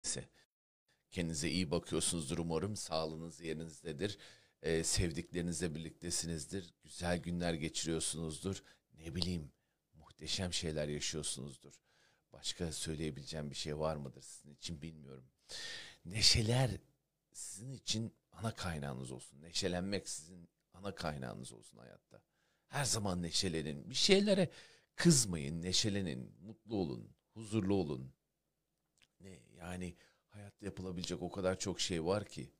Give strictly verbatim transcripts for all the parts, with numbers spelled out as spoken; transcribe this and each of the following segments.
Neyse. Kendinize iyi bakıyorsunuzdur umarım. Sağlığınız yerinizdedir. Ee, sevdiklerinizle birliktesinizdir. Güzel günler geçiriyorsunuzdur. Ne bileyim, muhteşem şeyler yaşıyorsunuzdur. Başka söyleyebileceğim bir şey var mıdır sizin için bilmiyorum. Neşeler sizin için ana kaynağınız olsun. Neşelenmek sizin ana kaynağınız olsun hayatta. Her zaman neşelenin. Bir şeylere kızmayın, neşelenin, mutlu olun, huzurlu olun. Ne yani hayatta yapılabilecek o kadar çok şey var ki.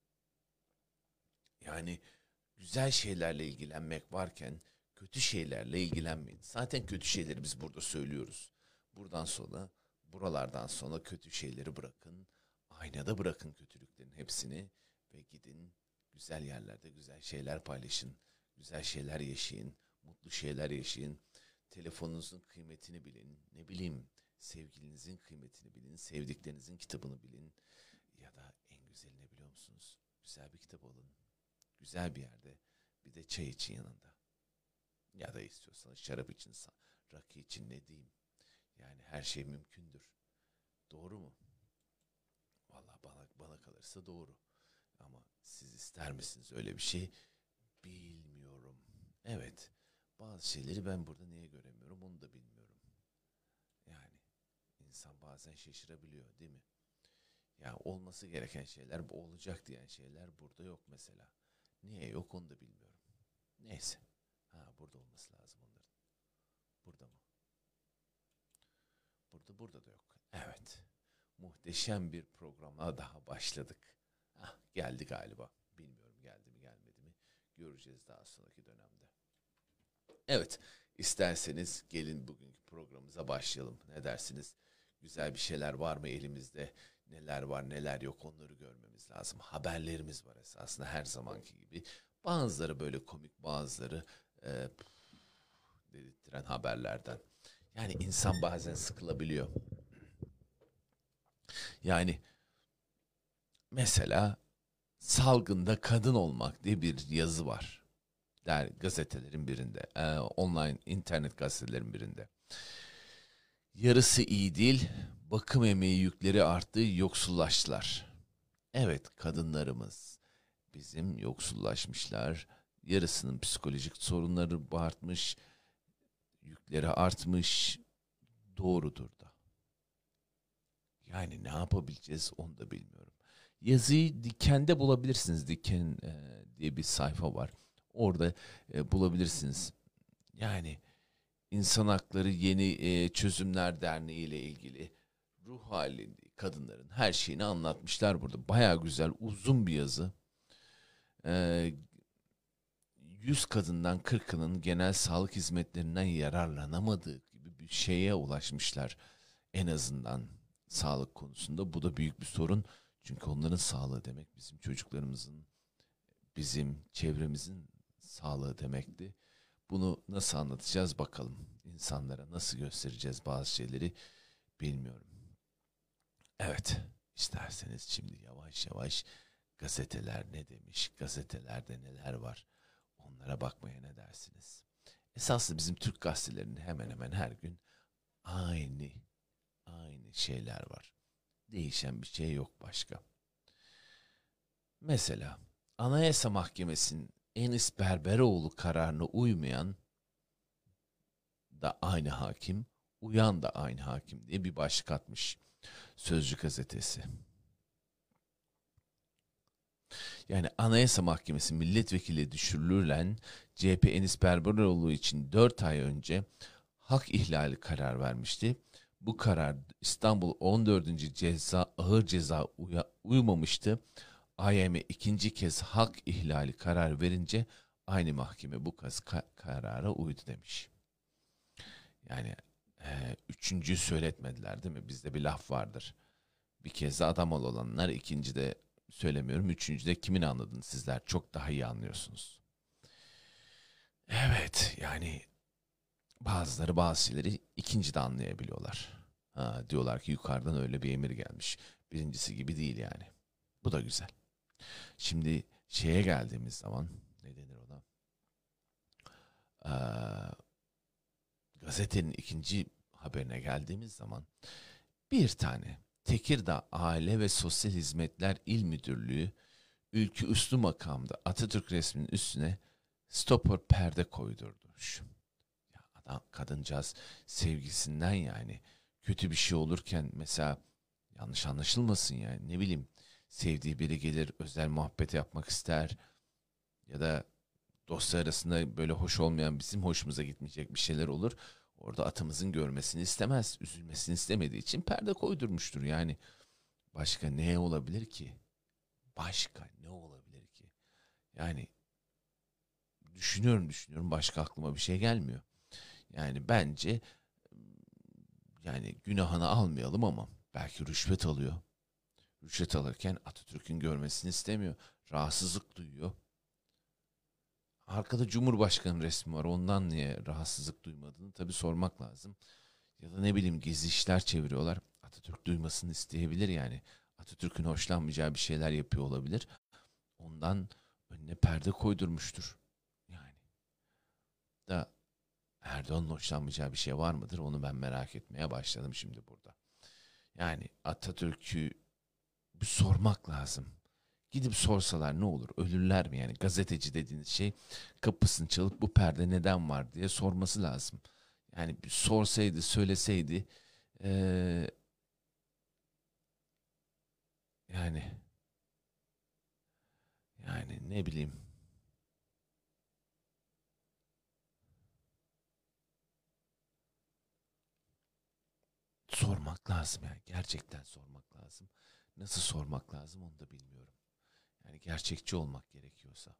Yani güzel şeylerle ilgilenmek varken kötü şeylerle ilgilenmeyin. Zaten kötü şeyleri biz burada söylüyoruz. Buradan sonra, buralardan sonra kötü şeyleri bırakın. Aynada bırakın kötülüklerin hepsini ve gidin güzel yerlerde güzel şeyler paylaşın. Güzel şeyler yaşayın, mutlu şeyler yaşayın. Telefonunuzun kıymetini bilin. Ne bileyim, sevgilinizin kıymetini bilin. Sevdiklerinizin kitabını bilin. Ya da en güzeli ne biliyor musunuz? Güzel bir kitap alın. Güzel bir yerde. Bir de çay için yanında. Ya da istiyorsanız şarap için, rakı için ne diyeyim. Yani her şey mümkündür. Doğru mu? Vallahi bana, bana kalırsa doğru. Ama siz ister misiniz öyle bir şey? Bilmiyorum. Evet. Bazı şeyleri ben burada niye göremiyorum onu da bilmiyorum. Yani insan bazen şaşırabiliyor değil mi? Ya olması gereken şeyler, bu olacak diyen şeyler burada yok mesela. Niye yok onu da bilmiyorum. Neyse. Ha, burada olması lazım onların. Burada mı? Burada burada da yok. Evet. Muhteşem bir programa daha başladık. Ah, geldi galiba. Bilmiyorum geldi mi gelmedi mi. Göreceğiz daha sonraki dönemde. Evet. İsterseniz gelin bugünkü programımıza başlayalım. Ne dersiniz? Güzel bir şeyler var mı elimizde? Neler var neler yok onları görmemiz lazım. Haberlerimiz var esasında her zamanki gibi. Bazıları böyle komik, bazıları e, dedirttiren haberlerden. Yani insan bazen sıkılabiliyor. Yani mesela salgında kadın olmak diye bir yazı var. Der gazetelerin birinde, e, online internet gazetelerin birinde. Yarısı iyi değil, bakım emeği yükleri arttı, yoksullaştılar. Evet, kadınlarımız bizim yoksullaşmışlar. Yarısının psikolojik sorunları artmış, yükleri artmış. Doğrudur da. Yani ne yapabileceğiz onu da bilmiyorum. Yazıyı Diken'de bulabilirsiniz. Diken e, diye bir sayfa var. Orada e, bulabilirsiniz. Yani İnsan Hakları Yeni e, Çözümler Derneği ile ilgili ruh halinde kadınların her şeyini anlatmışlar burada. Bayağı güzel, uzun bir yazı. E, yüz kadından kırkının genel sağlık hizmetlerinden yararlanamadığı gibi bir şeye ulaşmışlar. En azından sağlık konusunda. Bu da büyük bir sorun. Çünkü onların sağlığı demek bizim çocuklarımızın, bizim çevremizin sağlığı demekti. Bunu nasıl anlatacağız bakalım. İnsanlara nasıl göstereceğiz bazı şeyleri bilmiyorum. Evet, isterseniz şimdi yavaş yavaş gazeteler ne demiş, gazetelerde neler var onlara bakmaya ne dersiniz? Esasında bizim Türk gazetelerinde hemen hemen her gün aynı aynı şeyler var. Değişen bir şey yok başka. Mesela Anayasa Mahkemesi'nin Enis Berberoğlu kararına uymayan da aynı hakim, uyan da aynı hakim diye bir başlık atmış Sözcü gazetesi. Yani Anayasa Mahkemesi milletvekili düşürülürlen C H P Enis Berberoğlu için dört ay önce hak ihlali karar vermişti. Bu karar İstanbul on dördüncü Ceza Ağır Ceza uya, uymamıştı. A Y M ikinci kez hak ihlali karar verince aynı mahkeme bu kez ka- karara uydu demiş. Yani e, üçüncü söyletmediler değil mi? Bizde bir laf vardır. Bir kez de adam ol olanlar, ikinci de söylemiyorum, üçüncü de kimin anladınız sizler çok daha iyi anlıyorsunuz. Evet yani bazıları bazı şeyleri ikinci de anlayabiliyorlar. Ha, diyorlar ki yukarıdan öyle bir emir gelmiş. Birincisi gibi değil yani. Bu da güzel. Şimdi şeye geldiğimiz zaman ne denir ona? Ee, gazetenin ikinci haberine geldiğimiz zaman bir tane Tekirdağ Aile ve Sosyal Hizmetler İl Müdürlüğü ülkü üslü makamda Atatürk resminin üstüne stopper perde koydurmuş. Ya adam, kadıncağız sevgisinden, yani kötü bir şey olurken mesela, yanlış anlaşılmasın yani, ne bileyim, sevdiği biri gelir özel muhabbet yapmak ister ya da dostlar arasında böyle hoş olmayan, bizim hoşumuza gitmeyecek bir şeyler olur. Orada atımızın görmesini istemez, üzülmesini istemediği için perde koydurmuştur yani. Başka ne olabilir ki? Başka ne olabilir ki? Yani düşünüyorum düşünüyorum başka aklıma bir şey gelmiyor. Yani bence, yani günahını almayalım ama belki rüşvet alıyor. Rüşvet alırken Atatürk'ün görmesini istemiyor. Rahatsızlık duyuyor. Arkada Cumhurbaşkanı resmi var. Ondan niye rahatsızlık duymadığını tabii sormak lazım. Ya da ne bileyim, gizli işler çeviriyorlar. Atatürk duymasını isteyebilir yani. Atatürk'ün hoşlanmayacağı bir şeyler yapıyor olabilir. Ondan önüne perde koydurmuştur. Yani da Erdoğan'ın hoşlanmayacağı bir şey var mıdır? Onu ben merak etmeye başladım şimdi burada. Yani Atatürk'ü bir sormak lazım. Gidip sorsalar ne olur? Ölürler mi yani? Gazeteci dediğiniz şey kapısını çalıp bu perde neden var diye sorması lazım. Yani bir sorsaydı, söyleseydi, ee, yani yani ne bileyim, sormak lazım yani, gerçekten sormak lazım. Nasıl sormak lazım onu da bilmiyorum. Yani gerçekçi olmak gerekiyorsa,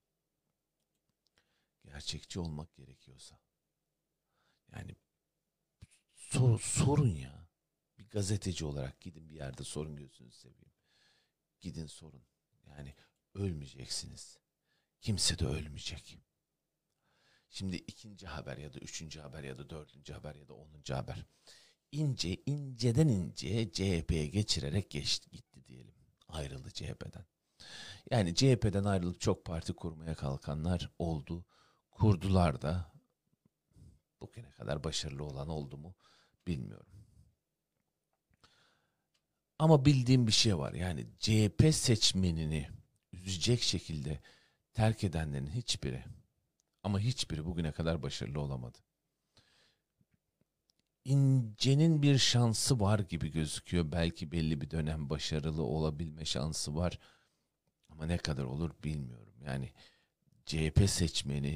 gerçekçi olmak gerekiyorsa, yani sor, sorun ya. Bir gazeteci olarak gidin bir yerde sorun, gözünüzü seveyim. Gidin sorun. Yani ölmeyeceksiniz. Kimse de ölmeyecek. Şimdi ikinci haber ya da üçüncü haber ya da dördüncü haber ya da onuncu haber. İnce, inceden inceye C H P'ye geçirerek geçti, gitti diyelim. Ayrıldı C H P'den. Yani C H P'den ayrılıp çok parti kurmaya kalkanlar oldu. Kurdular da, bugüne kadar başarılı olan oldu mu bilmiyorum. Ama bildiğim bir şey var. Yani C H P seçmenini üzecek şekilde terk edenlerin hiçbiri, ama hiçbiri bugüne kadar başarılı olamadı. İnce'nin bir şansı var gibi gözüküyor. Belki belli bir dönem başarılı olabilme şansı var. Ama ne kadar olur bilmiyorum. Yani C H P seçmeni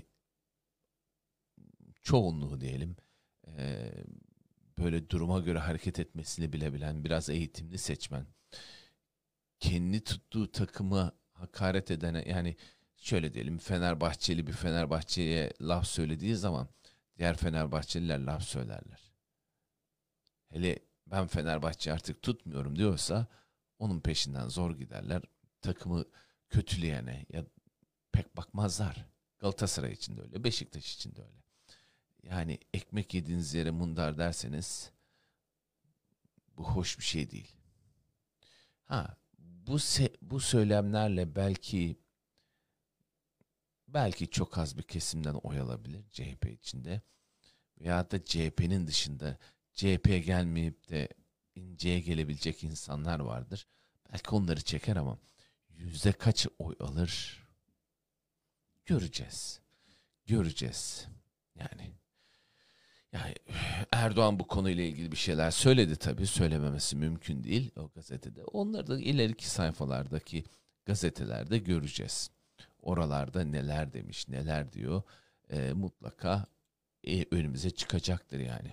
çoğunluğu diyelim, eee, böyle duruma göre hareket etmesini bilebilen biraz eğitimli seçmen. Kendi tuttuğu takıma hakaret edene, yani şöyle diyelim, Fenerbahçeli bir Fenerbahçe'ye laf söylediği zaman diğer Fenerbahçeliler laf söylerler. Hele ben Fenerbahçe artık tutmuyorum diyorsa onun peşinden zor giderler. Takımı kötüleyene ya pek bakmazlar. Galatasaray için de öyle, Beşiktaş için de öyle. Yani ekmek yediğiniz yere mundar derseniz bu hoş bir şey değil. Ha, bu se- bu söylemlerle belki belki çok az bir kesimden oy alabilir C H P içinde, veya da C H P'nin dışında C H P'ye gelmeyip de İnce'ye gelebilecek insanlar vardır. Belki onları çeker ama yüzde kaç oy alır göreceğiz. Göreceğiz. Yani yani Erdoğan bu konuyla ilgili bir şeyler söyledi tabii. Söylememesi mümkün değil o gazetede. Onları da ileriki sayfalardaki gazetelerde göreceğiz. Oralarda neler demiş, neler diyor, e, mutlaka e, önümüze çıkacaktır yani.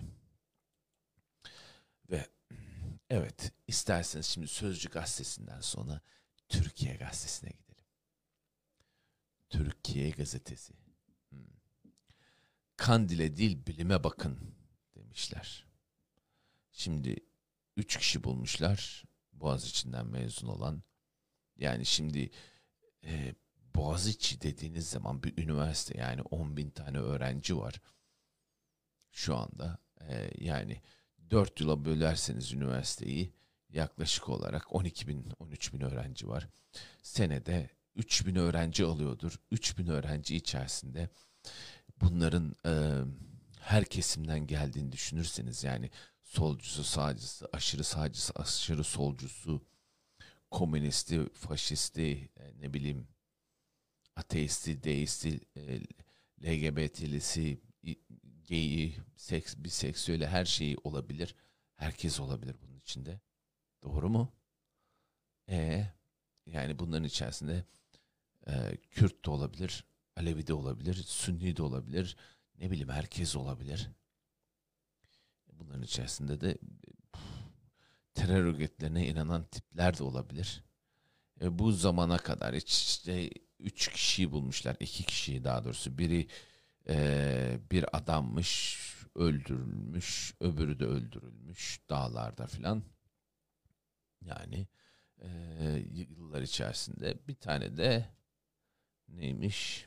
Ve evet, isterseniz şimdi Sözcü gazetesinden sonra Türkiye gazetesine gidelim. Türkiye gazetesi. Hmm. Kandile değil bilime bakın demişler. Şimdi üç kişi bulmuşlar Boğaziçi'nden mezun olan. Yani şimdi e, Boğaziçi dediğiniz zaman bir üniversite, yani on bin tane öğrenci var şu anda. E, yani dört yıla bölerseniz üniversiteyi yaklaşık olarak on iki bin on üç bin öğrenci var. Senede üç bin öğrenci alıyordur. üç bin öğrenci içerisinde bunların e, her kesimden geldiğini düşünürseniz, yani solcusu, sağcısı, aşırı sağcısı, aşırı solcusu, komünisti, faşisti, e, ne bileyim, ateisti, deisti, e, L G B T'lisi, geyi, seks, biseksüeli, her şeyi olabilir. Herkes olabilir bunun içinde. Doğru mu? E yani bunların içerisinde e, Kürt de olabilir, Alevi de olabilir, Sünni de olabilir, ne bileyim herkes olabilir. Bunların içerisinde de terör örgütlerine inanan tipler de olabilir. E, bu zamana kadar işte üç kişiyi bulmuşlar, iki kişiyi daha doğrusu. Biri e, bir adammış, öldürülmüş, öbürü de öldürülmüş dağlarda filan. Yani e, yıllar içerisinde bir tane de neymiş?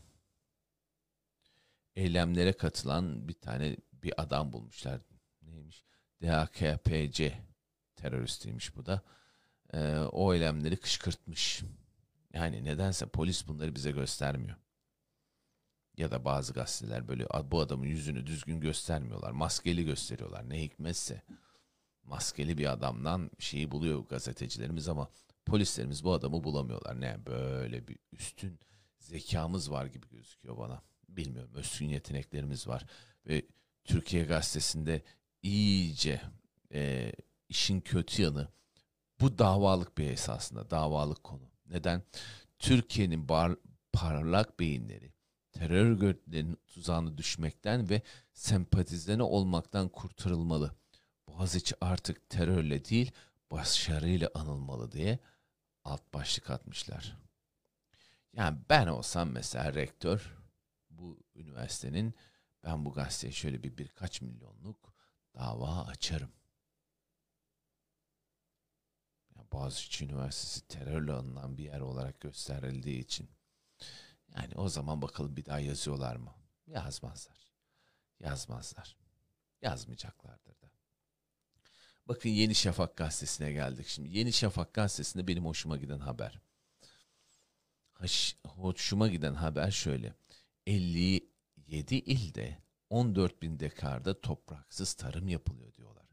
Eylemlere katılan bir tane bir adam bulmuşlar. Neymiş? D H K P C teröristiymiş bu da. Ee, o eylemleri kışkırtmış. Yani nedense polis bunları bize göstermiyor. Ya da bazı gazeteler böyle bu adamın yüzünü düzgün göstermiyorlar. Maskeli gösteriyorlar. Ne hikmetse. Maskeli bir adamdan şeyi buluyor gazetecilerimiz ama polislerimiz bu adamı bulamıyorlar. Ne böyle bir üstün zekamız var gibi gözüküyor bana. Bilmiyorum, üstün yeteneklerimiz var. Ve Türkiye Gazetesi'nde iyice e, işin kötü yanı, bu davalık bir esasında, davalık konu. Neden? Türkiye'nin bar, parlak beyinleri terör örgütlerinin tuzağına düşmekten ve sempatizanı olmaktan kurtarılmalı. Boğaziçi artık terörle değil, başarıyla anılmalı diye alt başlık atmışlar. Yani ben olsam mesela rektör bu üniversitenin, ben bu gazeteye şöyle bir birkaç milyonluk dava açarım. Yani Boğaziçi Üniversitesi terörle anılan bir yer olarak gösterildiği için. Yani o zaman bakalım bir daha yazıyorlar mı? Yazmazlar. Yazmazlar. Yazmayacaklardır da. Bakın Yeni Şafak gazetesine geldik. Şimdi Yeni Şafak gazetesinde benim hoşuma giden haber. Hoş, hoşuma giden haber şöyle. elli yedi ilde on dört bin dekarda topraksız tarım yapılıyor diyorlar.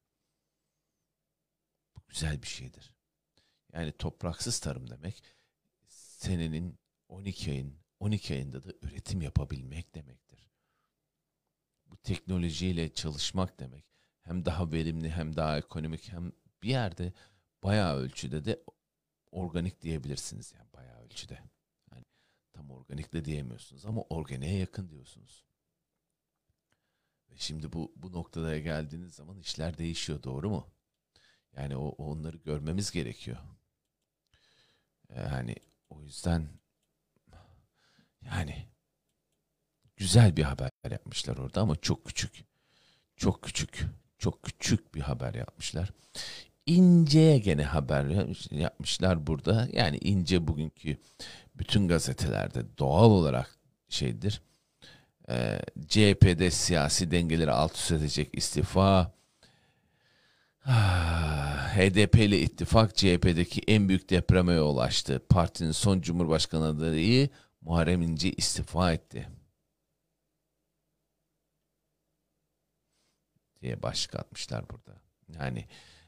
Bu güzel bir şeydir. Yani topraksız tarım demek senenin on iki ayın on iki ayında da üretim yapabilmek demektir. Bu teknolojiyle çalışmak demek. Hem daha verimli, hem daha ekonomik, hem bir yerde bayağı ölçüde de organik diyebilirsiniz. Yani bayağı ölçüde. Yani tam organik de diyemiyorsunuz ama organiğe yakın diyorsunuz. Ve şimdi bu bu noktada geldiğiniz zaman işler değişiyor, doğru mu? Yani o onları görmemiz gerekiyor. Yani o yüzden yani güzel bir haber yapmışlar orada ama çok küçük. Çok küçük. Çok küçük bir haber yapmışlar. İnce'ye gene haber yapmışlar burada. Yani İnce bugünkü bütün gazetelerde doğal olarak şeydir. Ee, C H P'de siyasi dengeleri alt üst edecek istifa. H D P ile ittifak C H P'deki en büyük depreme yol açtı. Partinin son Cumhurbaşkanı adayı Muharrem İnce istifa etti diye başlık atmışlar burada. Yani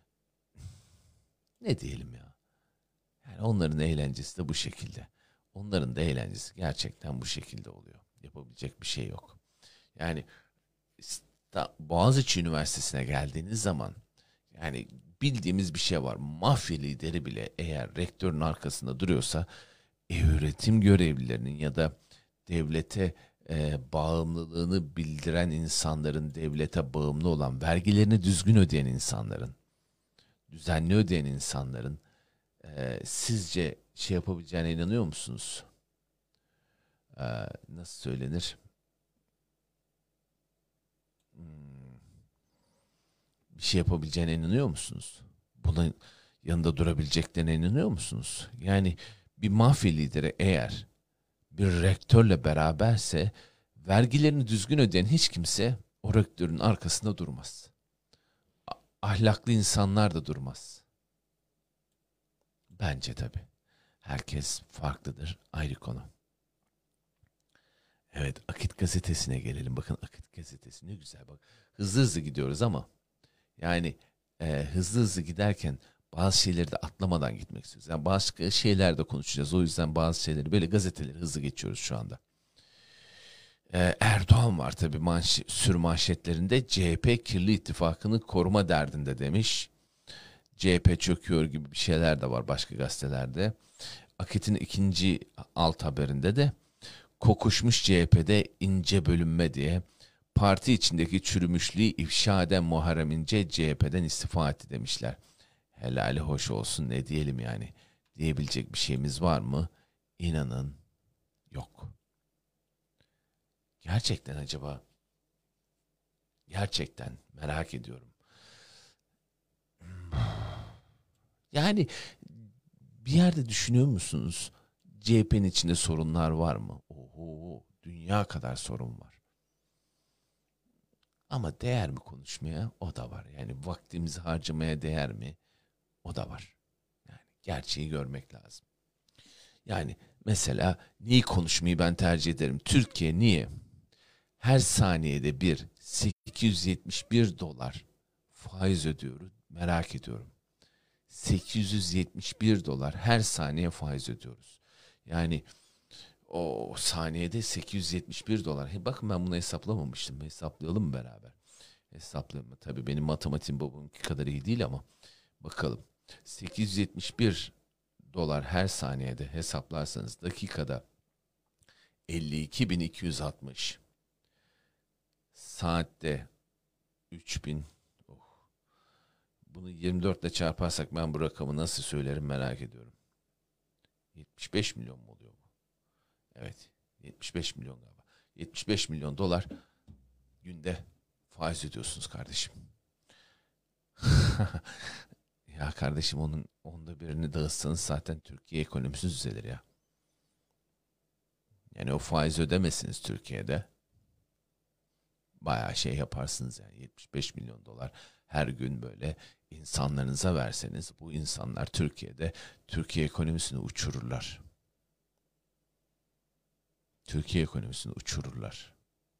ne diyelim ya. Yani onların eğlencesi de bu şekilde. Onların da eğlencesi gerçekten bu şekilde oluyor. Yapabilecek bir şey yok. Yani Boğaziçi Üniversitesi'ne geldiğiniz zaman yani bildiğimiz bir şey var. Mafya lideri bile eğer rektörün arkasında duruyorsa öğretim görevlilerinin ya da devlete e, bağımlılığını bildiren insanların, devlete bağımlı olan, vergilerini düzgün ödeyen insanların, düzenli ödeyen insanların e, sizce şey yapabileceğine inanıyor musunuz? E, nasıl söylenir? Hmm, bir şey yapabileceğine inanıyor musunuz? Bunun yanında durabileceklerine inanıyor musunuz? Yani bir mafya lideri eğer bir rektörle beraberse vergilerini düzgün ödeyen hiç kimse o rektörün arkasında durmaz. Ahlaklı insanlar da durmaz. Bence tabii. Herkes farklıdır. Ayrı konu. Evet, Akit gazetesine gelelim. Bakın Akit gazetesi ne güzel. Bak, hızlı hızlı gidiyoruz ama yani e, hızlı hızlı giderken bazı şeyleri de atlamadan gitmek istiyoruz. Yani başka şeyler de konuşacağız. O yüzden bazı şeyleri böyle gazeteleri hızlı geçiyoruz şu anda. E, Erdoğan var tabii manş sür manşetlerinde, C H P kirli ittifakını koruma derdinde demiş. C H P çöküyor gibi bir şeyler de var başka gazetelerde. Akit'in ikinci alt haberinde de kokuşmuş C H P'de ince bölünme diye parti içindeki çürümüşlüğü ifşa eden Muharrem İnce C H P'den istifa etti demişler. Helali hoş olsun, ne diyelim yani. Diyebilecek bir şeyimiz var mı? İnanın yok. Gerçekten acaba? Gerçekten merak ediyorum. Yani bir yerde düşünüyor musunuz? C H P'nin içinde sorunlar var mı? Oho, dünya kadar sorun var. Ama değer mi konuşmaya? O da var. Yani vaktimizi harcamaya değer mi? O da var. Yani gerçeği görmek lazım. Yani mesela neyi konuşmayı ben tercih ederim? Türkiye niye her saniyede bir sekiz yüz yetmiş bir dolar faiz ödüyoruz? Merak ediyorum. sekiz yüz yetmiş bir dolar her saniye faiz ödüyoruz. Yani o saniyede sekiz yüz yetmiş bir dolar. He, bakın ben bunu hesaplamamıştım. Hesaplayalım mı beraber? Hesaplayalım mı? Tabii benim matematiğim babamınki kadar iyi değil ama bakalım. sekiz yüz yetmiş bir dolar her saniyede hesaplarsanız dakikada elli iki bin iki yüz altmış. Saatte üç bin. Oh. Bunu yirmi dört ile çarparsak ben bu rakamı nasıl söylerim merak ediyorum. yetmiş beş milyon mu oluyor bu? Evet. yetmiş beş milyon galiba. yetmiş beş milyon dolar günde faiz ödüyorsunuz kardeşim. Ya kardeşim, onun onda birini dağıtsanız zaten Türkiye ekonomisi düzelir ya. Yani o faiz ödemesiniz Türkiye'de. Bayağı şey yaparsınız yani, yetmiş beş milyon dolar her gün böyle insanlarınıza verseniz, bu insanlar Türkiye'de Türkiye ekonomisini uçururlar. Türkiye ekonomisini uçururlar.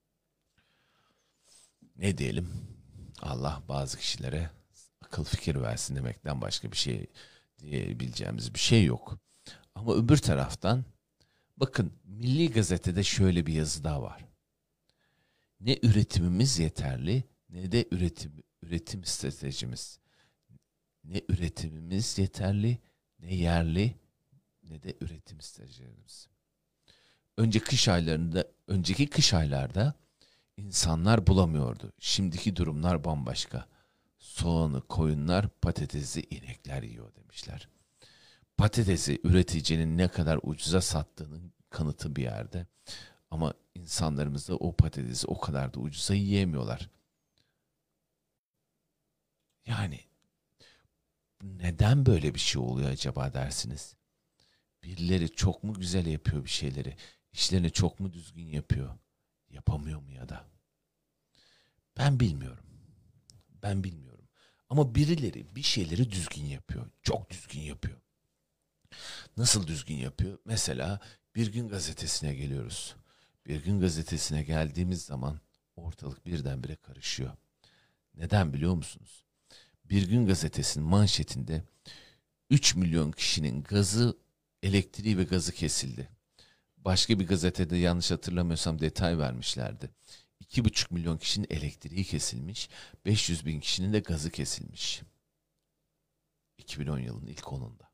Ne diyelim? Allah bazı kişilere akıl fikir versin demekten başka bir şey diyebileceğimiz bir şey yok. Ama öbür taraftan bakın, Milli Gazete'de şöyle bir yazı daha var. Ne üretimimiz yeterli ne de üretim üretim stratejimiz. Ne üretimimiz yeterli, ne yerli, ne de üretim stratejimiz. Önce kış aylarında, önceki kış aylarda insanlar bulamıyordu. Şimdiki durumlar bambaşka. Soğanı koyunlar, patatesi inekler yiyor demişler. Patatesi üreticinin ne kadar ucuza sattığının kanıtı bir yerde. Ama insanlarımız da o patatesi o kadar da ucuza yiyemiyorlar. Yani neden böyle bir şey oluyor acaba dersiniz? Birileri çok mu güzel yapıyor bir şeyleri? İşlerini çok mu düzgün yapıyor? Yapamıyor mu ya da? Ben bilmiyorum. Ben bilmiyorum. Ama birileri bir şeyleri düzgün yapıyor. Çok düzgün yapıyor. Nasıl düzgün yapıyor? Mesela Bir Gün Gazetesi'ne geliyoruz. Bir Gün Gazetesi'ne geldiğimiz zaman ortalık birdenbire karışıyor. Neden biliyor musunuz? Bir Gün Gazetesi'nin manşetinde üç milyon kişinin gazı, elektriği ve gazı kesildi. Başka bir gazetede yanlış hatırlamıyorsam detay vermişlerdi. iki buçuk milyon kişinin elektriği kesilmiş, beş yüz bin kişinin de gazı kesilmiş. iki bin on yılının ilk onunda.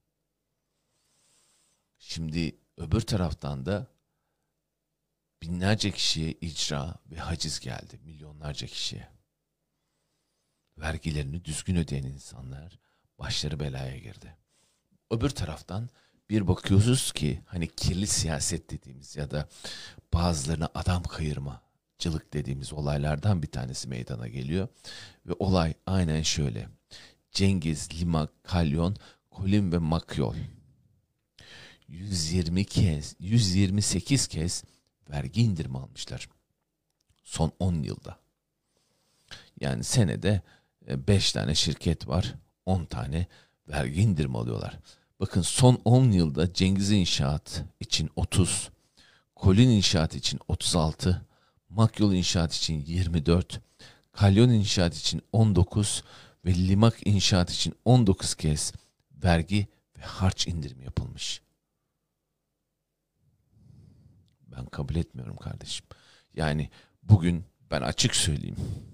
Şimdi öbür taraftan da binlerce kişiye icra ve haciz geldi. Milyonlarca kişiye. Vergilerini düzgün ödeyen insanlar başları belaya girdi. Öbür taraftan bir bakıyoruz ki hani kirli siyaset dediğimiz ya da bazılarına adam kayırmacılık dediğimiz olaylardan bir tanesi meydana geliyor. Ve olay aynen şöyle. Cengiz, Limak, Kalyon, Kolin ve Makyol yüz yirmi kez, yüz yirmi sekiz kez vergi indirimi almışlar. Son on yılda. Yani senede beş tane şirket var, on tane vergi indirimi alıyorlar. Bakın son on yılda Cengiz İnşaat için otuz, Kolin İnşaat için otuz altı, Makyol İnşaat için yirmi dört, Kalyon İnşaat için on dokuz ve limak inşaat için on dokuz kez vergi ve harç indirimi yapılmış. Ben kabul etmiyorum kardeşim. Yani bugün ben açık söyleyeyim.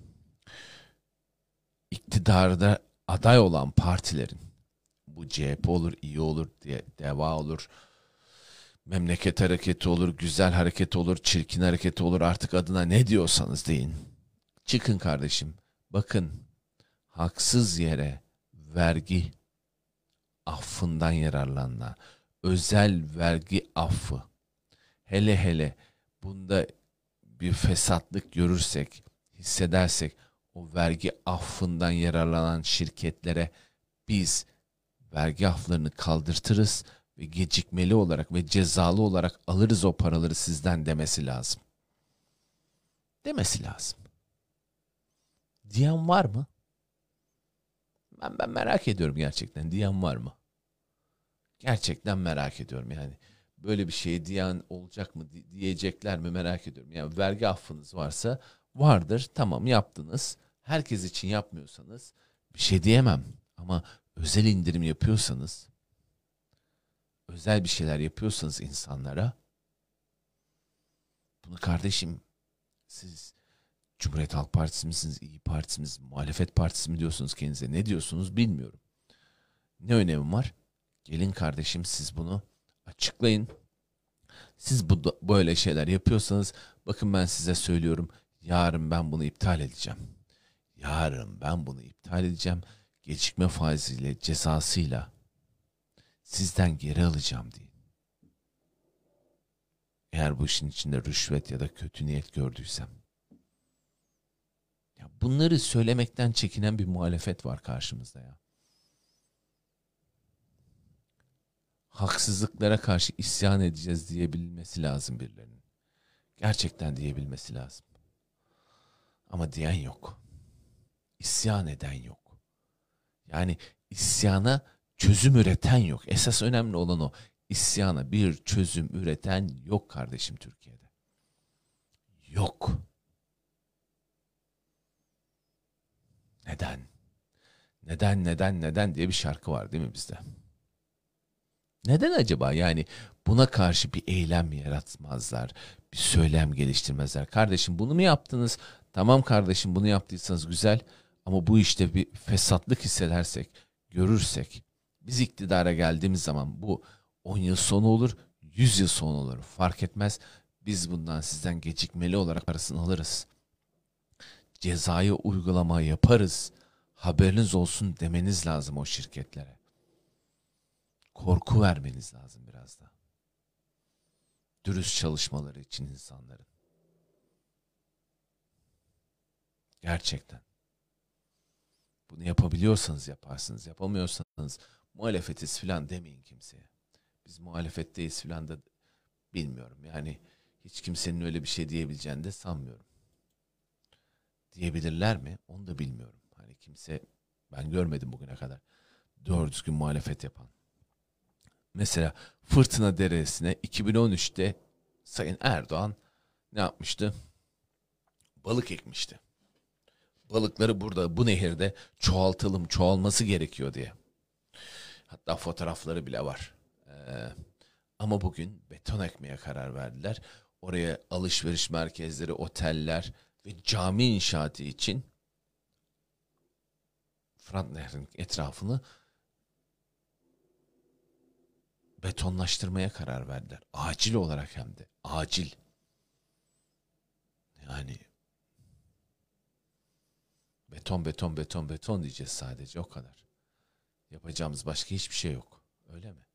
İktidarda aday olan partilerin, bu C H P olur, İyi olur, DEVA olur, Memleket Hareketi olur, Güzel Hareket olur, Çirkin Hareket olur, artık adına ne diyorsanız deyin. Çıkın kardeşim. Bakın, haksız yere vergi affından yararlanma, özel vergi affı, hele hele bunda bir fesatlık görürsek, hissedersek, o vergi affından yararlanan şirketlere biz vergi afflarını kaldırtırız ve gecikmeli olarak ve cezalı olarak alırız o paraları sizden demesi lazım. Demesi lazım. Diyen var mı? Ben, ben merak ediyorum gerçekten. Diyen var mı? Gerçekten merak ediyorum yani. Böyle bir şey diyen olacak mı, diyecekler mi merak ediyorum. Yani vergi affınız varsa vardır, tamam yaptınız. Herkes için yapmıyorsanız bir şey diyemem. Ama özel indirim yapıyorsanız, özel bir şeyler yapıyorsanız insanlara, bunu kardeşim siz Cumhuriyet Halk Partisi misiniz, İyi Partisi misiniz, muhalefet partisi mi diyorsunuz kendinize, ne diyorsunuz bilmiyorum. Ne önemi var? Gelin kardeşim siz bunu açıklayın. Siz bu böyle şeyler yapıyorsanız bakın ben size söylüyorum, yarın ben bunu iptal edeceğim. Yarın ben bunu iptal edeceğim. Gecikme faiziyle, cezasıyla sizden geri alacağım deyin. Eğer bu işin içinde rüşvet ya da kötü niyet gördüysem. Ya bunları söylemekten çekinen bir muhalefet var karşımızda ya. Haksızlıklara karşı isyan edeceğiz diyebilmesi lazım birilerinin. Gerçekten diyebilmesi lazım. Ama diyen yok. İsyan eden yok. Yani isyana çözüm üreten yok. Esas önemli olan o. İsyana bir çözüm üreten yok kardeşim Türkiye'de. Yok. Neden? Neden, neden, neden diye bir şarkı var değil mi bizde? Neden acaba? Yani buna karşı bir eylem yaratmazlar, bir söylem geliştirmezler. Kardeşim bunu mu yaptınız? Tamam kardeşim bunu yaptıysanız güzel ama bu işte bir fesatlık hissedersek, görürsek, biz iktidara geldiğimiz zaman bu on yıl sonu olur, yüz yıl sonu olur. Fark etmez. Biz bundan sizden gecikmeli olarak parasını alırız. Cezayı uygulama yaparız. Haberiniz olsun demeniz lazım o şirketlere. Korku vermeniz lazım biraz da. Dürüst çalışmaları için insanların. Gerçekten. Bunu yapabiliyorsanız yaparsınız. Yapamıyorsanız muhalefetiz filan demeyin kimseye. Biz muhalefetteyiz filan da bilmiyorum. Yani hiç kimsenin öyle bir şey diyebileceğini de sanmıyorum. Diyebilirler mi? Onu da bilmiyorum. Hani kimse, ben görmedim bugüne kadar doğru düzgün muhalefet yapan. Mesela Fırtına Deresi'ne iki bin on üçte Sayın Erdoğan ne yapmıştı? Balık ekmişti. Balıkları burada, bu nehirde çoğaltalım, çoğalması gerekiyor diye. Hatta fotoğrafları bile var. Ee, ama bugün beton ekmeye karar verdiler. Oraya alışveriş merkezleri, oteller ve cami inşaatı için Fırat Nehri'nin etrafını betonlaştırmaya karar verdiler. Acil olarak hem de. Acil. Yani beton, beton, beton, beton diyeceğiz sadece. O kadar. Yapacağımız başka hiçbir şey yok. Öyle mi?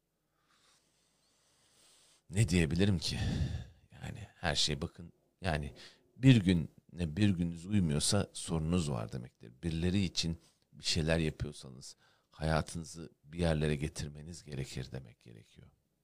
Ne diyebilirim ki? Yani her şey bakın. Yani bir gün ne bir gününüz uymuyorsa sorunuz var demektir. Birileri için bir şeyler yapıyorsanız hayatınızı bir yerlere getirmeniz gerekir demek gerekiyor.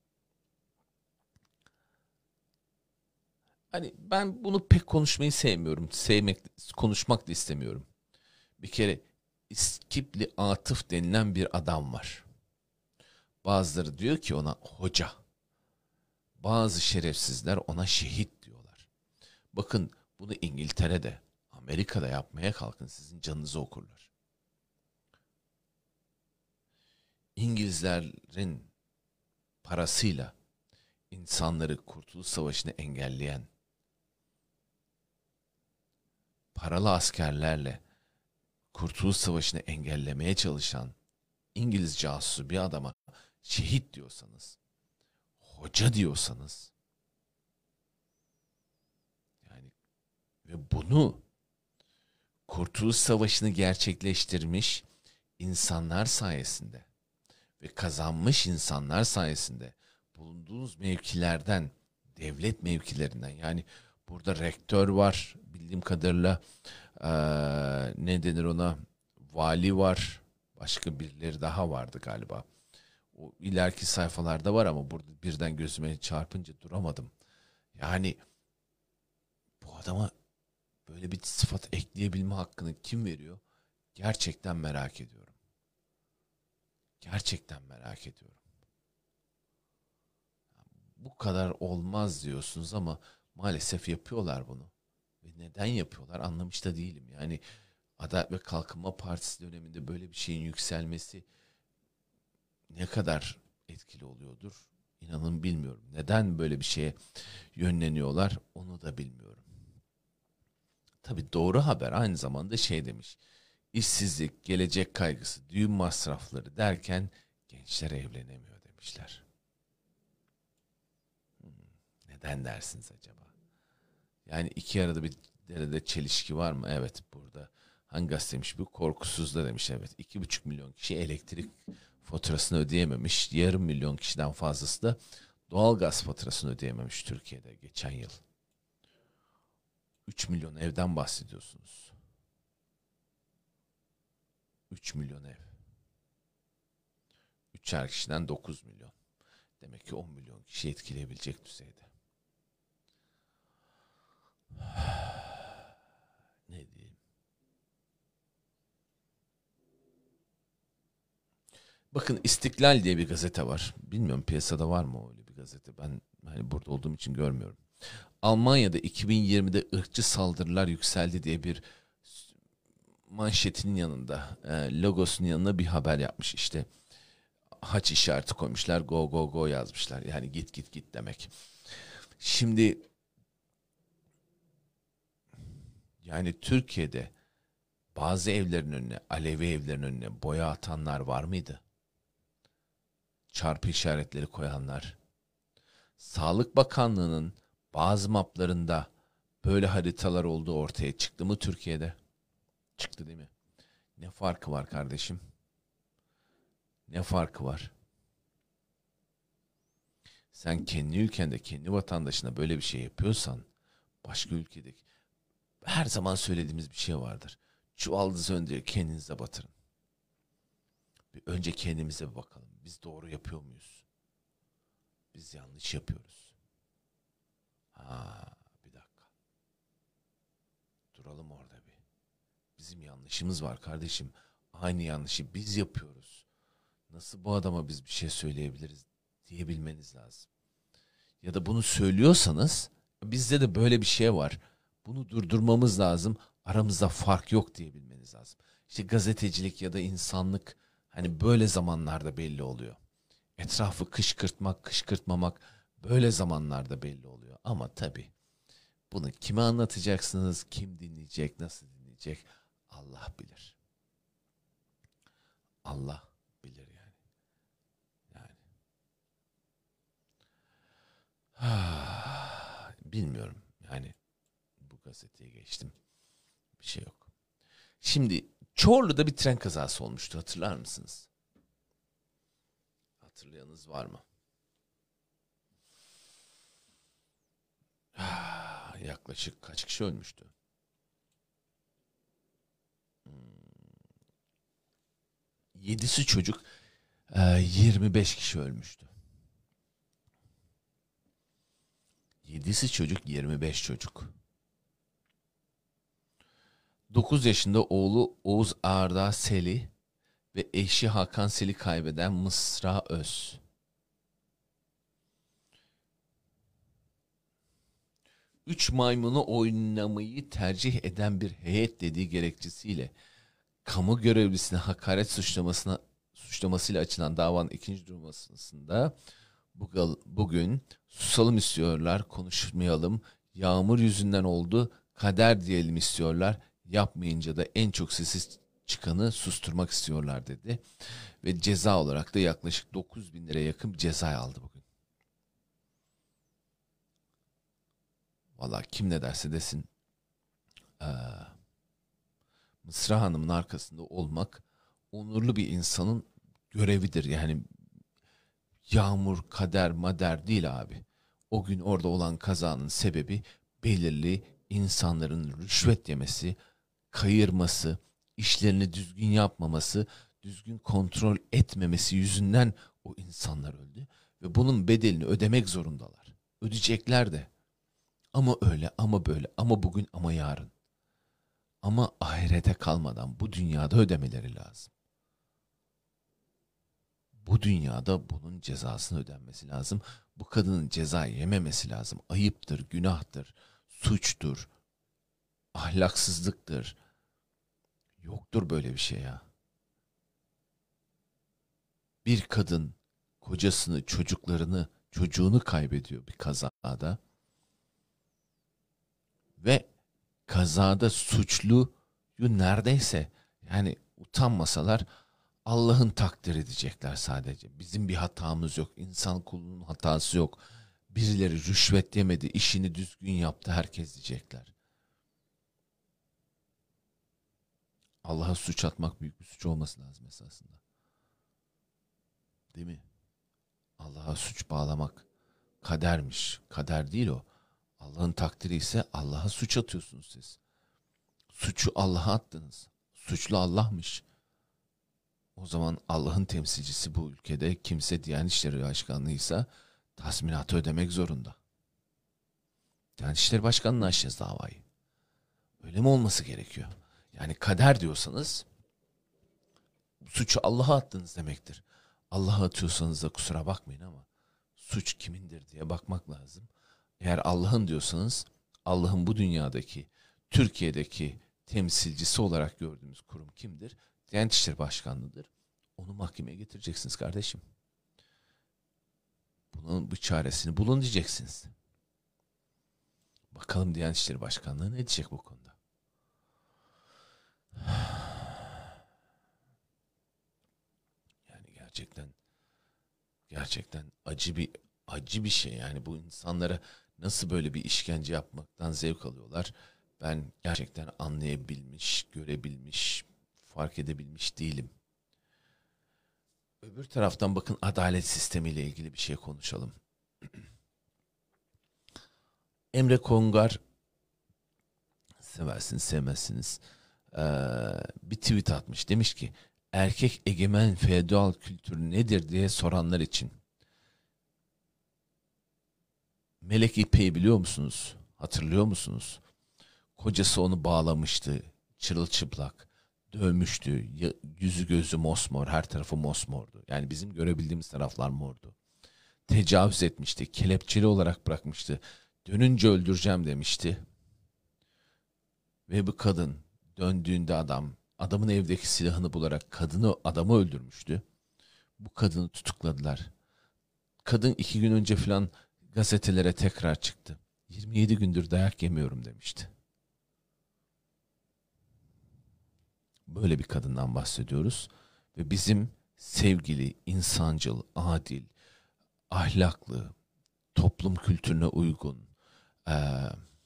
Hani ben bunu pek konuşmayı sevmiyorum. Sevmek, konuşmak da istemiyorum. Bir kere İskipli Atıf denilen bir adam var. Bazıları diyor ki ona hoca. Bazı şerefsizler ona şehit diyorlar. Bakın bunu İngiltere'de, Amerika'da yapmaya kalkın sizin canınızı okurlar. İngilizlerin parasıyla insanları Kurtuluş Savaşı'nı engelleyen, paralı askerlerle Kurtuluş Savaşı'nı engellemeye çalışan İngiliz casusu bir adama şehit diyorsanız, hoca diyorsanız, yani ve bunu Kurtuluş Savaşı'nı gerçekleştirmiş insanlar sayesinde ve kazanmış insanlar sayesinde bulunduğunuz mevkilerden, devlet mevkilerinden, yani burada rektör var bildiğim kadarıyla, ee, ne denir ona, vali var, başka birileri daha vardı galiba. O ileriki sayfalarda var ama burada birden gözüme çarpınca duramadım. Yani bu adama böyle bir sıfat ekleyebilme hakkını kim veriyor? Gerçekten merak ediyorum. Gerçekten merak ediyorum. Bu kadar olmaz diyorsunuz ama maalesef yapıyorlar bunu. Ve neden yapıyorlar anlamış da değilim. Yani Adalet ve Kalkınma Partisi döneminde böyle bir şeyin yükselmesi ne kadar etkili oluyordur? İnanın bilmiyorum. Neden böyle bir şeye yönleniyorlar onu da bilmiyorum. Tabii doğru haber aynı zamanda şey demiş. İşsizlik, gelecek kaygısı, düğün masrafları derken gençler evlenemiyor demişler. Hmm, neden dersiniz acaba? Yani iki arada bir derede çelişki var mı? Evet, burada hangi gazetemiş bu? Korkusuzda demiş, evet. iki buçuk milyon kişi elektrik faturasını ödeyememiş. Yarım milyon kişiden fazlası da doğalgaz faturasını ödeyememiş Türkiye'de geçen yıl. üç milyon evden bahsediyorsunuz. üç milyon ev. Üçer kişiden dokuz milyon. Demek ki on milyon kişi etkileyebilecek düzeyde. Ne diyeyim? Bakın, İstiklal diye bir gazete var. Bilmiyorum piyasada var mı öyle bir gazete. Ben hani burada olduğum için görmüyorum. Almanya'da iki bin yirmide ırkçı saldırılar yükseldi diye bir manşetinin yanında, e, logosunun yanına bir haber yapmış işte. Haç işareti koymuşlar, go go go yazmışlar. Yani git git git demek. Şimdi yani Türkiye'de bazı evlerin önüne, Alevi evlerin önüne boya atanlar var mıydı? Çarpı işaretleri koyanlar. Sağlık Bakanlığı'nın bazı maplarında böyle haritalar olduğu ortaya çıktı mı Türkiye'de? Çıktı değil mi? Ne farkı var kardeşim? Ne farkı var? Sen kendi ülkende, kendi vatandaşına böyle bir şey yapıyorsan, başka ülkedeki, her zaman söylediğimiz bir şey vardır. Çuvaldızı önce kendinize batırın. Bir önce kendimize bir bakalım. Biz doğru yapıyor muyuz? Biz yanlış yapıyoruz. Ha, bir dakika. Duralım orada bir. Bizim yanlışımız var kardeşim. Aynı yanlışı biz yapıyoruz. Nasıl bu adama biz bir şey söyleyebiliriz diyebilmeniz lazım. Ya da bunu söylüyorsanız bizde de böyle bir şey var. Bunu durdurmamız lazım. Aramızda fark yok diyebilmeniz lazım. İşte gazetecilik ya da insanlık hani böyle zamanlarda belli oluyor. Etrafı kışkırtmak, kışkırtmamak böyle zamanlarda belli oluyor. Ama tabii bunu kime anlatacaksınız, kim dinleyecek, nasıl dinleyecek Allah bilir. Allah bilir yani. Yani. Bilmiyorum. Yani bu gazeteye geçtim. Bir şey yok. Şimdi Çorlu'da bir tren kazası olmuştu. Hatırlar mısınız? Hatırlayanınız var mı? Yaklaşık kaç kişi ölmüştü? Hmm. Yedisi çocuk, yirmi beş kişi ölmüştü. Yedisi çocuk, yirmi beş çocuk. dokuz yaşında oğlu Oğuz Ağardağ Seli ve eşi Hakan Sel'i kaybeden Mısra Öz. Üç maymunu oynamayı tercih eden bir heyet dediği gerekçesiyle kamu görevlisine hakaret suçlamasına suçlamasıyla açılan davanın ikinci duruşmasında bugün susalım istiyorlar, konuşmayalım. Yağmur yüzünden oldu, kader diyelim istiyorlar. Yapmayınca da en çok sesi çıkanı susturmak istiyorlar dedi. Ve ceza olarak da yaklaşık dokuz bin liraya yakın bir ceza aldı bugün. Vallahi kim ne derse desin ee, Mısra Hanım'ın arkasında olmak onurlu bir insanın görevidir. Yani yağmur, kader, mader değil abi. O gün orada olan kazanın sebebi belirli insanların rüşvet yemesi, kayırması, işlerini düzgün yapmaması, düzgün kontrol etmemesi yüzünden o insanlar öldü. Ve bunun bedelini ödemek zorundalar. Ödeyecekler de. Ama öyle, ama böyle, ama bugün, ama yarın. Ama ahirete kalmadan bu dünyada ödemeleri lazım. Bu dünyada bunun cezasını ödenmesi lazım. Bu kadının ceza yememesi lazım. Ayıptır, günahtır, suçtur, ahlaksızlıktır. Yoktur böyle bir şey ya. Bir kadın kocasını, çocuklarını, çocuğunu kaybediyor bir kazada. Ve kazada suçluyu neredeyse, yani utanmasalar Allah'ın takdir edecekler sadece. Bizim bir hatamız yok. İnsan kulunun hatası yok. Birileri rüşvet yemedi, işini düzgün yaptı herkes diyecekler. Allah'a suç atmak büyük bir suç olması lazım esasında. Değil mi? Allah'a suç bağlamak kadermiş. Kader değil o. Allah'ın takdiri ise Allah'a suç atıyorsunuz siz. Suçu Allah'a attınız. Suçlu Allah'mış. O zaman Allah'ın temsilcisi bu ülkede kimse Diyanet İşleri Başkanlığıysa tazminatı ödemek zorunda. Diyanet İşleri Başkanlığı'na açacağız davayı. Öyle mi olması gerekiyor? Yani kader diyorsanız suçu Allah'a attınız demektir. Allah'a atıyorsanız da kusura bakmayın ama suç kimindir diye bakmak lazım. Eğer Allah'ın diyorsanız Allah'ın bu dünyadaki, Türkiye'deki temsilcisi olarak gördüğümüz kurum kimdir? Diyanet İşleri Başkanlığı'dır. Onu mahkemeye getireceksiniz kardeşim. Bunun bir çaresini bulun diyeceksiniz. Bakalım Diyanet İşleri Başkanlığı ne diyecek bu konuda? Yani gerçekten gerçekten acı bir acı bir şey. Yani bu insanlara nasıl böyle bir işkence yapmaktan zevk alıyorlar? Ben gerçekten anlayabilmiş, görebilmiş, fark edebilmiş değilim. Öbür taraftan bakın, adalet sistemiyle ilgili bir şey konuşalım. Emre Kongar, seversiniz sevmezsiniz, ee, bir tweet atmış. Demiş ki erkek egemen feodal kültür nedir diye soranlar için. Melek İpek'i biliyor musunuz? Hatırlıyor musunuz? Kocası onu bağlamıştı, çırılçıplak, dövmüştü, yüzü gözü mosmor, her tarafı mosmordu. Yani bizim görebildiğimiz taraflar mordu. Tecavüz etmişti, kelepçeli olarak bırakmıştı. Dönünce öldüreceğim demişti. Ve bu kadın döndüğünde adam, adamın evdeki silahını bularak kadını, adamı öldürmüştü. Bu kadını tutukladılar. Kadın iki gün önce falan gazetelere tekrar çıktı. yirmi yedi gündür dayak yemiyorum demişti. Böyle bir kadından bahsediyoruz. Ve bizim sevgili, insancıl, adil, ahlaklı, toplum kültürüne uygun, ee,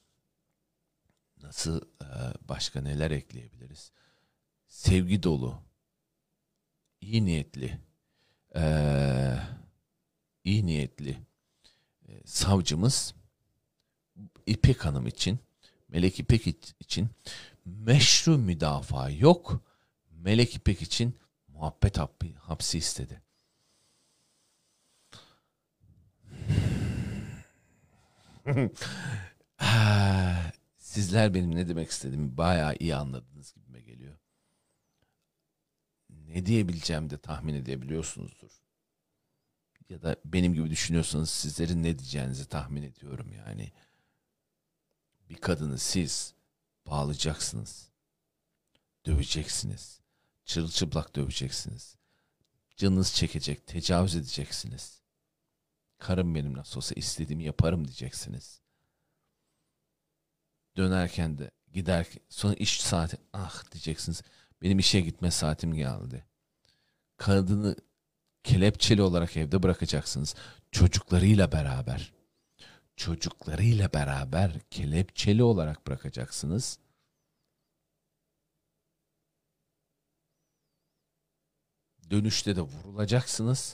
nasıl e, başka neler ekleyebiliriz? Sevgi dolu, iyi niyetli, e, iyi niyetli e, savcımız İpek Hanım için, Melek İpek için meşru müdafaa yok. Melek İpek için muhabbet hapsi istedi. Sizler benim ne demek istediğimi bayağı iyi anladınız gibime geliyor. Ne diyebileceğimi de tahmin edebiliyorsunuzdur. Ya da benim gibi düşünüyorsanız sizlerin ne diyeceğinizi tahmin ediyorum yani. Bir kadını siz bağlayacaksınız. Döveceksiniz. Çırılçıplak döveceksiniz. canınız çekecek, tecavüz edeceksiniz. Karım benim nasıl olsa istediğimi yaparım diyeceksiniz. Dönerken de giderken sonra iş saati ah diyeceksiniz. Benim işe gitme saatim geldi. Kadını kelepçeli olarak evde bırakacaksınız. Çocuklarıyla beraber. Çocuklarıyla beraber kelepçeli olarak bırakacaksınız. Dönüşte de vurulacaksınız.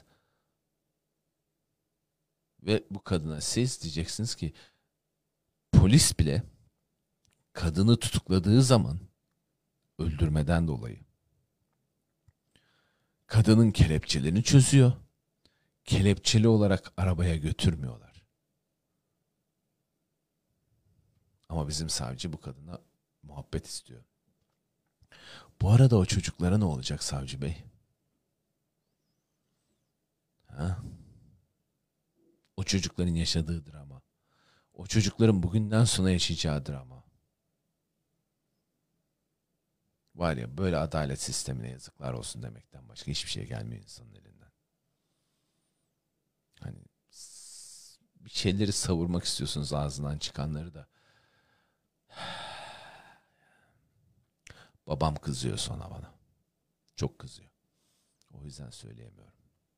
Ve bu kadına siz diyeceksiniz ki polis bile kadını tutukladığı zaman öldürmeden dolayı kadının kelepçelerini çözüyor. Kelepçeli olarak arabaya götürmüyorlar. Ama bizim savcı bu kadına muhabbet istiyor. Bu arada o çocuklara ne olacak savcı bey? Ha? O çocukların yaşadığı drama. O çocukların bugünden sonra yaşayacağı drama. Var ya böyle adalet sistemine yazıklar olsun demekten başka hiçbir şey gelmiyor insanın elinden. Hani bir şeyleri savurmak istiyorsunuz ağzından çıkanları da. Babam kızıyor sonra bana. Çok kızıyor. O yüzden söyleyemiyorum.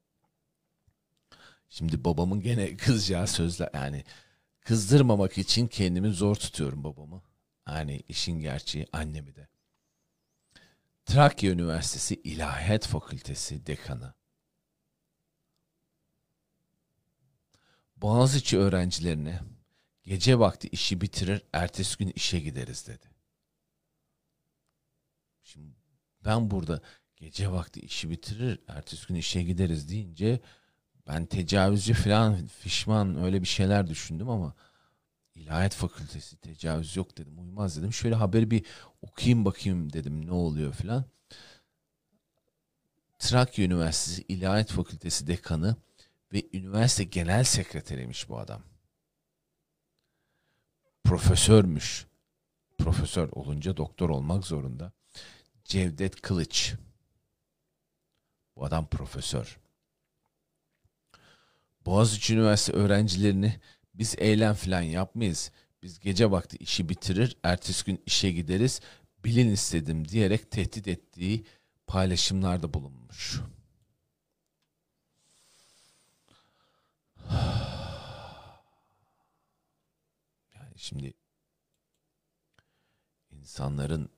Şimdi babamın gene kızacağı sözler yani kızdırmamak için kendimi zor tutuyorum babamı. Yani işin gerçeği annemi de. Trakya Üniversitesi İlahiyat Fakültesi dekanı Boğaziçi öğrencilerine gece vakti işi bitirir, ertesi gün işe gideriz dedi. Şimdi ben burada gece vakti işi bitirir, ertesi gün işe gideriz deyince ben tecavüzcü falan fişman öyle bir şeyler düşündüm ama İlahiyat Fakültesi tecavüz yok dedim, uymaz dedim. Şöyle haberi bir okuyayım bakayım dedim ne oluyor falan. Trakya Üniversitesi İlahiyat Fakültesi dekanı ve üniversite genel sekreteriymiş bu adam. Profesörmüş. Profesör olunca doktor olmak zorunda. Cevdet Kılıç. Bu adam profesör. Boğaziçi Üniversitesi öğrencilerini biz eylem falan yapmayız. Biz gece vakti işi bitirir, ertesi gün işe gideriz. Bilin istedim diyerek tehdit ettiği paylaşımlarda bulunmuş. Yani şimdi insanların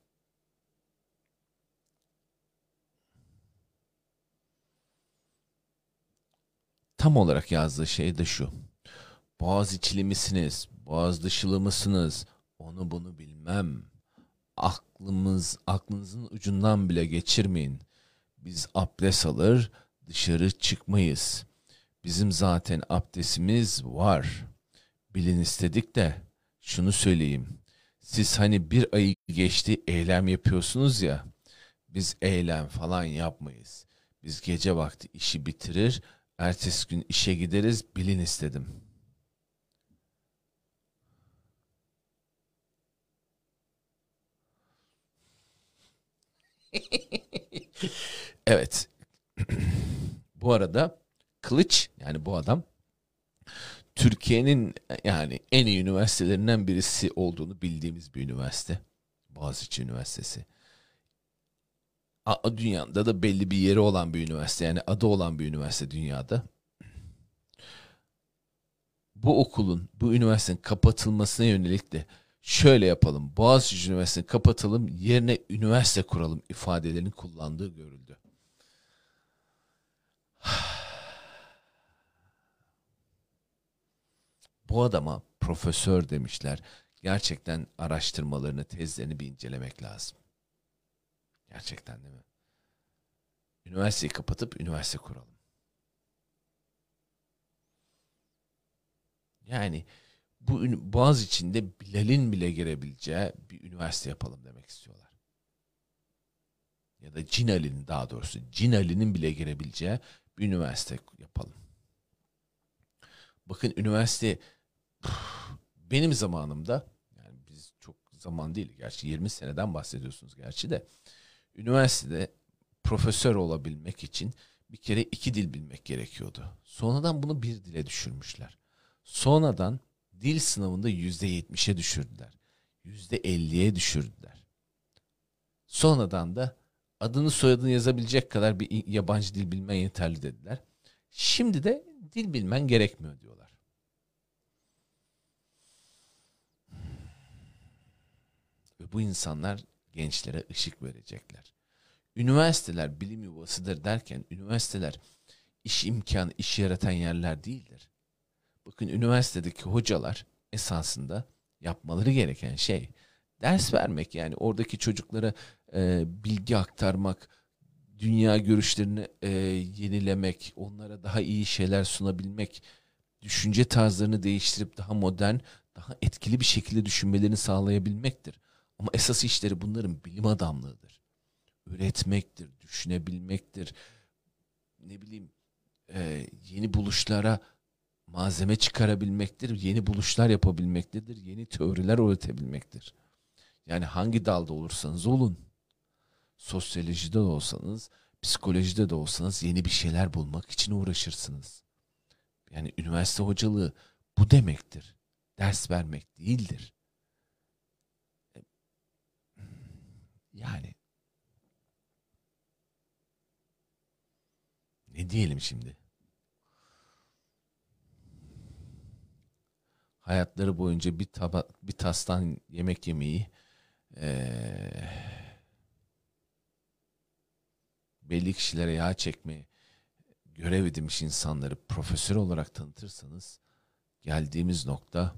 tam olarak yazdığı şey de şu. Boğaziçi'li misiniz? Boğazdışılı mısınız? Onu bunu bilmem. Aklımız, aklınızın ucundan bile geçirmeyin. Biz abdest alır, dışarı çıkmayız. Bizim zaten abdestimiz var. Bilin istedik de şunu söyleyeyim. Siz hani bir ayı geçti eylem yapıyorsunuz ya. Biz eylem falan yapmayız. Biz gece vakti işi bitirir, ertesi gün işe gideriz, bilin istedim. Evet. Bu arada Kılıç yani bu adam Türkiye'nin yani en iyi üniversitelerinden birisi olduğunu bildiğimiz bir üniversite. Boğaziçi Üniversitesi. A- dünyada da belli bir yeri olan bir üniversite. Yani adı olan bir üniversite dünyada. Bu okulun, bu üniversitenin kapatılmasına yönelik de şöyle yapalım. Boğaziçi Üniversitesi'ni kapatalım, yerine üniversite kuralım ifadelerini kullandığı görüldü. Bu adama profesör demişler. Gerçekten araştırmalarını, tezlerini bir incelemek lazım. Gerçekten değil mi? Üniversiteyi kapatıp üniversite kuralım. Yani bu Boğaz içinde Bilal'in bile girebileceği bir üniversite yapalım demek istiyorlar. Ya da Cinali'nin daha doğrusu Cinali'nin bile girebileceği bir üniversite yapalım. Bakın üniversite benim zamanımda yani biz çok zaman değil gerçi yirmi seneden bahsediyorsunuz gerçi de üniversitede profesör olabilmek için bir kere iki dil bilmek gerekiyordu. Sonradan bunu bir dile düşürmüşler. Sonradan dil sınavında yüzde yetmişe düşürdüler. Yüzde elliye düşürdüler. Sonradan da adını soyadını yazabilecek kadar bir yabancı dil bilmen yeterli dediler. Şimdi de dil bilmen gerekmiyor diyorlar. Ve bu insanlar gençlere ışık verecekler. Üniversiteler bilim yuvasıdır derken üniversiteler iş imkanı, iş yaratan yerler değildir. Bakın üniversitedeki hocalar esasında yapmaları gereken şey ders vermek, yani oradaki çocuklara e, bilgi aktarmak, dünya görüşlerini e, yenilemek, onlara daha iyi şeyler sunabilmek, düşünce tarzlarını değiştirip daha modern, daha etkili bir şekilde düşünmelerini sağlayabilmektir. Ama esas işleri bunların bilim adamlığıdır. Üretmektir, düşünebilmektir. Ne bileyim, e, yeni buluşlara malzeme çıkarabilmektir, yeni buluşlar yapabilmektedir, yeni teoriler üretebilmektir. Yani hangi dalda olursanız olun, sosyolojide de olsanız, psikolojide de olsanız yeni bir şeyler bulmak için uğraşırsınız. Yani üniversite hocalığı bu demektir. Ders vermek değildir. Yani ne diyelim şimdi? Hayatları boyunca bir taba, bir tastan yemek yemeyi, ee, belli kişilere yağ çekmeyi görev edinmiş insanları profesör olarak tanıtırsanız geldiğimiz nokta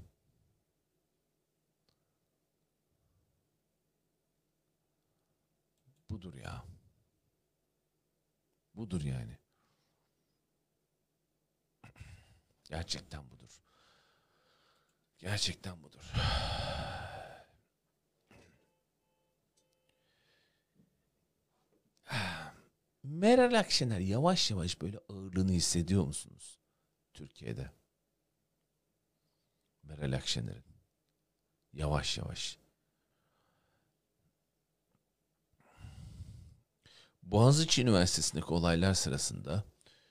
budur ya. Budur yani. Gerçekten budur. Gerçekten budur. Meral Akşener yavaş yavaş böyle ağırlığını hissediyor musunuz Türkiye'de? Meral Akşener'in yavaş yavaş. Boğaziçi Üniversitesi'ndeki olaylar sırasında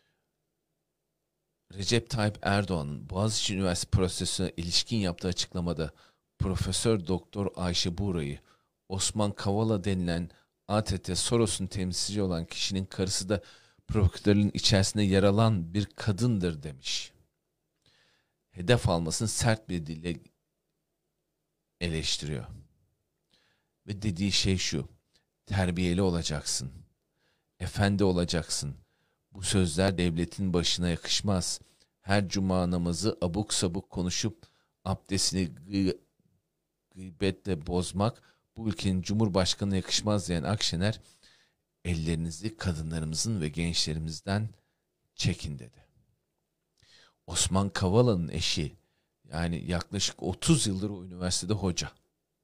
Recep Tayyip Erdoğan'ın Boğaziçi Üniversitesi prosesine ilişkin yaptığı açıklamada Profesör Doktor Ayşe Buğra'yı Osman Kavala denilen A T T Soros'un temsilci olan kişinin karısı da provokatörlüğün içerisinde yer alan bir kadındır demiş. Hedef almasını sert bir dille eleştiriyor. Ve dediği şey şu: terbiyeli olacaksın, efendi olacaksın. Bu sözler devletin başına yakışmaz. Her cuma namazı abuk sabuk konuşup abdestini gı- gıybetle bozmak bu ülkenin cumhurbaşkanına yakışmaz diyen Akşener, ellerinizi kadınlarımızın ve gençlerimizden çekin dedi. Osman Kavala'nın eşi, yani yaklaşık otuz yıldır o üniversitede hoca.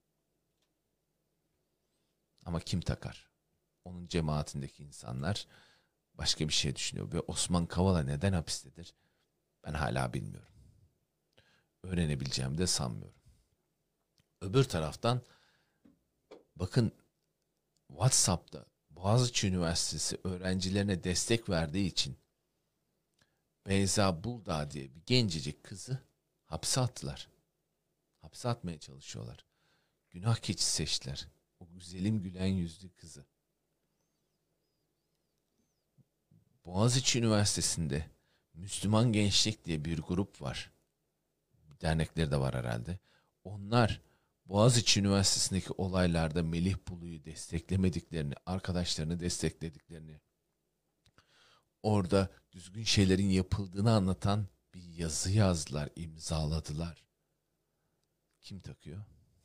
Ama kim takar? Onun cemaatindeki insanlar başka bir şey düşünüyor. Ve Osman Kavala neden hapistedir? Ben hala bilmiyorum. Öğrenebileceğimi de sanmıyorum. Öbür taraftan bakın, WhatsApp'ta Boğaziçi Üniversitesi öğrencilerine destek verdiği için Beyza Buldağ diye bir gencecik kızı hapse attılar. Hapse atmaya çalışıyorlar. Günah keçisi seçtiler. O güzelim gülen yüzlü kızı. Boğaziçi Üniversitesi'nde Müslüman Gençlik diye bir grup var. Dernekleri de var herhalde. Onlar Boğaziçi Üniversitesi'ndeki olaylarda Melih Bulu'yu desteklemediklerini, arkadaşlarını desteklediklerini, orada düzgün şeylerin yapıldığını anlatan bir yazı yazdılar, imzaladılar. Kim takıyor?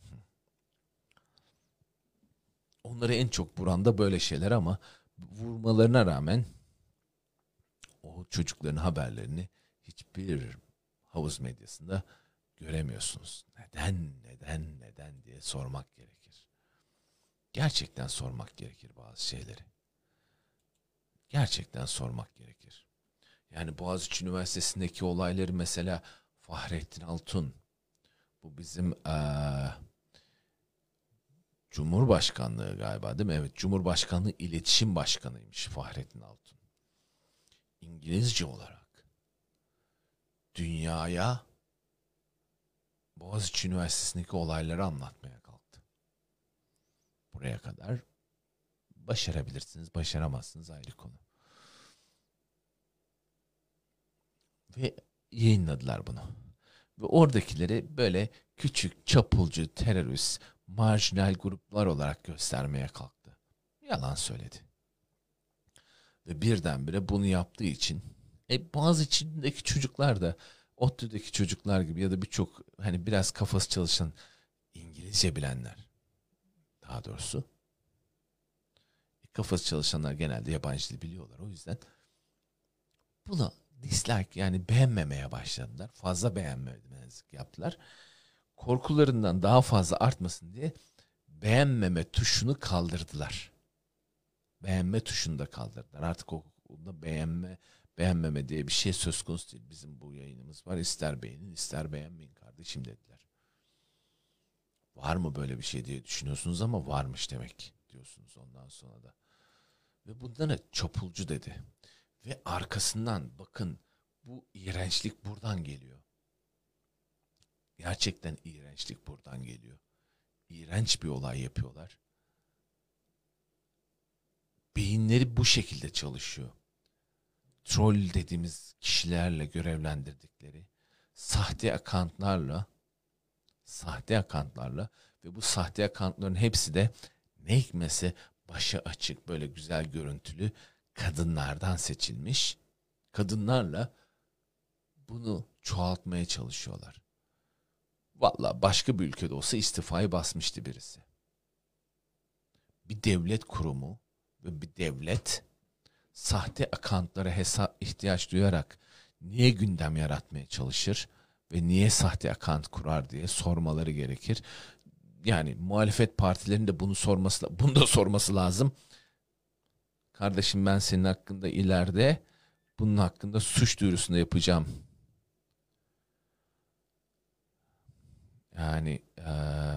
Onları en çok vuran da böyle şeyler, ama vurmalarına rağmen o çocukların haberlerini hiçbir havuz medyasında göremiyorsunuz. Neden, neden, neden diye sormak gerekir. Gerçekten sormak gerekir bazı şeyleri. Gerçekten sormak gerekir. Yani Boğaziçi Üniversitesi'ndeki olayları, mesela Fahrettin Altun, bu bizim ee, Cumhurbaşkanlığı galiba değil mi? Evet, Cumhurbaşkanlığı İletişim Başkanıymış Fahrettin Altun. İngilizce olarak dünyaya Boğaziçi Üniversitesi'ndeki olayları anlatmaya kalktı. Buraya kadar başarabilirsiniz, başaramazsınız ayrı konu. Ve yayınladılar bunu. Ve oradakileri böyle küçük, çapulcu, terörist, marjinal gruplar olarak göstermeye kalktı. Yalan söyledi. Ve birdenbire bunu yaptığı için e, Boğaziçi'ndeki çocuklar da ODTÜ'deki çocuklar gibi ya da birçok hani biraz kafası çalışan İngilizce bilenler, daha doğrusu e, kafası çalışanlar genelde yabancı dil biliyorlar. O yüzden buna dislike yani beğenmemeye başladılar. Fazla beğenmemezlik yaptılar. Korkularından daha fazla artmasın diye beğenmeme tuşunu kaldırdılar. Beğenme tuşunu da kaldırdılar. Artık o da beğenme, beğenmeme diye bir şey söz konusu değil. Bizim bu yayınımız var. İster beğenin, ister beğenmeyin kardeşim dediler. Var mı böyle bir şey diye düşünüyorsunuz ama varmış demek diyorsunuz ondan sonra da. Ve bundan çapulcu dedi. Ve arkasından bakın bu iğrençlik buradan geliyor. Gerçekten iğrençlik buradan geliyor. İğrenç bir olay yapıyorlar. Beyinleri bu şekilde çalışıyor. Troll dediğimiz kişilerle görevlendirdikleri sahte akantlarla sahte akantlarla ve bu sahte akantların hepsi de ne hikmetse başı açık böyle güzel görüntülü kadınlardan seçilmiş kadınlarla bunu çoğaltmaya çalışıyorlar. Vallahi başka bir ülkede olsa istifayı basmıştı birisi. Bir devlet kurumu ve bir devlet sahte akantlara hesap ihtiyaç duyarak niye gündem yaratmaya çalışır ve niye sahte akant kurar diye sormaları gerekir. Yani muhalefet partilerinin de bunu sorması, bunu da sorması lazım. Kardeşim ben senin hakkında ileride bunun hakkında suç duyurusunda yapacağım. Yani ee,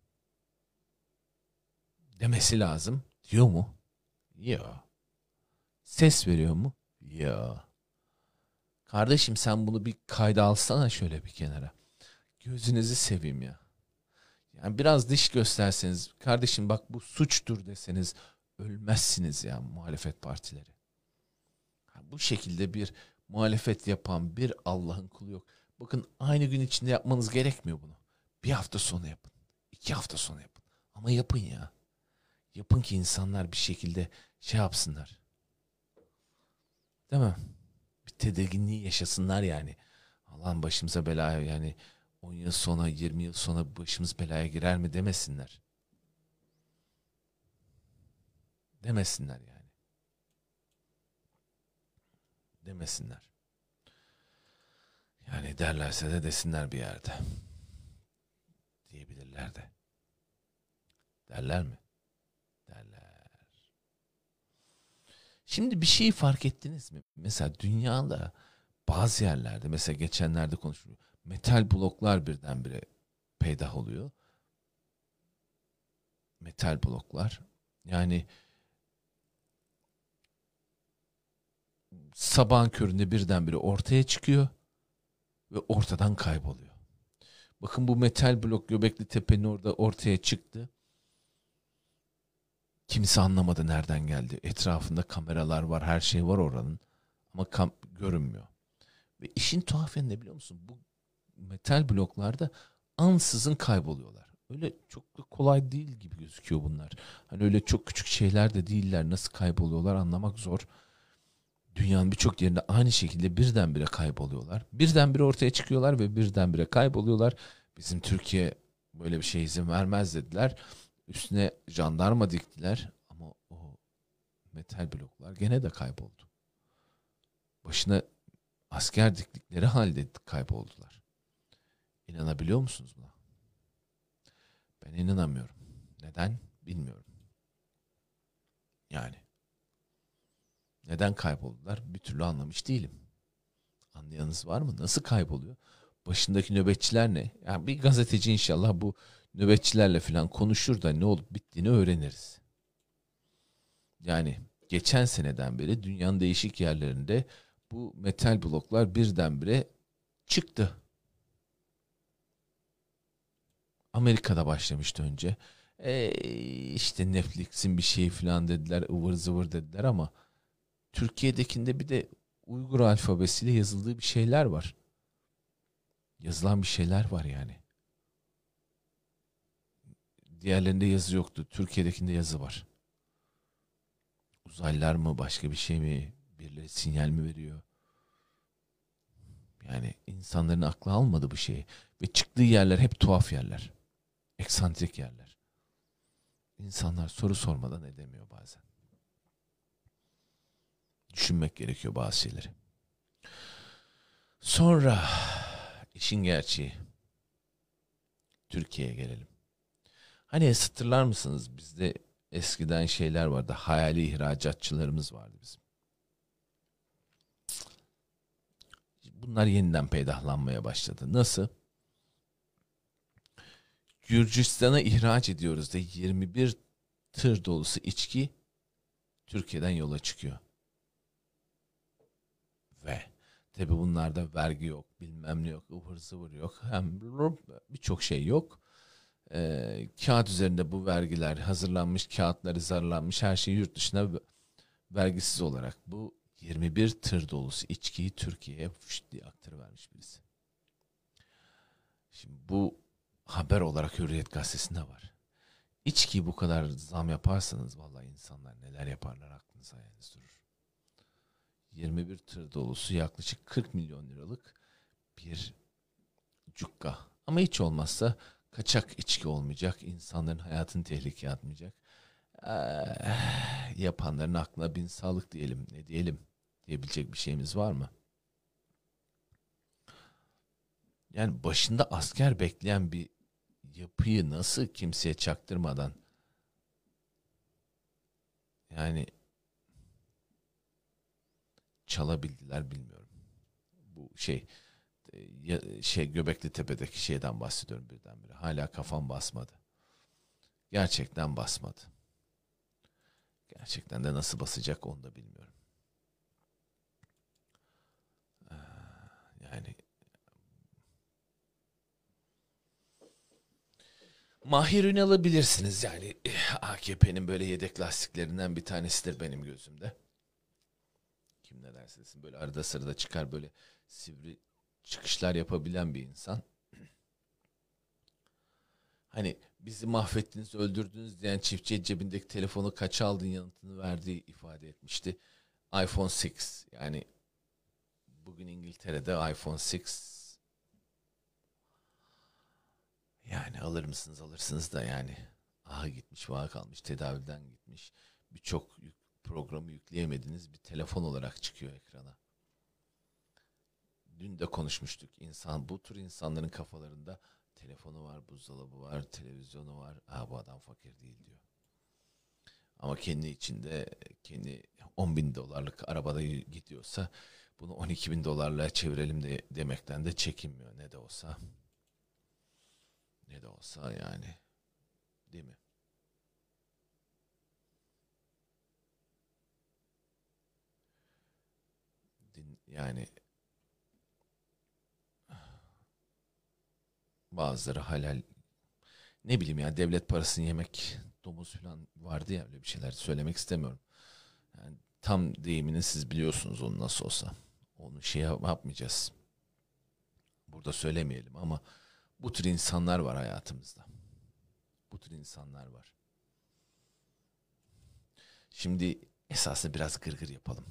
demesi lazım. Diyor mu? Yok. Ses veriyor mu? Yok. Kardeşim sen bunu bir kayda alsana şöyle bir kenara. Gözünüzü seveyim ya. Yani biraz diş gösterseniz, kardeşim bak bu suçtur deseniz ölmezsiniz ya muhalefet partileri. Bu şekilde bir muhalefet yapan bir Allah'ın kulu yok. Bakın aynı gün içinde yapmanız gerekmiyor bunu. Bir hafta sonra yapın. İki hafta sonra yapın. Ama yapın ya. Yapın ki insanlar bir şekilde şey yapsınlar. Değil mi? Bir tedirginliği yaşasınlar yani. Allah'ım başımıza belaya yani on yıl sonra yirmi yıl sonra başımız belaya girer mi demesinler. Demesinler yani. Demesinler. Yani derlerse de desinler bir yerde. Diyebilirler de. Derler mi? Derler. Şimdi bir şeyi fark ettiniz mi? Mesela dünyada bazı yerlerde mesela geçenlerde konuşuluyor. Metal bloklar birdenbire peydah oluyor. Metal bloklar. Yani sabahın köründe birdenbire ortaya çıkıyor ve ortadan kayboluyor. Bakın bu metal blok Göbekli Tepe'nin orada ortaya çıktı. Kimse anlamadı nereden geldi. Etrafında kameralar var, her şey var oranın. Ama kam- görünmüyor. Ve işin tuhafı ne biliyor musun? Bu metal bloklarda ansızın kayboluyorlar. Öyle çok da kolay değil gibi gözüküyor bunlar. Hani öyle çok küçük şeyler de değiller. Nasıl kayboluyorlar anlamak zor. Dünyanın birçok yerinde aynı şekilde birdenbire kayboluyorlar. Birdenbire ortaya çıkıyorlar ve birdenbire kayboluyorlar. Bizim Türkiye böyle bir şeye izin vermez dediler. Üstüne jandarma diktiler ama o metal bloklar gene de kayboldu. Başına asker diktikleri halde kayboldular. İnanabiliyor musunuz buna? Ben inanamıyorum. Neden? Bilmiyorum. Yani. Neden kayboldular? Bir türlü anlamış değilim. Anlayanınız var mı? Nasıl kayboluyor? Başındaki nöbetçiler ne? Yani bir gazeteci inşallah bu nöbetçilerle falan konuşur da ne olup bittiğini öğreniriz. Yani geçen seneden beri dünyanın değişik yerlerinde bu metal bloklar birdenbire çıktı. Amerika'da başlamıştı önce. E, işte Netflix'in bir şeyi falan dediler, ıvır zıvır dediler ama Türkiye'dekinde bir de Uygur alfabesiyle yazıldığı bir şeyler var. Yazılan bir şeyler var yani. Diğerlerinde yazı yoktu. Türkiye'dekinde yazı var. Uzaylılar mı, başka bir şey mi? Birileri sinyal mi veriyor? Yani insanların aklı almadı bu şeyi. Ve çıktığı yerler hep tuhaf yerler. Eksantrik yerler. İnsanlar soru sormadan edemiyor bazen. Düşünmek gerekiyor bazı şeyleri. Sonra işin gerçeği. Türkiye'ye gelelim. Hani hatırlar mısınız? Bizde eskiden şeyler vardı. Hayali ihracatçılarımız vardı bizim. Bunlar yeniden peydahlanmaya başladı. Nasıl? Gürcistan'a ihraç ediyoruz da yirmi bir tır dolusu içki Türkiye'den yola çıkıyor. Ve tabi bunlarda vergi yok, bilmem ne yok, ıvır zıvır yok. Hem birçok şey yok. Ee, kağıt üzerinde bu vergiler hazırlanmış, kağıtları zarlanmış, her şey yurt dışına vergisiz olarak bu yirmi bir tır dolusu içkiyi Türkiye'ye fışt diye aktarıvermiş birisi. Şimdi bu haber olarak Hürriyet Gazetesi'nde var. İçkiyi bu kadar zam yaparsanız vallahi insanlar neler yaparlar aklınız hayaliniz durur. yirmi bir tır dolusu yaklaşık kırk milyon liralık bir cukka. Ama hiç olmazsa kaçak içki olmayacak, insanların hayatını tehlikeye atmayacak. Ee, yapanların aklına bin sağlık diyelim, ne diyelim, diyebilecek bir şeyimiz var mı? Yani başında asker bekleyen bir yapıyı nasıl kimseye çaktırmadan, yani çalabildiler bilmiyorum. Bu şey şey Göbekli Tepe'deki şeyden bahsediyorum birdenbire. Hala kafam basmadı. Gerçekten basmadı. Gerçekten de nasıl basacak onu da bilmiyorum. Yani Mahir Ünal'ı bilirsiniz yani A K P'nin böyle yedek lastiklerinden bir tanesidir benim gözümde. Kim ne derse desin böyle arada sırada çıkar böyle sivri çıkışlar yapabilen bir insan. Hani bizi mahvettiniz, öldürdünüz diyen çiftçiye cebindeki telefonu kaça aldın yanıtını verdiği ifade etmişti. iPhone altı yani bugün İngiltere'de iPhone altı yani alır mısınız alırsınız da yani aha gitmiş vah kalmış tedaviden gitmiş birçok programı yükleyemediniz bir telefon olarak çıkıyor ekrana. Dün de konuşmuştuk insan bu tür insanların kafalarında telefonu var, buzdolabı var, televizyonu var. Aa bu adam fakir değil diyor. Ama kendi içinde kendi on bin dolarlık arabada gidiyorsa bunu on iki bin dolarla çevirelim de demekten de çekinmiyor ne de olsa. Ne de olsa yani. Değil mi? Din, yani bazıları halal ne bileyim ya devlet parasını yemek domuz falan vardı ya öyle bir şeyler söylemek istemiyorum. Yani tam deyimini siz biliyorsunuz onu nasıl olsa. Onu şey yapmayacağız. Burada söylemeyelim ama bu tür insanlar var hayatımızda. Bu tür insanlar var. Şimdi esasında biraz gırgır yapalım.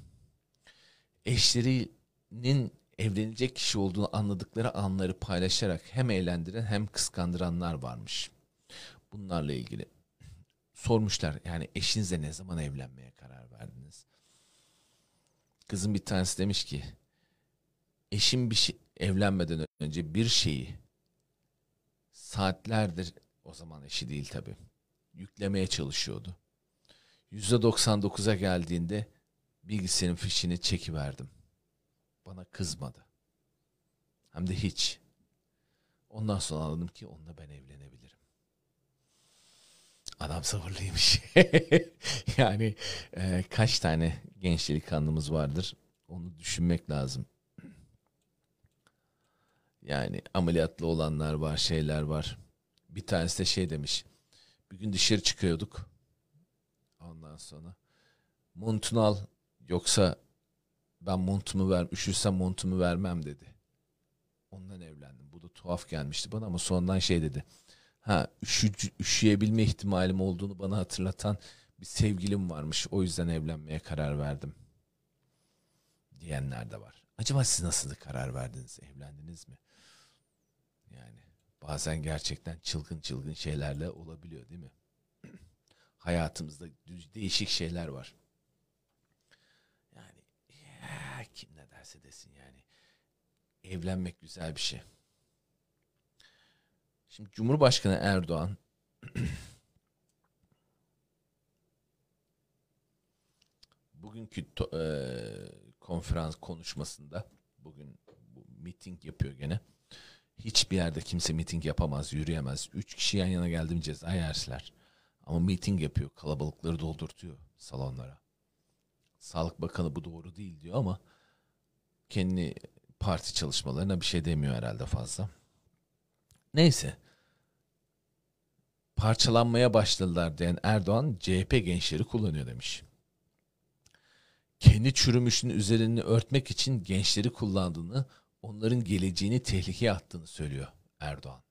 Eşlerinin evlenecek kişi olduğunu anladıkları anları paylaşarak hem eğlendiren hem kıskandıranlar varmış. Bunlarla ilgili sormuşlar yani eşinizle ne zaman evlenmeye karar verdiniz? Kızın bir tanesi demiş ki eşim bir şey evlenmeden önce bir şeyi saatlerdir o zaman eşi değil tabii yüklemeye çalışıyordu. yüzde doksan dokuza geldiğinde bilgisayarın fişini çekiverdim. Bana kızmadı. Hem de hiç. Ondan sonra anladım ki onunla ben evlenebilirim. Adam sabırlıymış. Yani e, kaç tane genç delikanlımız vardır. onu düşünmek lazım. Yani ameliyatlı olanlar var, şeyler var. Bir tanesi de şey demiş. Bir gün dışarı çıkıyorduk. Ondan sonra montunu al, yoksa ben montumu ver, üşürsem montumu vermem dedi. Ondan evlendim. Bu da tuhaf gelmişti bana ama sonradan şey dedi. Ha, üşü, üşüyebilme ihtimalim olduğunu bana hatırlatan bir sevgilim varmış. O yüzden evlenmeye karar verdim diyenler de var. Acaba siz nasıl karar verdiniz? Evlendiniz mi? Yani bazen gerçekten çılgın çılgın şeylerle olabiliyor, değil mi? Hayatımızda değişik şeyler var. Yani ya, kim ne derse desin yani. Evlenmek güzel bir şey. Şimdi Cumhurbaşkanı Erdoğan bugünkü to- e, konferans konuşmasında, bugün bu miting yapıyor gene. Hiçbir yerde kimse miting yapamaz, yürüyemez. Üç kişi yan yana geldi mi ceza yerler. Ama miting yapıyor, kalabalıkları doldurtuyor salonlara. Sağlık Bakanı bu doğru değil diyor ama kendi parti çalışmalarına bir şey demiyor herhalde fazla. Neyse. Parçalanmaya başladılar diyen Erdoğan, C H P gençleri kullanıyor demiş. Kendi çürümüşünün üzerini örtmek için gençleri kullandığını, onların geleceğini tehlikeye attığını söylüyor Erdoğan.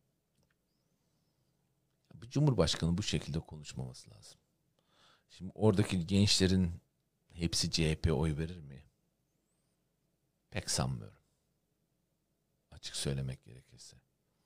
Bu Cumhurbaşkanı bu şekilde konuşmaması lazım. Şimdi oradaki gençlerin hepsi C H P'ye oy verir mi? Pek sanmıyorum. Açık söylemek gerekirse.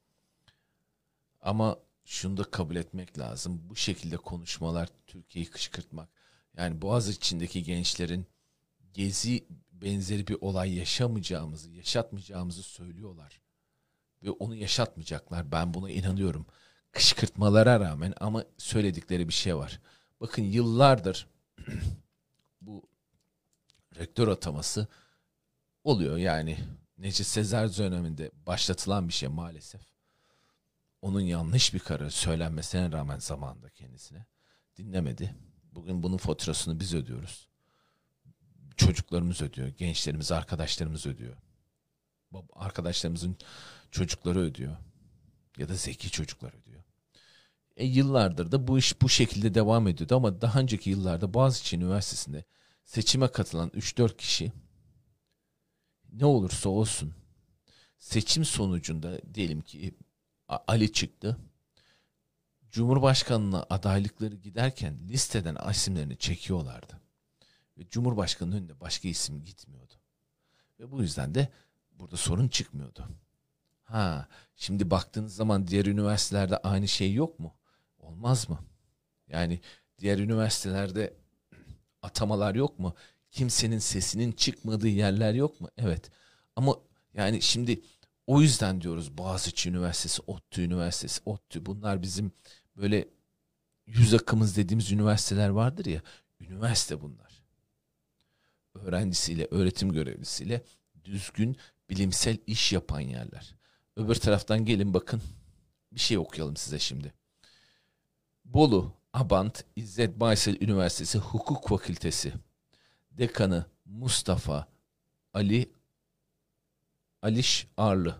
Ama şunu da kabul etmek lazım. Bu şekilde konuşmalar Türkiye'yi kışkırtmak. Yani Boğaziçi'ndeki gençlerin Gezi benzeri bir olay yaşamayacağımızı, yaşatmayacağımızı söylüyorlar. Ve onu yaşatmayacaklar. Ben buna inanıyorum. Kışkırtmalara rağmen, ama söyledikleri bir şey var. Bakın yıllardır bu rektör ataması oluyor. Yani Necip Sezer döneminde başlatılan bir şey maalesef. Onun yanlış bir kararı söylenmesine rağmen zamanında kendisine dinlemedi. Bugün bunun faturasını biz ödüyoruz. Çocuklarımız ödüyor, gençlerimiz, arkadaşlarımız ödüyor. Arkadaşlarımızın çocukları ödüyor. Ya da zeki çocuklar ödüyor. E yıllardır da bu iş bu şekilde devam ediyordu ama daha önceki yıllarda Boğaziçi Üniversitesi'nde seçime katılan üç dört kişi, ne olursa olsun seçim sonucunda diyelim ki Ali çıktı. Cumhurbaşkanlığına adaylıkları giderken listeden isimlerini çekiyorlardı. Ve Cumhurbaşkanının önünde başka isim gitmiyordu. Ve bu yüzden de burada sorun çıkmıyordu. Ha, şimdi baktığınız zaman diğer üniversitelerde aynı şey yok mu? Olmaz mı? Yani diğer üniversitelerde atamalar yok mu? Kimsenin sesinin çıkmadığı yerler yok mu? Evet. Ama yani şimdi o yüzden diyoruz Boğaziçi Üniversitesi, ODTÜ Üniversitesi, ODTÜ, bunlar bizim böyle yüz akımız dediğimiz üniversiteler vardır ya. Üniversite bunlar. Öğrencisiyle, öğretim görevlisiyle düzgün bilimsel iş yapan yerler. Öbür taraftan gelin bakın, bir şey okuyalım size şimdi. Bolu, Abant, İzzet Baysal Üniversitesi Hukuk Fakültesi Dekanı Mustafa Ali Aliş Arlı.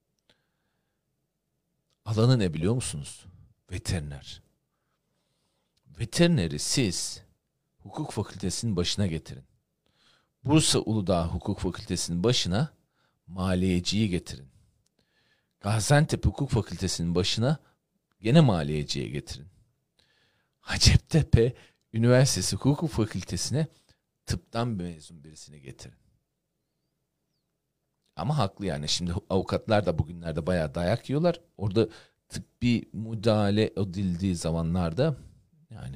Alanı ne biliyor musunuz? Veteriner. Veterineri siz hukuk fakültesinin başına getirin. Bursa Uludağ Hukuk Fakültesinin başına maliyeciyi getirin. Gaziantep Hukuk Fakültesinin başına gene maliyeciye getirin. Hacettepe Üniversitesi Hukuk Fakültesine tıptan mezun birisini getirin. Ama haklı yani. Şimdi avukatlar da bugünlerde bayağı dayak yiyorlar. Orada tıbbi müdahale edildiği zamanlarda yani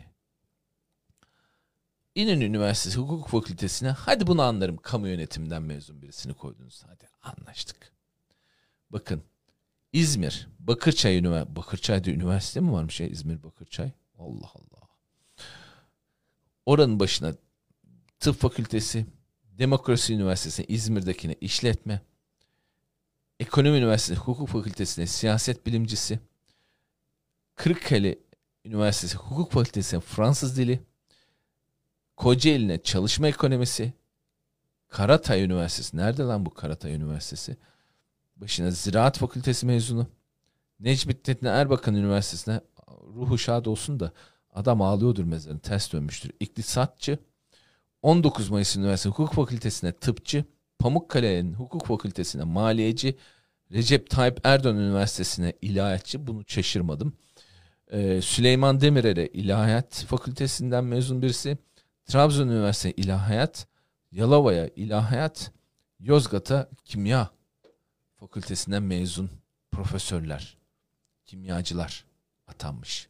İnönü Üniversitesi Hukuk Fakültesine, hadi bunu anlarım, kamu yönetiminden mezun birisini koydunuz. Hadi anlaştık. Bakın İzmir Bakırçay Üniversitesi. Bakırçay'da üniversite mi varmış ya, İzmir Bakırçay? Allah Allah. Oranın başına tıp fakültesi, Demokrasi Üniversitesi'ne, İzmir'dekine işletme, Ekonomi Üniversitesi Hukuk Fakültesi'ne siyaset bilimcisi, Kırıkkale Üniversitesi Hukuk Fakültesi'ne Fransız dili, Kocaeli'ne çalışma ekonomisi, Karatay Üniversitesi. Nerede lan bu Karatay Üniversitesi? Başına Ziraat Fakültesi mezunu. Necmettin Erbakan Üniversitesi'ne, ruhu şad olsun da adam ağlıyordur mezarını, ters dönmüştür. İktisatçı. on dokuz Mayıs Üniversitesi Hukuk Fakültesi'ne tıpçı. Pamukkale'nin Hukuk Fakültesi'ne maliyeci. Recep Tayyip Erdoğan Üniversitesi'ne ilahiyatçı. Bunu şaşırmadım. Ee, Süleyman Demirel'e İlahiyat Fakültesinden mezun birisi. Trabzon Üniversitesi İlahiyat. Yalova'ya İlahiyat. Yozgat'a Kimya Fakültesinden mezun profesörler, kimyacılar atanmış.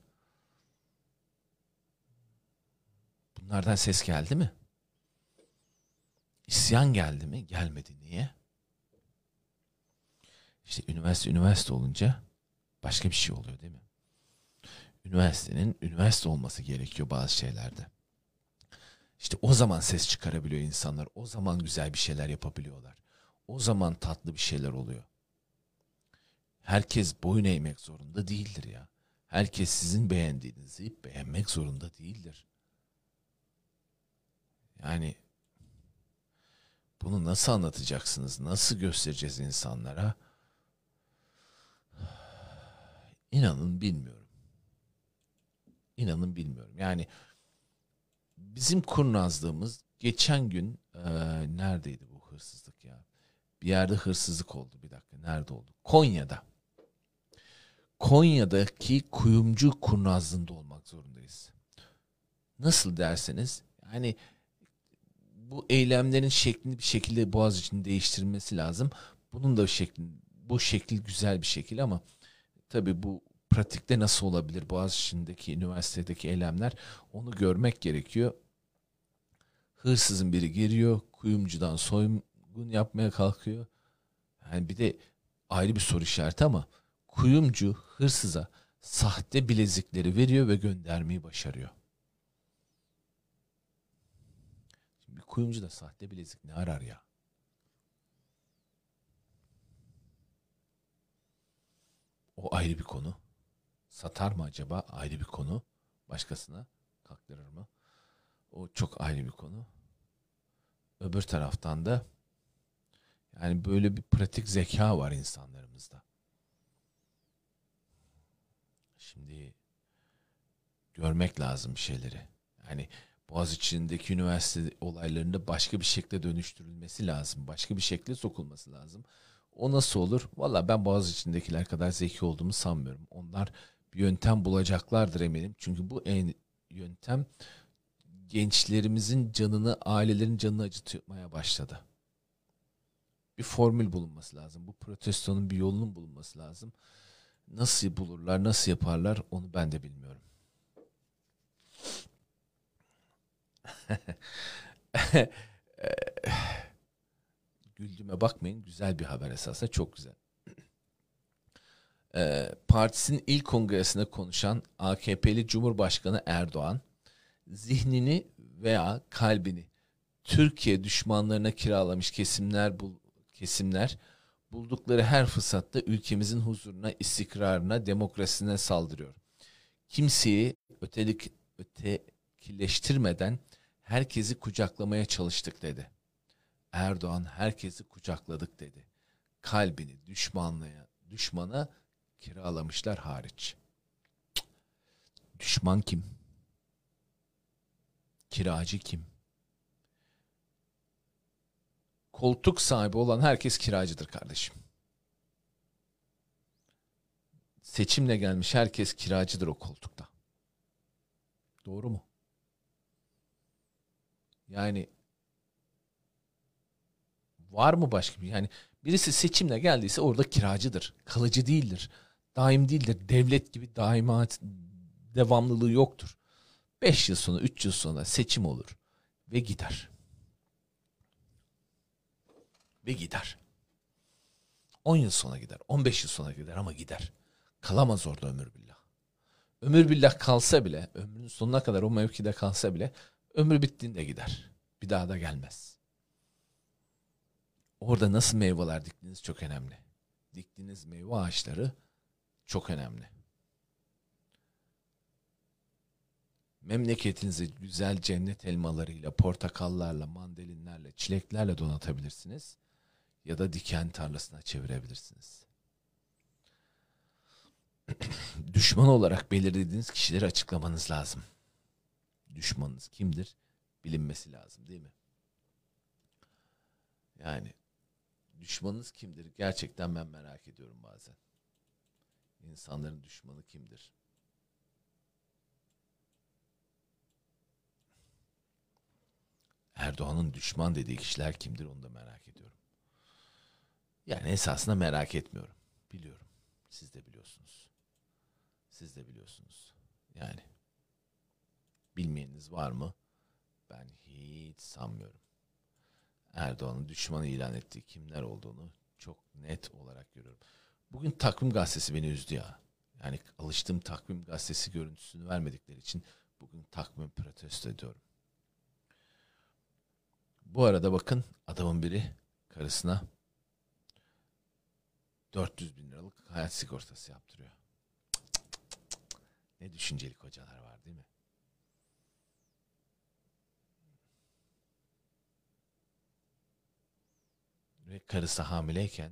Bunlardan ses geldi mi? İsyan geldi mi? Gelmedi. Niye? İşte üniversite üniversite olunca başka bir şey oluyor değil mi? Üniversitenin üniversite olması gerekiyor bazı şeylerde. İşte o zaman ses çıkarabiliyor insanlar. O zaman güzel bir şeyler yapabiliyorlar. O zaman tatlı bir şeyler oluyor. Herkes boyun eğmek zorunda değildir ya. Herkes sizin beğendiğinizi beğenmek zorunda değildir. Yani bunu nasıl anlatacaksınız? Nasıl göstereceğiz insanlara? İnanın bilmiyorum. İnanın bilmiyorum. Yani bizim kurnazlığımız geçen gün e, neredeydi bu hırsızlık ya? Bir yerde hırsızlık oldu. Bir dakika, nerede oldu? Konya'da. Konya'daki kuyumcu kurnazlığında olmak zorundayız. Nasıl derseniz, yani bu eylemlerin şeklini bir şekilde Boğaziçi'nin değiştirilmesi lazım. Bunun da şekli, bu şekil güzel bir şekil ama tabii bu pratikte nasıl olabilir? Boğaziçi'ndeki, üniversitedeki eylemler, onu görmek gerekiyor. Hırsızın biri giriyor, kuyumcudan soygun yapmaya kalkıyor. Yani bir de ayrı bir soru işareti ama kuyumcu hırsıza sahte bilezikleri veriyor ve göndermeyi başarıyor. Şimdi bir kuyumcu da sahte bilezik ne arar ya? O ayrı bir konu. Satar mı acaba? Ayrı bir konu. Başkasına kaktırır mı? O çok ayrı bir konu. Öbür taraftan da yani böyle bir pratik zeka var insanlarımızda. Şimdi görmek lazım bir şeyleri. Yani Boğaziçi'ndeki üniversite olaylarında başka bir şekilde dönüştürülmesi lazım. Başka bir şekilde sokulması lazım. O nasıl olur? Valla ben Boğaziçi'ndekiler kadar zeki olduğumu sanmıyorum. Onlar bir yöntem bulacaklardır eminim. Çünkü bu en yöntem gençlerimizin canını, ailelerin canını acıtmaya başladı. Bir formül bulunması lazım. Bu protestonun bir yolunun bulunması lazım. Nasıl bulurlar, nasıl yaparlar onu ben de bilmiyorum. Güldüğüme bakmayın. Güzel bir haber esasında. Çok güzel. Ee, partisinin ilk kongresinde konuşan A K P'li Cumhurbaşkanı Erdoğan, zihnini veya kalbini Türkiye düşmanlarına kiralamış kesimler bul kesimler buldukları her fırsatta ülkemizin huzuruna, istikrarına, demokrasisine saldırıyor. Kimseyi ötelik, ötekileştirmeden herkesi kucaklamaya çalıştık dedi. Erdoğan herkesi kucakladık dedi. Kalbini düşmanlığa, düşmana kiralamışlar hariç. Düşman kim? Kiracı kim? Koltuk sahibi olan herkes kiracıdır kardeşim. Seçimle gelmiş herkes kiracıdır o koltukta. Doğru mu? Yani var mı başka bir? Yani birisi seçimle geldiyse orada kiracıdır. Kalıcı değildir. Daim değildir. Devlet gibi daimat, devamlılığı yoktur. Beş yıl sonra, üç yıl sonra seçim olur ve gider. Ve gider. On yıl sonra gider. On beş yıl sonra gider ama gider. Kalamaz orada ömür billah. Ömür billah kalsa bile, ömrünün sonuna kadar o mevkide kalsa bile ömür bittiğinde gider. Bir daha da gelmez. Orada nasıl meyveler diktiğiniz çok önemli. Diktiğiniz meyve ağaçları çok önemli. Memleketinizi güzel cennet elmalarıyla, portakallarla, mandalinlerle, çileklerle donatabilirsiniz. Ya da diken tarlasına çevirebilirsiniz. Düşman olarak belirlediğiniz kişileri açıklamanız lazım. Düşmanınız kimdir? Bilinmesi lazım, değil mi? Yani düşmanınız kimdir? Gerçekten ben merak ediyorum bazen. İnsanların düşmanı kimdir? Erdoğan'ın düşman dediği kişiler kimdir? Onu da merak ediyorum. Yani esasında merak etmiyorum. Biliyorum. Siz de biliyorsunuz. Siz de biliyorsunuz. Yani bilmeyeniniz var mı? Ben hiç sanmıyorum. Erdoğan'ın düşmanı ilan ettiği kimler olduğunu çok net olarak görüyorum. Bugün Takvim Gazetesi beni üzdü ya. Yani alıştığım Takvim Gazetesi görüntüsünü vermedikleri için bugün Takvim protesto ediyorum. Bu arada bakın, adamın biri karısına dört yüz bin liralık hayat sigortası yaptırıyor. Cık cık cık cık. Ne düşünceli kocalar var, değil mi? Ve karısı hamileyken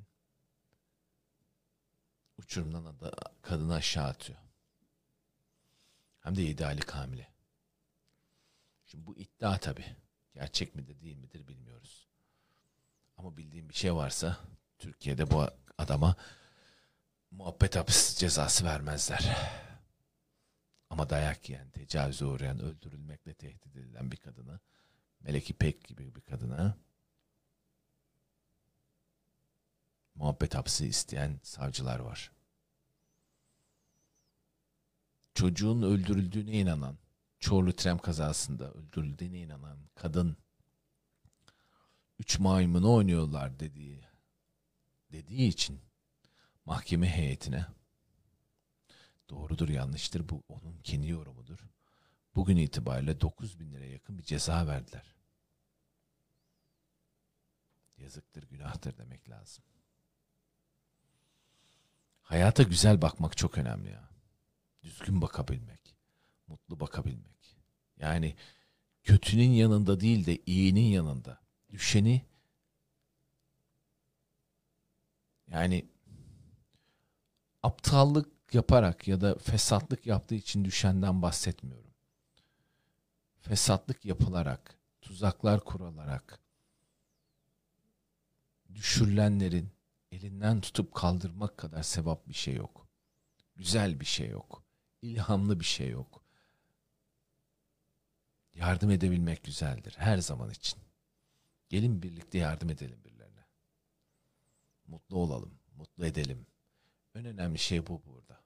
uçurumdan ada, kadını aşağı atıyor. Hem de yedi aylık hamile. Şimdi bu iddia tabii. Gerçek midir değil midir bilmiyoruz. Ama bildiğim bir şey varsa Türkiye'de bu adama muhabbet hapis cezası vermezler. Ama dayak yiyen, tecavüze uğrayan, öldürülmekle tehdit edilen bir kadına, Melek İpek gibi bir kadına muhabbet hapsi isteyen savcılar var. Çocuğun öldürüldüğüne inanan, Çorlu tren kazasında öldürüldüğüne inanan kadın, üç maymunu oynuyorlar dediği dediği için mahkeme heyetine, doğrudur yanlıştır bu onun kendi yorumudur, bugün itibariyle dokuz bin liraya yakın bir ceza verdiler. Yazıktır, günahtır demek lazım. Hayata güzel bakmak çok önemli ya. Düzgün bakabilmek, mutlu bakabilmek. Yani kötünün yanında değil de iyinin yanında. Düşeni, yani aptallık yaparak ya da fesatlık yaptığı için düşenden bahsetmiyorum. Fesatlık yapılarak, tuzaklar kurularak düşürülenlerin elinden tutup kaldırmak kadar sevap bir şey yok. Güzel bir şey yok. İlhamlı bir şey yok. Yardım edebilmek güzeldir her zaman için. Gelin birlikte yardım edelim birilerine. Mutlu olalım, mutlu edelim. En önemli şey bu burada.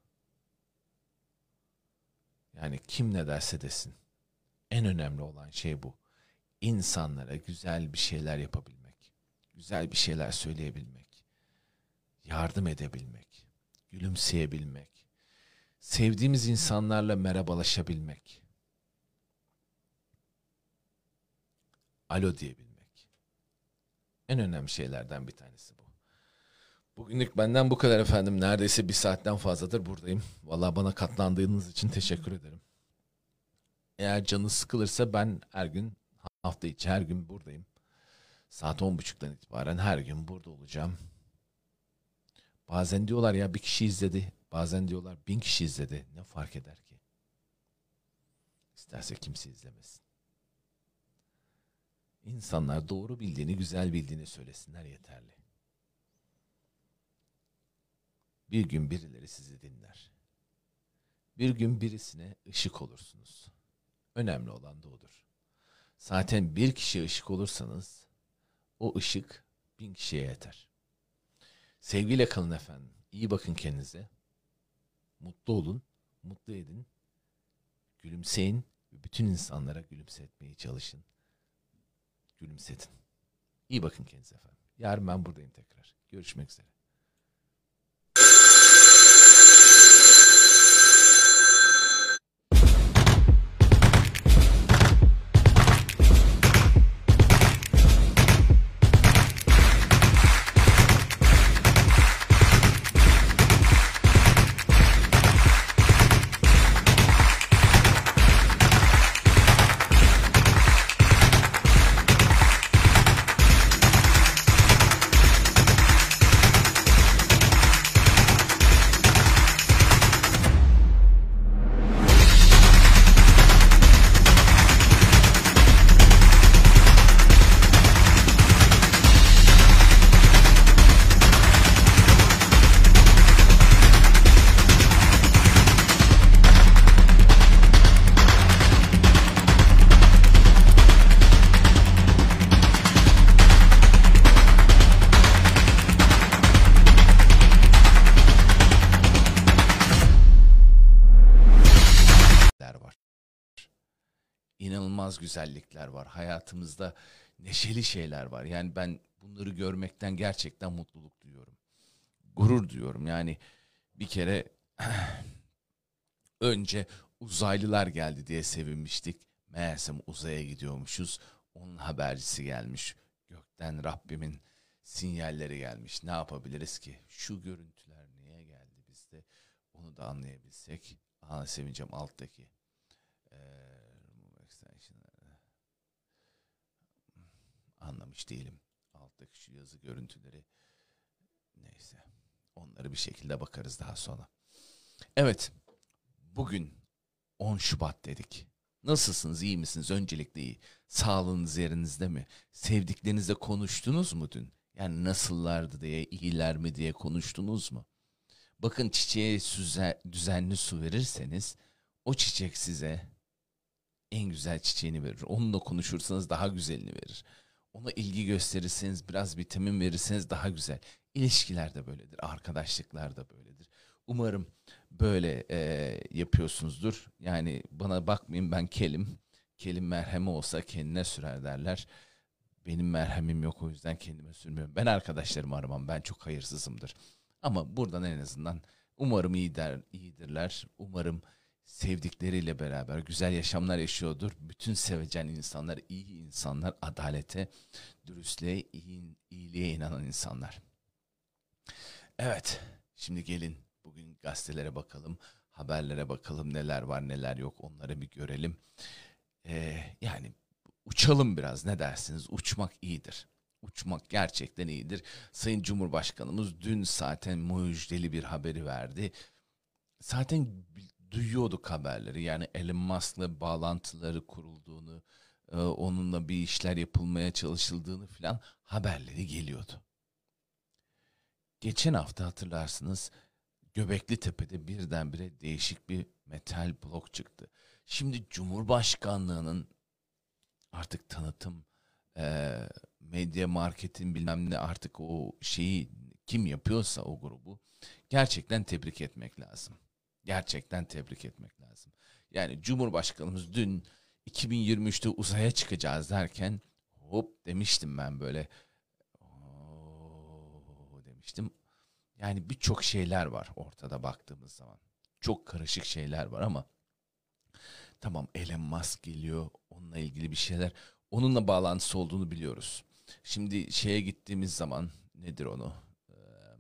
Yani kim ne derse desin. En önemli olan şey bu. İnsanlara güzel bir şeyler yapabilmek. Güzel bir şeyler söyleyebilmek. Yardım edebilmek. Gülümseyebilmek. Sevdiğimiz insanlarla merhabalaşabilmek. Alo diyebilmek. En önemli şeylerden bir tanesi bu. Bugünlük benden bu kadar efendim. Neredeyse bir saatten fazladır buradayım. Vallahi bana katlandığınız için teşekkür ederim. Eğer canınız sıkılırsa ben her gün, hafta içi her gün buradayım. Saat on buçuktan itibaren her gün burada olacağım. Bazen diyorlar ya bir kişi izledi. Bazen diyorlar bin kişi izledi. Ne fark eder ki? İsterse kimse izlemesin. İnsanlar doğru bildiğini, güzel bildiğini söylesinler yeterli. Bir gün birileri sizi dinler. Bir gün birisine ışık olursunuz. Önemli olan da odur. Zaten bir kişiye ışık olursanız o ışık bin kişiye yeter. Sevgiyle kalın efendim. İyi bakın kendinize. Mutlu olun. Mutlu edin. Gülümseyin. Ve bütün insanlara gülümsetmeye çalışın. Gülümsetin. İyi bakın kendinize efendim. Yarın ben buradayım tekrar. Görüşmek üzere. inanılmaz güzellikler var. Hayatımızda neşeli şeyler var. Yani ben bunları görmekten gerçekten mutluluk duyuyorum. Gurur duyuyorum. Yani bir kere önce uzaylılar geldi diye sevinmiştik. Meğersem uzaya gidiyormuşuz. Onun habercisi gelmiş. Gökten Rabbimin sinyalleri gelmiş. Ne yapabiliriz ki? Şu görüntüler niye geldi bizde? Onu da anlayabilsek. Aa, sevineceğim alttaki. Ee, anlamış değilim. Alttaki şu yazı görüntüleri. Neyse. Onları bir şekilde bakarız daha sonra. Evet. Bugün on Şubat dedik. Nasılsınız? İyi misiniz? Öncelikle iyi. Sağlığınız yerinizde mi? Sevdiklerinizle konuştunuz mu dün? Yani nasıllardı diye, iyiler mi diye konuştunuz mu? Bakın, çiçeğe süze, düzenli su verirseniz o çiçek size en güzel çiçeğini verir. Onunla konuşursanız daha güzelini verir. Ona ilgi gösterirseniz, biraz vitamin verirseniz daha güzel. İlişkiler de böyledir. Arkadaşlıklar da böyledir. Umarım böyle e, yapıyorsunuzdur. Yani bana bakmayın, ben kelim. Kelim merhemi olsa kendine sürer derler. Benim merhemim yok, o yüzden kendime sürmüyorum. Ben arkadaşlarımı aramam. Ben çok hayırsızımdır. Ama buradan en azından umarım iyi der, iyidirler. Umarım sevdikleriyle beraber güzel yaşamlar yaşıyordur. Bütün sevecen insanlar, iyi insanlar, adalete, dürüstlüğe, iyi, iyiliğe inanan insanlar. Evet, şimdi gelin bugün gazetelere bakalım, haberlere bakalım, neler var neler yok, onları bir görelim. Ee, yani uçalım biraz, ne dersiniz? Uçmak iyidir. Uçmak gerçekten iyidir. Sayın Cumhurbaşkanımız dün zaten müjdeli bir haberi verdi. Zaten duyuyorduk haberleri. Yani Elon Musk'la bağlantıları kurulduğunu, e, onunla bir işler yapılmaya çalışıldığını falan haberleri geliyordu. Geçen hafta hatırlarsınız, Göbekli Tepe'de birdenbire değişik bir metal blok çıktı. Şimdi Cumhurbaşkanlığının artık tanıtım, e, medya, marketin bilmem ne, artık o şeyi kim yapıyorsa o grubu gerçekten tebrik etmek lazım. Gerçekten tebrik etmek lazım. Yani Cumhurbaşkanımız dün iki bin yirmi üçte uzaya çıkacağız derken hop demiştim ben böyle. Oo, demiştim. Yani birçok şeyler var ortada baktığımız zaman. Çok karışık şeyler var ama tamam, Elon Musk geliyor, onunla ilgili bir şeyler, onunla bağlantısı olduğunu biliyoruz. Şimdi şeye gittiğimiz zaman, nedir onu? Ee,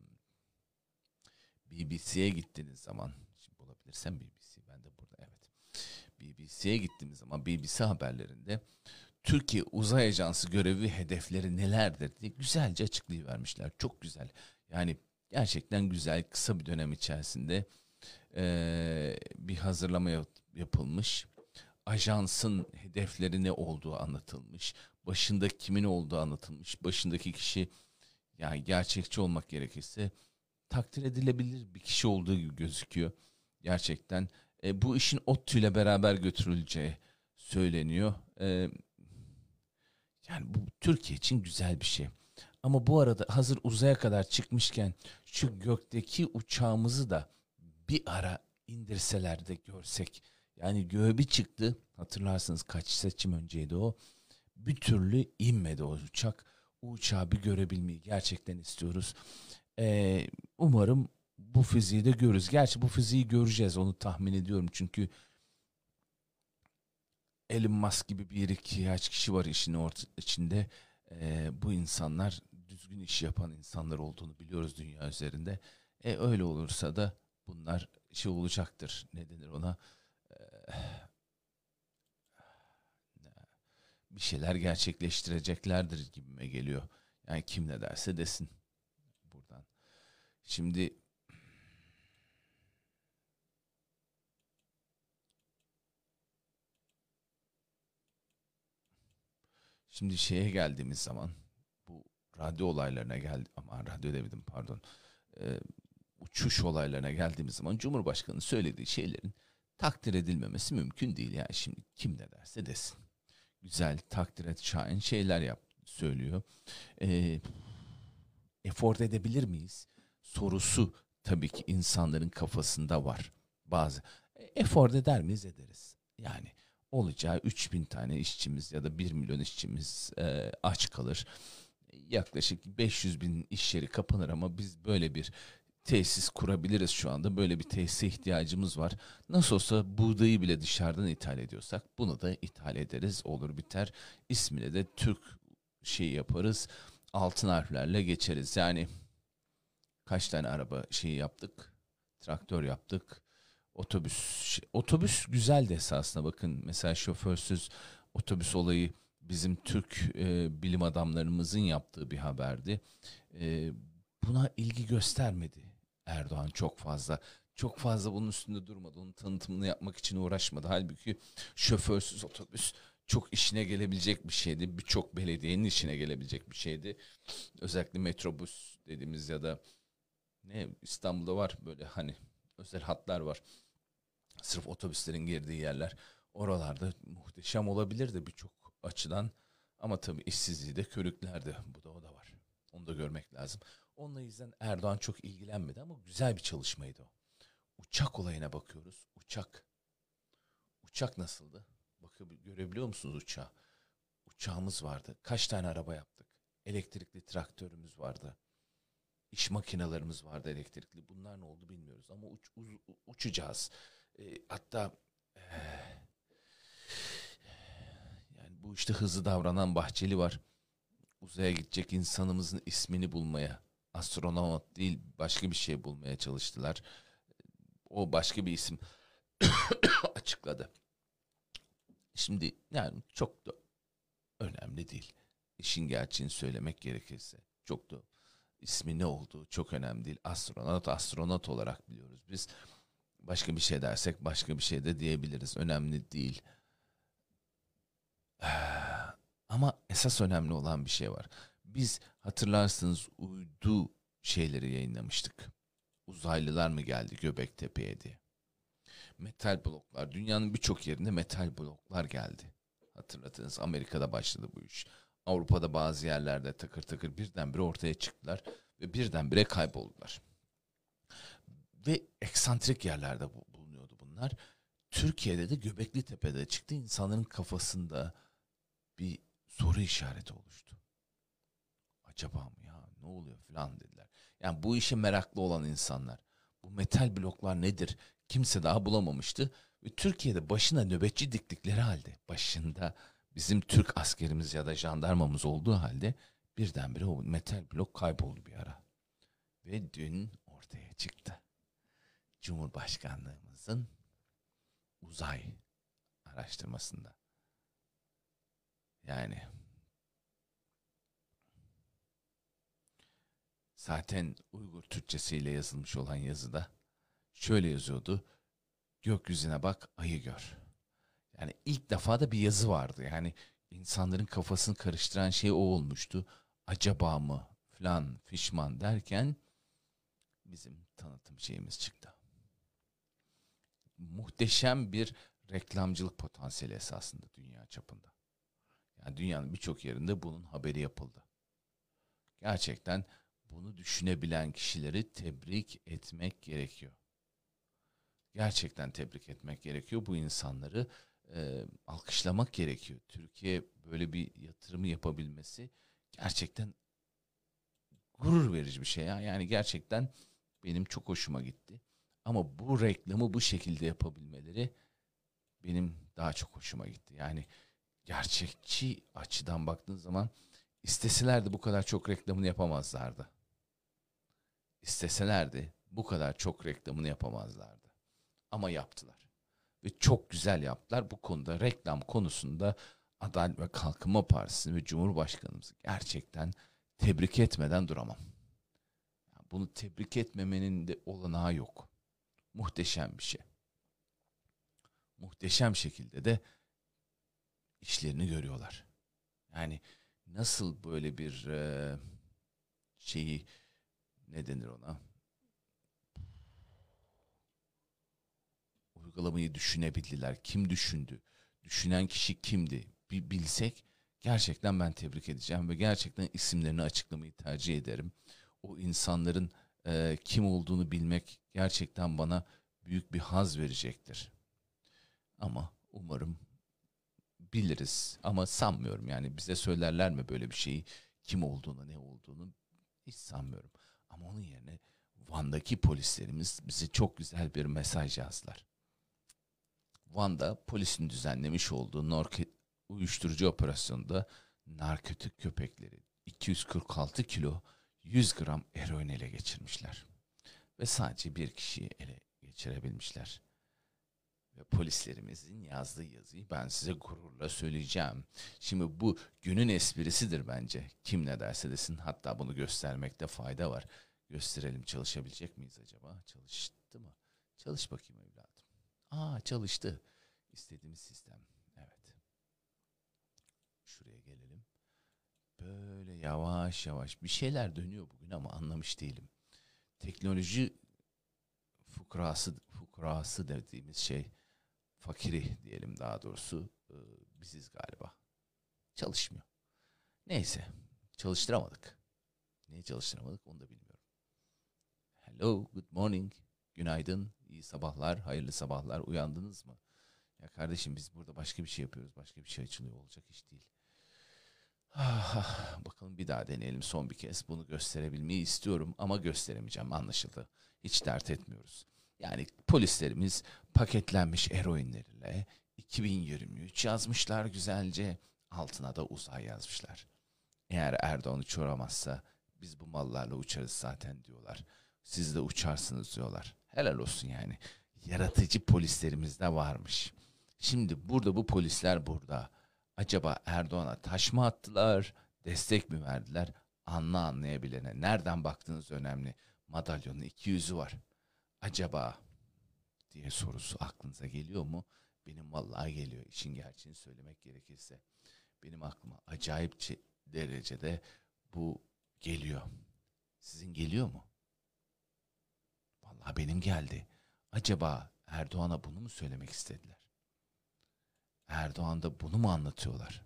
B B C'ye gittiğiniz zaman, şimdi bulabilirsem B B C, ben de burada, evet. B B C'ye gittiğimiz zaman B B C haberlerinde Türkiye Uzay Ajansı görevi, hedefleri nelerdir diye güzelce açıklayıvermişler. Çok güzel. Yani gerçekten güzel, kısa bir dönem içerisinde ee, bir hazırlama yap- yapılmış. Ajansın hedefleri ne olduğu anlatılmış. Başında kimin olduğu anlatılmış. Başındaki kişi, yani gerçekçi olmak gerekirse, takdir edilebilir bir kişi olduğu gibi gözüküyor. Gerçekten e, bu işin ODTÜ ile beraber götürüleceği söyleniyor. E, yani bu Türkiye için güzel bir şey. Ama bu arada hazır uzaya kadar çıkmışken şu gökteki uçağımızı da bir ara indirseler de görsek. Yani göğe bir çıktı, hatırlarsınız kaç seçim önceydi o. Bir türlü inmedi o uçak. O uçağı bir görebilmeyi gerçekten istiyoruz. Ee, umarım bu fiziği de görürüz. Gerçi bu fiziği göreceğiz, onu tahmin ediyorum. Çünkü Elon Musk gibi bir iki kaç kişi var işin ort- içinde. Ee, bu insanlar düzgün iş yapan insanlar olduğunu biliyoruz dünya üzerinde. E, öyle olursa da bunlar şey olacaktır. Ne denir ona? Ee, bir şeyler gerçekleştireceklerdir gibime geliyor. Yani kim ne derse desin buradan. Şimdi şimdi şeye geldiğimiz zaman, bu radyo olaylarına geldi, ama radyo demedim, pardon. Ee, uçuş olaylarına geldiğimiz zaman Cumhurbaşkanı'nın söylediği şeylerin takdir edilmemesi mümkün değil. Yani şimdi kim ne derse desin. Güzel, takdir et şayan şeyler yap söylüyor. Ee, Efor edebilir miyiz sorusu tabii ki insanların kafasında var. Bazı e, efor eder miyiz? Ederiz. Yani olacağı üç bin tane işçimiz ya da bir milyon işçimiz e, aç kalır. Yaklaşık beş yüz bin iş yeri kapanır ama biz böyle bir tesis kurabiliriz şu anda. Böyle bir tesise ihtiyacımız var. Nasıl olsa buğdayı bile dışarıdan ithal ediyorsak bunu da ithal ederiz. Olur biter. İsmini de Türk şeyi yaparız. Altın harflerle geçeriz. Yani kaç tane araba şeyi yaptık? Traktör yaptık. Otobüs. şey- Otobüs güzeldi esasında, bakın. Mesela şoförsüz otobüs olayı bizim Türk e, bilim adamlarımızın yaptığı bir haberdi. E, Buna ilgi göstermedi Erdoğan çok fazla. Çok fazla bunun üstünde durmadı. Onun tanıtımını yapmak için uğraşmadı. Halbuki şoförsüz otobüs çok işine gelebilecek bir şeydi. Birçok belediyenin işine gelebilecek bir şeydi. Özellikle metrobüs dediğimiz ya da ne, İstanbul'da var böyle hani özel hatlar var. Sırf otobüslerin girdiği yerler. Oralarda muhteşem olabilirdi birçok açıdan. Ama tabii işsizliği de körüklerdi. Bu da o da var. Onu da görmek lazım. Onunla yüzden Erdoğan çok ilgilenmedi ama güzel bir çalışmaydı o. Uçak olayına bakıyoruz. Uçak. Uçak nasıldı? Bakın, görebiliyor musunuz uçağı? Uçağımız vardı. Kaç tane araba yaptık? Elektrikli traktörümüz vardı. İş makinelerimiz vardı elektrikli. Bunlar ne oldu bilmiyoruz ama uç, uz- uçacağız. E, hatta e, yani bu işte hızlı davranan Bahçeli var. Uzaya gidecek insanımızın ismini bulmaya, astronot değil başka bir şey bulmaya çalıştılar. O başka bir isim açıkladı. Şimdi yani çok da önemli değil. İşin gerçeğini söylemek gerekirse. Çok da ismi ne olduğu çok önemli değil. Astronot astronot olarak biliyoruz biz. Başka bir şey dersek başka bir şey de diyebiliriz. Önemli değil. Ama esas önemli olan bir şey var. Biz hatırlarsınız uydu şeyleri yayınlamıştık. Uzaylılar mı geldi Göbektepe'ye diye. Metal bloklar. Dünyanın birçok yerinde metal bloklar geldi. Hatırladınız, Amerika'da başladı bu iş. Avrupa'da bazı yerlerde takır takır birdenbire ortaya çıktılar ve birdenbire kayboldular. Ve eksantrik yerlerde bulunuyordu bunlar. Türkiye'de de Göbekli Tepe'de çıktı. İnsanların kafasında bir soru işareti oluştu. Acaba mı ya, ne oluyor falan dediler. Yani bu işe meraklı olan insanlar. Bu metal bloklar nedir? Kimse daha bulamamıştı. Ve Türkiye'de başına nöbetçi diktikleri halde, başında bizim Türk askerimiz ya da jandarmamız olduğu halde birdenbire o metal blok kayboldu bir ara. Ve dün ortaya çıktı. Cumhurbaşkanlığımızın uzay araştırmasında. Yani zaten Uygur Türkçesiyle yazılmış olan yazıda şöyle yazıyordu. Gökyüzüne bak, ayı gör. Yani ilk defa da bir yazı vardı. Yani insanların kafasını karıştıran şey o olmuştu. Acaba mı falan fişman derken bizim tanıtım şeyimiz çıktı. Muhteşem bir reklamcılık potansiyeli esasında dünya çapında. Yani dünyanın birçok yerinde bunun haberi yapıldı. Gerçekten bunu düşünebilen kişileri tebrik etmek gerekiyor. Gerçekten tebrik etmek gerekiyor. Bu insanları e, alkışlamak gerekiyor. Türkiye böyle bir yatırımı yapabilmesi gerçekten gurur verici bir şey ya. Yani gerçekten benim çok hoşuma gitti. Ama bu reklamı bu şekilde yapabilmeleri benim daha çok hoşuma gitti. Yani gerçekçi açıdan baktığın zaman isteselerdi bu kadar çok reklamını yapamazlardı. İsteselerdi bu kadar çok reklamını yapamazlardı. Ama yaptılar. Ve çok güzel yaptılar. Bu konuda, reklam konusunda Adalet ve Kalkınma Partisi ve Cumhurbaşkanımızı gerçekten tebrik etmeden duramam. Bunu tebrik etmemenin de olanağı yok. Muhteşem bir şey. Muhteşem şekilde de işlerini görüyorlar. Yani nasıl böyle bir e, şeyi, ne denir ona, uygulamayı düşünebildiler. Kim düşündü? Düşünen kişi kimdi? Bir bilsek gerçekten ben tebrik edeceğim ve gerçekten isimlerini açıklamayı tercih ederim. O insanların e, kim olduğunu bilmek gerçekten bana büyük bir haz verecektir. Ama umarım biliriz ama sanmıyorum. Yani bize söylerler mi böyle bir şeyi, kim olduğunu, ne olduğunu hiç sanmıyorum. Ama onun yerine Van'daki polislerimiz bize çok güzel bir mesaj yazdılar. Van'da polisin düzenlemiş olduğu narko- uyuşturucu operasyonunda narkotik köpekleri iki yüz kırk altı kilo yüz gram eroin ele geçirmişler. Ve sadece bir kişiyi ele geçirebilmişler. Ve polislerimizin yazdığı yazıyı ben size gururla söyleyeceğim. Şimdi bu günün esprisidir bence. Kim ne derse desin, hatta bunu göstermekte fayda var. Gösterelim, çalışabilecek miyiz acaba? Çalıştı mı? Çalış bakayım evladım. Aa, çalıştı. İstediğimiz sistem. Evet. Şuraya gelelim. Böyle yavaş yavaş bir şeyler dönüyor bugün ama anlamış değilim. Teknoloji fukrası, fukrası dediğimiz şey, fakiri diyelim daha doğrusu, e, biziz galiba. Çalışmıyor. Neyse, çalıştıramadık. Niye çalıştıramadık onu da bilmiyorum. Hello, good morning, günaydın, iyi sabahlar, hayırlı sabahlar, uyandınız mı? Ya kardeşim, biz burada başka bir şey yapıyoruz, başka bir şey açılıyor, olacak iş değil. Ah, ah, bakalım bir daha deneyelim son bir kez. Bunu gösterebilmeyi istiyorum ama gösteremeyeceğim, anlaşıldı. Hiç dert etmiyoruz. Yani polislerimiz paketlenmiş eroinleriyle iki bin yirmi üç yazmışlar güzelce. Altına da uzay yazmışlar. Eğer Erdoğan uçuramazsa biz bu mallarla uçarız zaten diyorlar. Siz de uçarsınız diyorlar. Helal olsun yani. Yaratıcı polislerimiz de varmış. Şimdi burada bu polisler burada. Acaba Erdoğan'a taş mı attılar, destek mi verdiler? Anla anlayabilene. Nereden baktığınız önemli. Madalyonun iki yüzü var. Acaba diye sorusu aklınıza geliyor mu? Benim vallahi geliyor. İşin gerçeğini söylemek gerekirse. Benim aklıma acayip derecede bu geliyor. Sizin geliyor mu? Vallahi benim geldi. Acaba Erdoğan'a bunu mu söylemek istediler? Erdoğan'da bunu mu anlatıyorlar?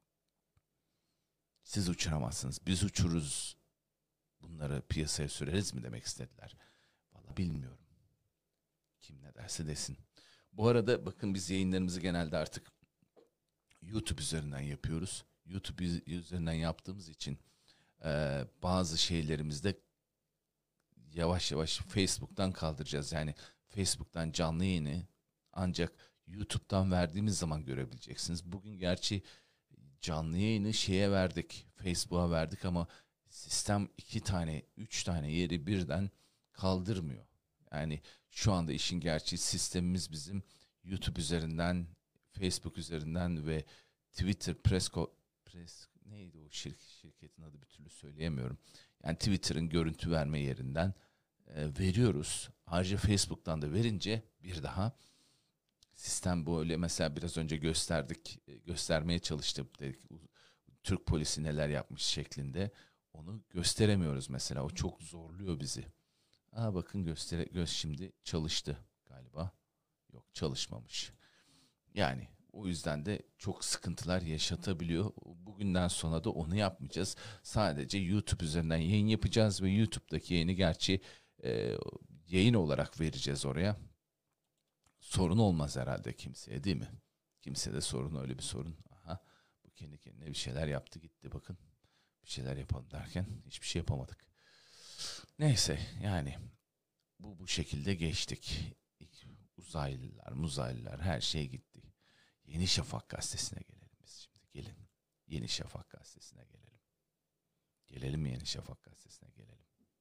Siz uçuramazsınız, biz uçururuz. Bunları piyasaya süreriz mi demek istediler? Vallahi bilmiyorum. Kim ne derse desin. Bu arada bakın, biz yayınlarımızı genelde artık YouTube üzerinden yapıyoruz. YouTube üzerinden yaptığımız için e, bazı şeylerimizde yavaş yavaş Facebook'tan kaldıracağız. Yani Facebook'tan canlı yayını ancak YouTube'dan verdiğimiz zaman görebileceksiniz. Bugün gerçi canlı yayını şeye verdik, Facebook'a verdik ama sistem iki tane, üç tane yeri birden kaldırmıyor. Yani şu anda işin gerçeği, sistemimiz bizim YouTube üzerinden, Facebook üzerinden ve Twitter Press, Press neydi o şirk, şirketin adı, bir türlü söyleyemiyorum. Yani Twitter'ın görüntü verme yerinden e, veriyoruz. Ayrıca Facebook'tan da verince bir daha sistem böyle, mesela biraz önce gösterdik, göstermeye çalıştım dedik, Türk polisi neler yapmış şeklinde, onu gösteremiyoruz mesela, o çok zorluyor bizi. Aa bakın, göstere göz şimdi çalıştı galiba, yok çalışmamış. Yani o yüzden de çok sıkıntılar yaşatabiliyor. Bugünden sonra da onu yapmayacağız. Sadece YouTube üzerinden yayın yapacağız ve YouTube'daki yayını gerçi e, yayın olarak vereceğiz oraya. Sorun olmaz herhalde kimseye, değil mi? Kimsede sorun, öyle bir sorun. Aha, bu kendi kendine bir şeyler yaptı gitti, bakın. Bir şeyler yapalım derken hiçbir şey yapamadık. Neyse yani bu bu şekilde geçtik. Uzaylılar, muzaylılar, her şey gitti. Yeni Şafak gazetesine gelelim biz şimdi. Gelin. Yeni Şafak gazetesine gelelim. Gelelim mi Yeni Şafak gazetesine gelelim.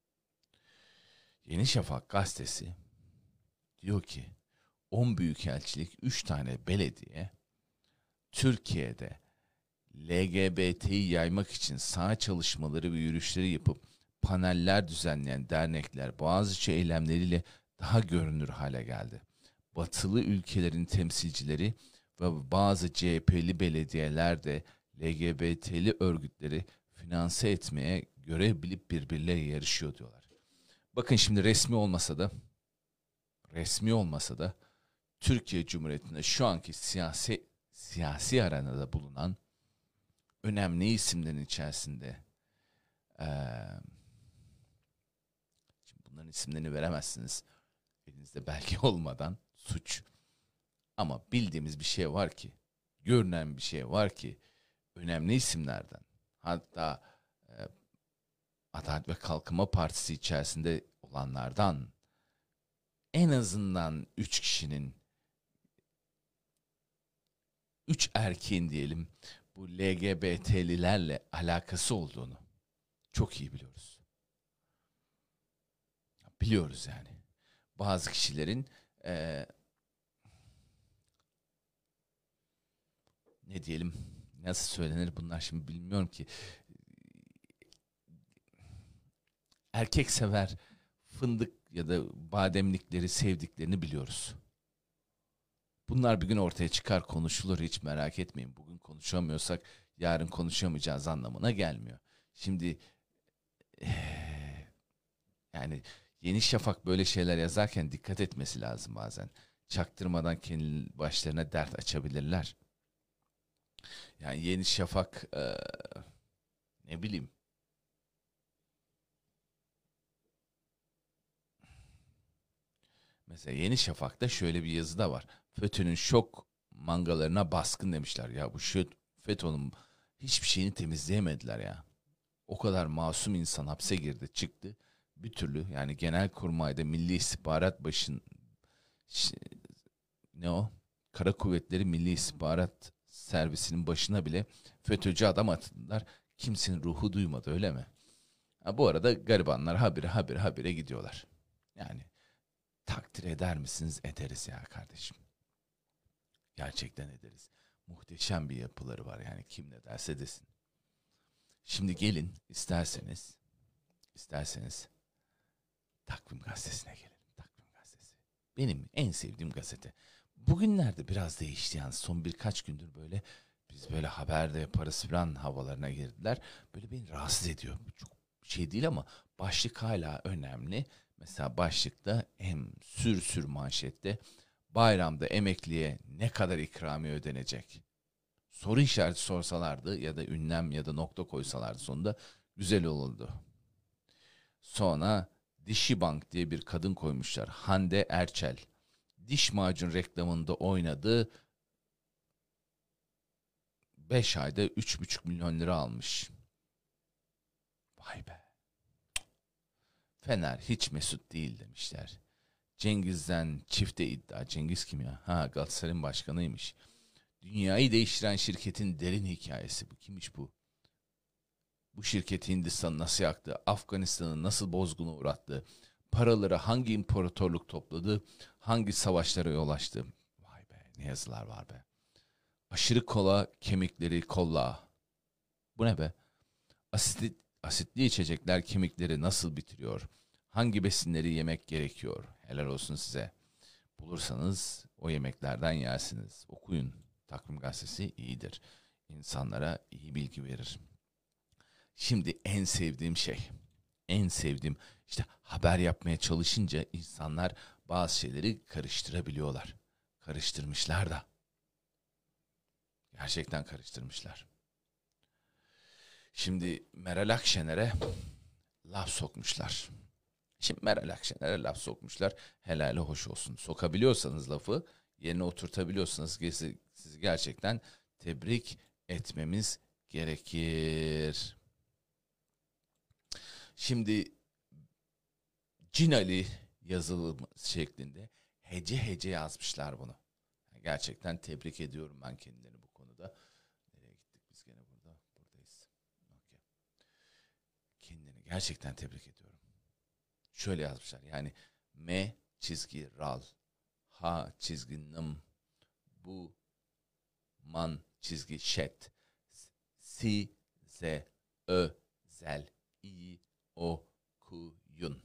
Yeni Şafak gazetesi diyor ki on büyükelçilik, üç tane belediye Türkiye'de L G B T'yi yaymak için saha çalışmaları ve yürüyüşleri yapıp paneller düzenleyen dernekler Boğaziçi eylemleriyle daha görünür hale geldi. Batılı ülkelerin temsilcileri ve bazı C H P'li belediyeler de L G B T'li örgütleri finanse etmeye görev bilip birbirleriyle yarışıyor diyorlar. Bakın şimdi, resmi olmasa da resmi olmasa da Türkiye Cumhuriyeti'nde şu anki siyasi siyasi arenada bulunan önemli isimlerin içerisinde, ee, şimdi bunların isimlerini veremezsiniz elinizde belge olmadan, suç. Ama bildiğimiz bir şey var ki görünen bir şey var ki önemli isimlerden, hatta e, Adalet ve Kalkınma Partisi içerisinde olanlardan en azından üç kişinin, üç erkeğin diyelim, bu L G B T'lilerle alakası olduğunu çok iyi biliyoruz. Biliyoruz yani. Bazı kişilerin e, ne diyelim, nasıl söylenir bunlar şimdi bilmiyorum ki. Erkek sever fındık ya da bademlikleri sevdiklerini biliyoruz. Bunlar bir gün ortaya çıkar, konuşulur, hiç merak etmeyin. Bugün konuşamıyorsak yarın konuşamayacağız anlamına gelmiyor. Şimdi yani Yeni Şafak böyle şeyler yazarken dikkat etmesi lazım bazen. Çaktırmadan kendi başlarına dert açabilirler. Yani Yeni Şafak ee, ne bileyim, mesela Yeni Şafak'ta şöyle bir yazı da var. FETÖ'nün şok mangalarına baskın demişler. Ya bu FETÖ'nün hiçbir şeyini temizleyemediler ya. O kadar masum insan hapse girdi, çıktı. Bir türlü, yani Genelkurmay'da Milli İstihbarat Başın ne o? Kara Kuvvetleri Milli İstihbarat Servisi'nin başına bile FETÖ'cü adam attılar. Kimsenin ruhu duymadı, öyle mi? Ha, bu arada garibanlar habire habire habire gidiyorlar. Yani takdir eder misiniz? Ederiz ya kardeşim. Gerçekten ederiz. Muhteşem bir yapıları var yani, kim ne derse desin. Şimdi gelin isterseniz, isterseniz Takvim Gazetesi'ne gelin. Takvim Gazetesi. Benim en sevdiğim gazete. Bugünlerde biraz değişti yani, son birkaç gündür böyle biz böyle haber de yaparız falan havalarına girdiler. Böyle beni rahatsız ediyor. Çok şey değil ama başlık hala önemli. Mesela başlıkta hem sür sür manşette bayramda emekliye ne kadar ikramiye ödenecek? Soru işareti sorsalardı ya da ünlem ya da nokta koysalardı sonunda güzel olurdu. Sonra Dişi Bank diye bir kadın koymuşlar. Hande Erçel. Diş macun reklamında oynadı. beş ayda üç buçuk milyon lira almış. Vay be. Fener hiç mesut değil demişler. Cengiz'den çifte iddia. Cengiz kim ya? Ha, Galatasaray'ın başkanıymış. Dünyayı değiştiren şirketin derin hikayesi. Bu kimmiş bu? Bu şirket Hindistan'ı nasıl yaktı? Afganistan'ı nasıl bozguna uğrattı? Paraları hangi imparatorluk topladı? Hangi savaşlara yol açtı? Vay be, ne yazılar var be. Aşırı kola, kemikleri kolla. Bu ne be? Asitli, asitli içecekler kemikleri nasıl bitiriyor? Hangi besinleri yemek gerekiyor? Helal olsun size. Bulursanız o yemeklerden yersiniz. Okuyun. Takvim Gazetesi iyidir. İnsanlara iyi bilgi verir. Şimdi en sevdiğim şey, en sevdiğim işte haber yapmaya çalışınca insanlar bazı şeyleri karıştırabiliyorlar. Karıştırmışlar da. Gerçekten karıştırmışlar. Şimdi Meral Akşener'e laf sokmuşlar. Şimdi Meral Akşener'e laf sokmuşlar. Helali hoş olsun. Sokabiliyorsanız lafı, yerine oturtabiliyorsanız sizi, sizi gerçekten tebrik etmemiz gerekir. Şimdi Cinali yazılı şeklinde hece hece yazmışlar bunu. Gerçekten tebrik ediyorum ben kendilerini bu konuda. Nereye gittik biz gene burada? Buradayız. Okay. Kendini gerçekten tebrik ediyorum. Şöyle yazmışlar yani M çizgi ral, H çizgi nım, bu man çizgi şet, si ze ö zel i okuyun.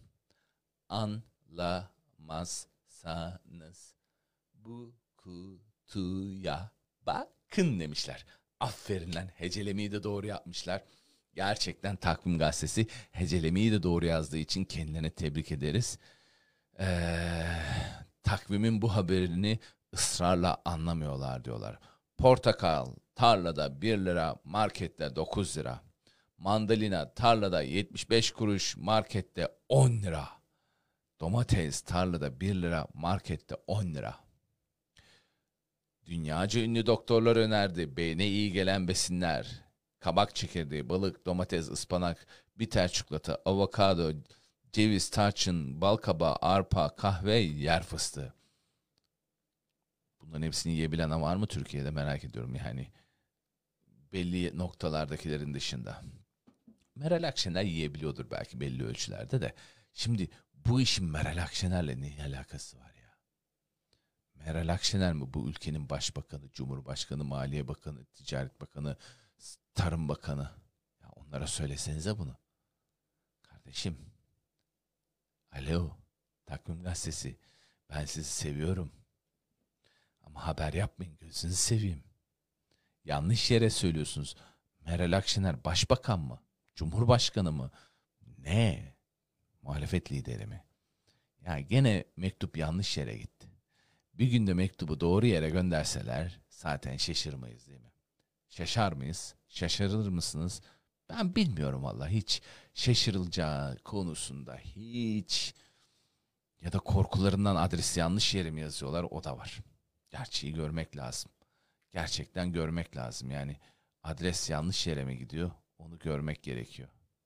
Anlamazsanız bu kutuya bakın demişler. Aferin lan, hecelemeyi de doğru yapmışlar. Gerçekten Takvim Gazetesi hecelemeyi de doğru yazdığı için kendilerine tebrik ederiz. Ee, takvimin bu haberini ısrarla anlamıyorlar diyorlar. Portakal tarlada bir lira, markette dokuz lira. Mandalina tarlada yetmiş beş kuruş, markette on lira. Domates tarlada bir lira, markette on lira. Dünyaca ünlü doktorlar önerdi. Beyne iyi gelen besinler. Kabak çekirdeği, balık, domates, ıspanak, bitter çikolata, avokado, ceviz, tarçın, bal kabağı, arpa, kahve, yer fıstığı. Bunların hepsini yiyebilen var mı Türkiye'de, merak ediyorum yani. Belli noktalardakilerin dışında. Meral Akşener yiyebiliyordur belki belli ölçülerde de. Şimdi bu işin Meral Akşener'le ne alakası var ya? Meral Akşener mi bu ülkenin başbakanı, cumhurbaşkanı, maliye bakanı, ticaret bakanı, tarım bakanı? Ya onlara söylesenize bunu. Kardeşim. Alo. Takvim Gazetesi. Ben sizi seviyorum. Ama haber yapmayın, gözünüzü seveyim. Yanlış yere söylüyorsunuz. Meral Akşener başbakan mı? Cumhurbaşkanı mı? Ne? Muhalefet lideri mi? Ya gene mektup yanlış yere gitti. Bir günde mektubu doğru yere gönderseler zaten şaşırmayız değil mi? Şaşar mıyız? Şaşırır mısınız? Ben bilmiyorum vallahi, hiç şaşırılacağı konusunda hiç, ya da korkularından adresi yanlış yere mi yazıyorlar, o da var. Gerçeği görmek lazım. Gerçekten görmek lazım. Yani adres yanlış yere mi gidiyor? Onu görmek gerekiyor.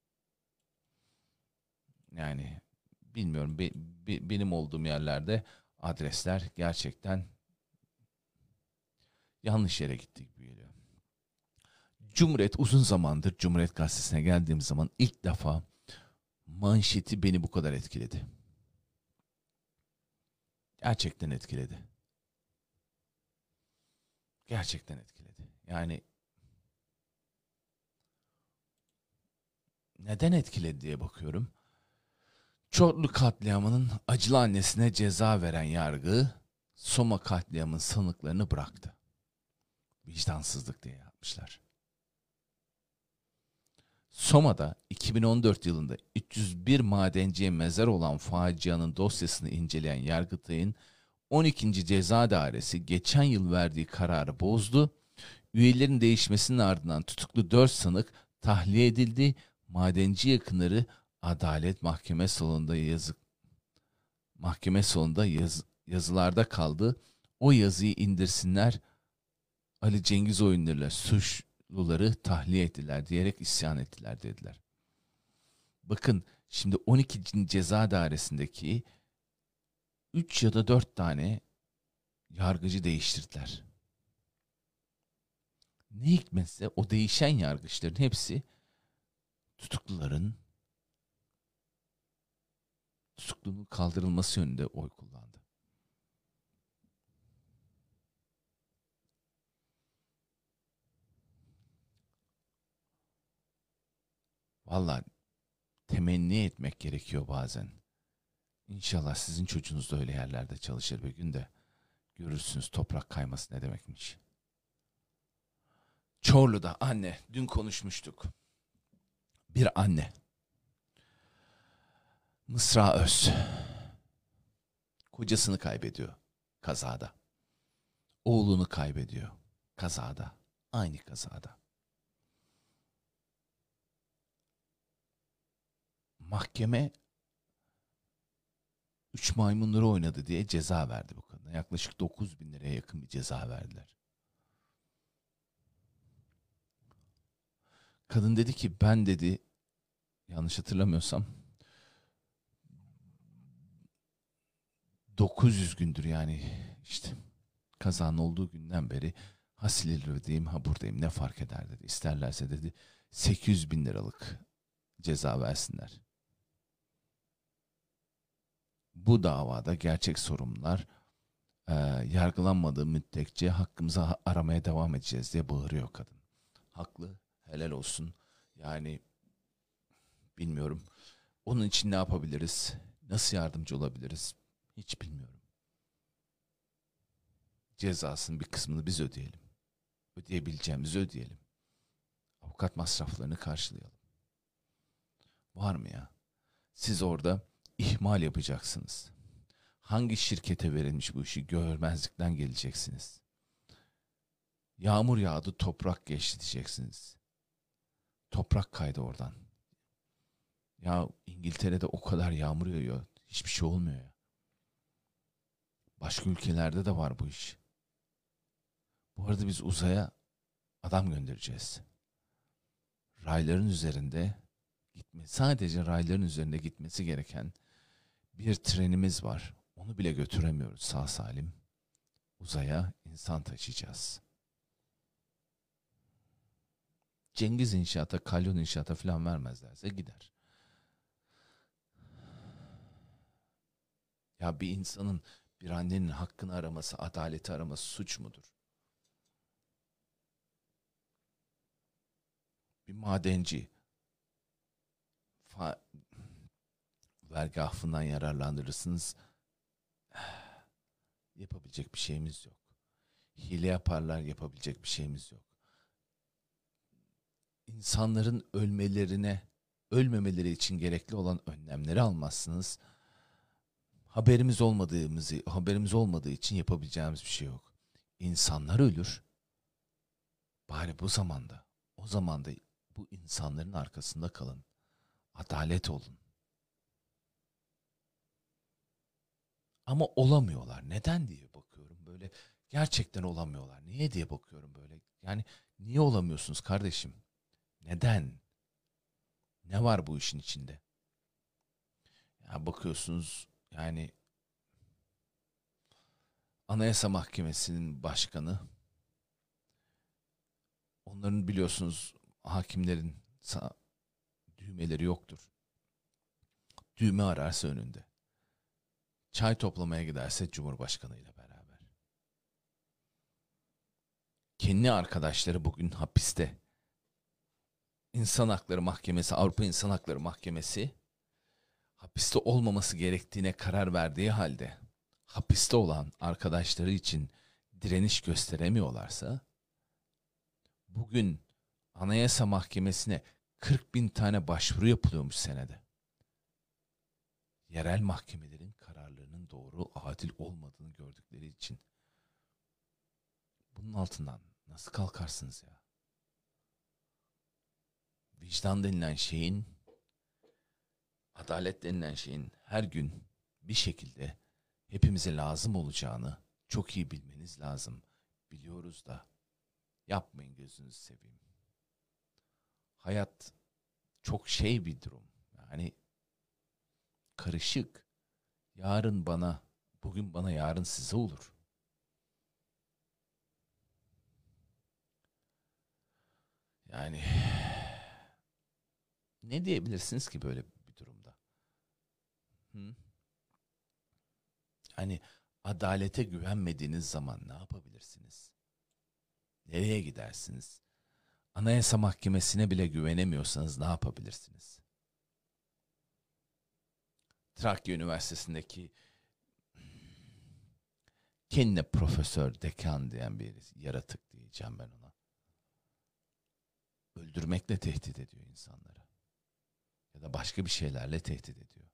Yani bilmiyorum. Be, be, benim olduğum yerlerde adresler gerçekten yanlış yere gitti gibi geliyor. Cumhuriyet, uzun zamandır Cumhuriyet Gazetesi'ne geldiğim zaman ilk defa manşeti beni bu kadar etkiledi. Gerçekten etkiledi. Gerçekten etkiledi. Yani neden etkiledi diye bakıyorum. Çorlu katliamının acılı annesine ceza veren yargı Soma katliamının sanıklarını bıraktı. Vicdansızlık diye yapmışlar. Soma'da iki bin on dört yılında üç yüz bir madenciye mezar olan facianın dosyasını inceleyen Yargıtay'ın on ikinci Ceza Dairesi geçen yıl verdiği kararı bozdu. Üyelerin değişmesinin ardından tutuklu dört sanık tahliye edildi. Madenci yakınları Adalet Mahkeme salonunda yazı mahkeme salonunda yaz, yazılarda kaldı. O yazıyı indirsinler, Ali Cengiz oyunlarıyla suçluları tahliye ettiler diyerek isyan ettiler dediler. Bakın şimdi on ikinci Ceza Dairesi'ndeki üç ya da dört tane yargıcı değiştirdiler. Ne hikmetse o değişen yargıçların hepsi tutukluların tutukluluğun kaldırılması yönünde oy kullandı. Vallahi temenni etmek gerekiyor bazen. İnşallah sizin çocuğunuz da öyle yerlerde çalışır bir gün de görürsünüz toprak kayması ne demekmiş. Çorlu'da anne, dün konuşmuştuk. Bir anne. Mısra Öz. Kocasını kaybediyor kazada. Oğlunu kaybediyor kazada. Aynı kazada. Mahkeme üç maymunları oynadı diye ceza verdi bu kadına. Yaklaşık dokuz bin liraya yakın bir ceza verdiler. Kadın dedi ki ben dedi, yanlış hatırlamıyorsam dokuz yüz gündür, yani işte kazanın olduğu günden beri ha Silivri'deyim ha buradayım, ne fark eder dedi. İsterlerse dedi sekiz yüz bin liralık ceza versinler. Bu davada gerçek sorumlular e, yargılanmadığı müddetçe hakkımızı aramaya devam edeceğiz diye bağırıyor kadın. Haklı, helal olsun. Yani bilmiyorum. Onun için ne yapabiliriz? Nasıl yardımcı olabiliriz? Hiç bilmiyorum. Cezasının bir kısmını biz ödeyelim. Ödeyebileceğimizi ödeyelim. Avukat masraflarını karşılayalım. Var mı ya? Siz orada ihmal yapacaksınız. Hangi şirkete verilmiş bu işi görmezlikten geleceksiniz. Yağmur yağdı, toprak geçti diyeceksiniz. Toprak kaydı oradan. Ya İngiltere'de o kadar yağmur yağıyor. Hiçbir şey olmuyor ya. Başka ülkelerde de var bu iş. Bu arada biz uzaya adam göndereceğiz. Rayların üzerinde gitme, sadece rayların üzerinde gitmesi gereken bir trenimiz var. Onu bile götüremiyoruz sağ salim. Uzaya insan taşıyacağız. Cengiz İnşaat'a, Kalyon İnşaat'a falan vermezlerse gider. Ya bir insanın, bir annenin hakkını araması, adaleti araması suç mudur? Bir madenci fa- vergi affından yararlandırırsınız. Yapabilecek bir şeyimiz yok. Hile yaparlar, yapabilecek bir şeyimiz yok. İnsanların ölmelerine, ölmemeleri için gerekli olan önlemleri almazsınız. Haberimiz olmadığımızı, haberimiz olmadığı için yapabileceğimiz bir şey yok. İnsanlar ölür. Bari bu zamanda, o zamanda bu insanların arkasında kalın. Adalet olun. Ama olamıyorlar. Neden diye bakıyorum böyle. Gerçekten olamıyorlar. Niye diye bakıyorum böyle. Yani niye olamıyorsunuz kardeşim? Neden? Ne var bu işin içinde? Ya bakıyorsunuz yani Anayasa Mahkemesi'nin başkanı, onların biliyorsunuz hakimlerin sağ, düğmeleri yoktur. Düğme ararsa önünde. Çay toplamaya giderse Cumhurbaşkanı ile beraber. Kendi arkadaşları bugün hapiste. İnsan Hakları Mahkemesi, Avrupa İnsan Hakları Mahkemesi hapiste olmaması gerektiğine karar verdiği halde hapiste olan arkadaşları için direniş gösteremiyorlarsa bugün Anayasa Mahkemesi'ne kırk bin tane başvuru yapılıyormuş senede. Yerel mahkemelerin kararlarının doğru, adil olmadığını gördükleri için. Bunun altından nasıl kalkarsınız ya? Vicdan denilen şeyin, adalet denilen şeyin her gün bir şekilde hepimize lazım olacağını çok iyi bilmeniz lazım. Biliyoruz da yapmayın, gözünüzü seveyim. Hayat çok şey bir durum. Yani karışık. Yarın bana, bugün bana, yarın size olur. Yani ne diyebilirsiniz ki böyle bir durumda? Hı? Hani adalete güvenmediğiniz zaman ne yapabilirsiniz? Nereye gidersiniz? Anayasa Mahkemesi'ne bile güvenemiyorsanız ne yapabilirsiniz? Trakya Üniversitesi'ndeki kendine profesör, dekan diyen bir yaratık diyeceğim ben ona. Öldürmekle tehdit ediyor insanları. Ya da başka bir şeylerle tehdit ediyor.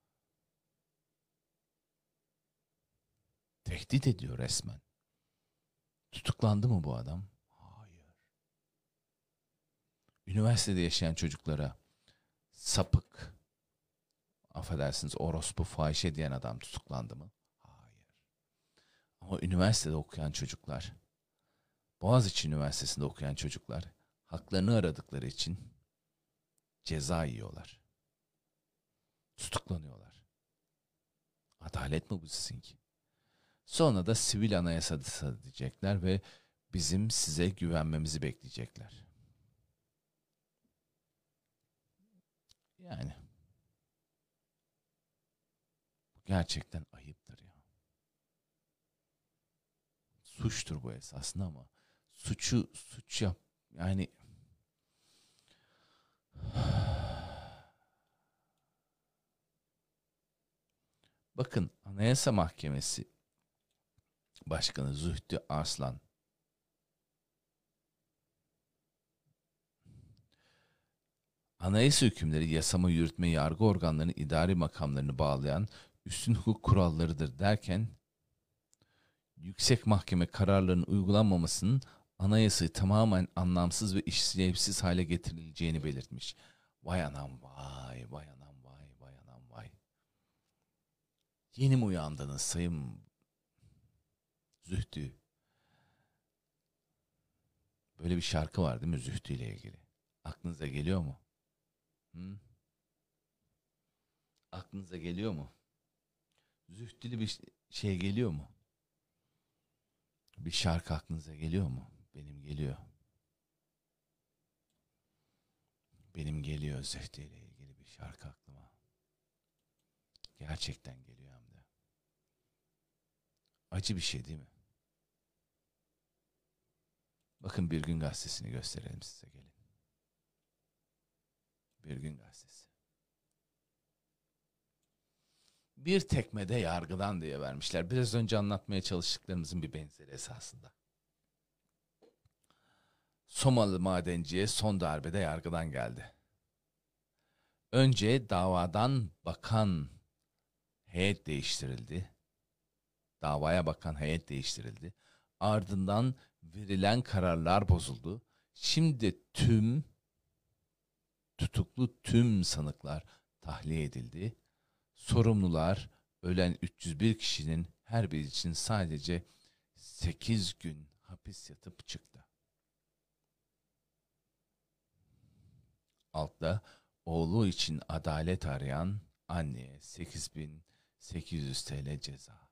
Tehdit ediyor resmen. Tutuklandı mı bu adam? Hayır. Üniversitede yaşayan çocuklara sapık, affedersiniz orospu, fahişe diyen adam tutuklandı mı? Hayır. Ama üniversitede okuyan çocuklar, Boğaziçi Üniversitesi'nde okuyan çocuklar haklarını aradıkları için ceza yiyorlar. Tutuklanıyorlar. Adalet mi bu sizinki? Sonra da sivil anayasa diyecekler ve bizim size güvenmemizi bekleyecekler. Yani bu gerçekten ayıptır ya. Suçtur bu esasında ama suçu suç yap yani bakın Anayasa Mahkemesi Başkanı Zühtü Arslan anayasa hükümleri yasama, yürütme, yargı organlarının idari makamlarını bağlayan üstün hukuk kurallarıdır derken yüksek mahkeme kararlarının uygulanmamasının anayasayı tamamen anlamsız ve işlevsiz hale getirileceğini belirtmiş. Vay anam vay, vay anam vay, vay anam vay. Yeni mi uyandınız sayın Zühtü? Böyle bir şarkı var değil mi Zühtü ile ilgili? Aklınıza geliyor mu? Hı? Aklınıza geliyor mu? Zühtülü bir şey geliyor mu? Bir şarkı aklınıza geliyor mu? Benim geliyor. Benim geliyor Zühtü ile ilgili bir şarkı aklıma. Gerçekten geliyor hem de. Acı bir şey değil mi? Bakın Bir Gün Gazetesi'ni gösterelim size, gelin. Bir Gün Gazetesi. Bir tekmede yargıdan diye vermişler. Biraz önce anlatmaya çalıştıklarımızın bir benzeri esasında. Somalı madenciye son darbede yargıdan geldi. Önce davadan bakan heyet değiştirildi. Davaya bakan heyet değiştirildi. Ardından verilen kararlar bozuldu. Şimdi tüm tutuklu tüm sanıklar tahliye edildi. Sorumlular ölen üç yüz bir kişinin her biri için sadece sekiz gün hapis yatıp çıktı. Altta oğlu için adalet arayan anneye sekiz bin sekiz yüz T L ceza.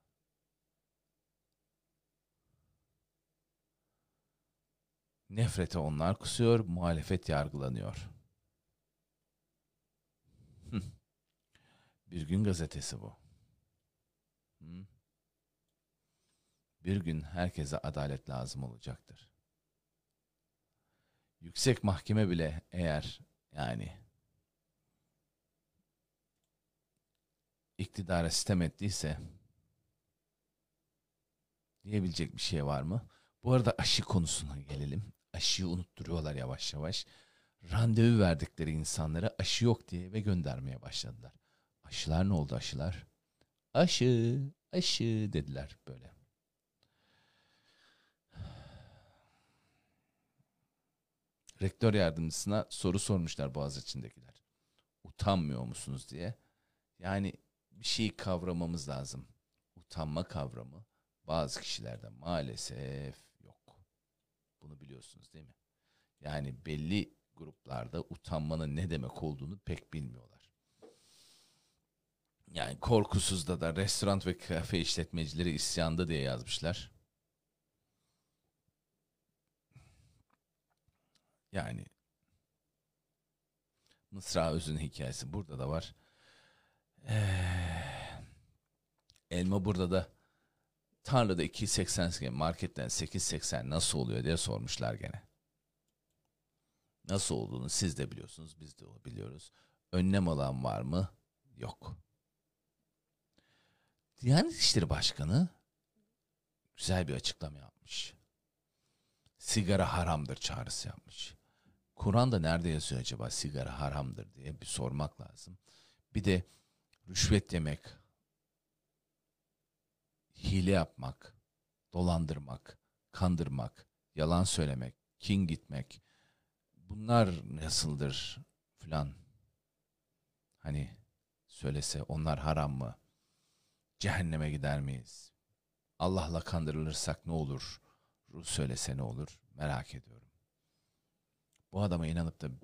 Nefrete onlar kusuyor, muhalefet yargılanıyor. Bir Gün Gazetesi bu. Bir gün herkese adalet lazım olacaktır. Yüksek Mahkeme bile eğer yani iktidara sitem ettiyse diyebilecek bir şey var mı? Bu arada aşı konusuna gelelim. Aşıyı unutturuyorlar yavaş yavaş. Randevu verdikleri insanlara aşı yok diye eve göndermeye başladılar. Aşılar ne oldu aşılar? Aşı, aşı dediler böyle. Rektör yardımcısına soru sormuşlar Boğaziçi'ndekiler. Utanmıyor musunuz diye. Yani bir şeyi kavramamız lazım. Utanma kavramı bazı kişilerde maalesef yok. Bunu biliyorsunuz değil mi? Yani belli gruplarda utanmanın ne demek olduğunu pek bilmiyorlar. Yani Korkusuz'da da restoran ve kafe işletmecileri isyanda diye yazmışlar. Yani Mısra Öz'ün hikayesi burada da var. Ee, elma burada da tarlada iki seksen marketten sekiz seksen nasıl oluyor diye sormuşlar gene. Nasıl olduğunu siz de biliyorsunuz, biz de biliyoruz. Önlem alan var mı? Yok. Diyanet İşleri Başkanı güzel bir açıklama yapmış. Sigara haramdır çağrısı yapmış. Kur'an'da nerede yazıyor acaba sigara haramdır diye bir sormak lazım. Bir de rüşvet yemek, hile yapmak, dolandırmak, kandırmak, yalan söylemek, kin gitmek, bunlar nasıldır filan. Hani söylese onlar haram mı? Cehenneme gider miyiz? Allah'la kandırılırsak ne olur? Söylese ne olur? Merak ediyorum. Bu adama inanıp da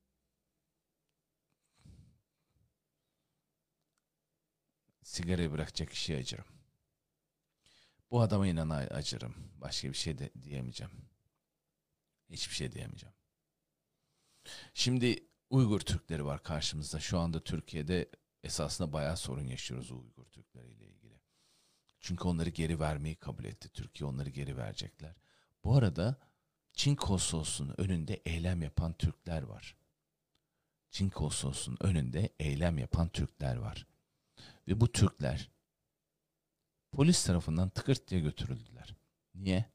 sigarayı bırakacak kişiye acırım. Bu adama inana acırım. Başka bir şey de diyemeyeceğim. Hiçbir şey diyemeyeceğim. Şimdi Uygur Türkleri var karşımızda. Şu anda Türkiye'de esasında bayağı sorun yaşıyoruz Uygur Türkleri ile ilgili. Çünkü onları geri vermeyi kabul etti. Türkiye onları geri verecekler. Bu arada Çin konsolosluğunun önünde eylem yapan Türkler var. Çin konsolosluğunun önünde eylem yapan Türkler var. Ve bu Türkler polis tarafından tıkırt diye götürüldüler. Niye?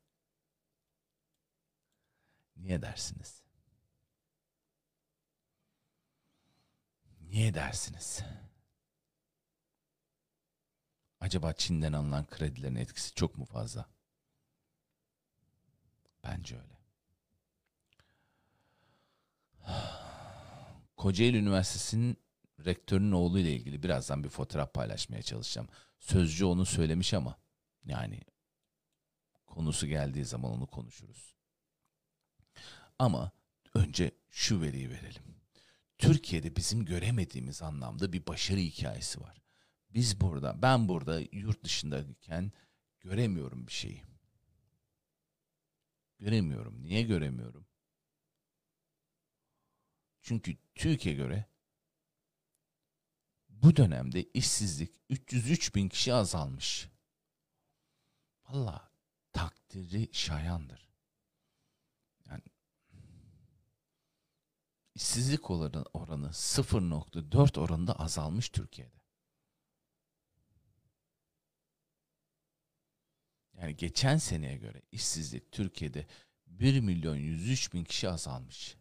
Niye dersiniz? Niye dersiniz? Acaba Çin'den alınan kredilerin etkisi çok mu fazla? Bence öyle. Kocaeli Üniversitesi'nin rektörünün oğlu ile ilgili birazdan bir fotoğraf paylaşmaya çalışacağım. Sözcü onu söylemiş ama yani konusu geldiği zaman onu konuşuruz. Ama önce şu veriyi verelim. Türkiye'de bizim göremediğimiz anlamda bir başarı hikayesi var. Biz burada, ben burada yurt dışındayken göremiyorum bir şeyi. Göremiyorum. Niye göremiyorum? Çünkü TÜİK'e göre bu dönemde işsizlik üç yüz üç bin kişi azalmış. Vallahi takdiri şayandır. Yani işsizlik oranı, oranı sıfır nokta dört oranında azalmış Türkiye'de. Yani geçen seneye göre işsizlik Türkiye'de bir milyon yüz üç bin kişi azalmış.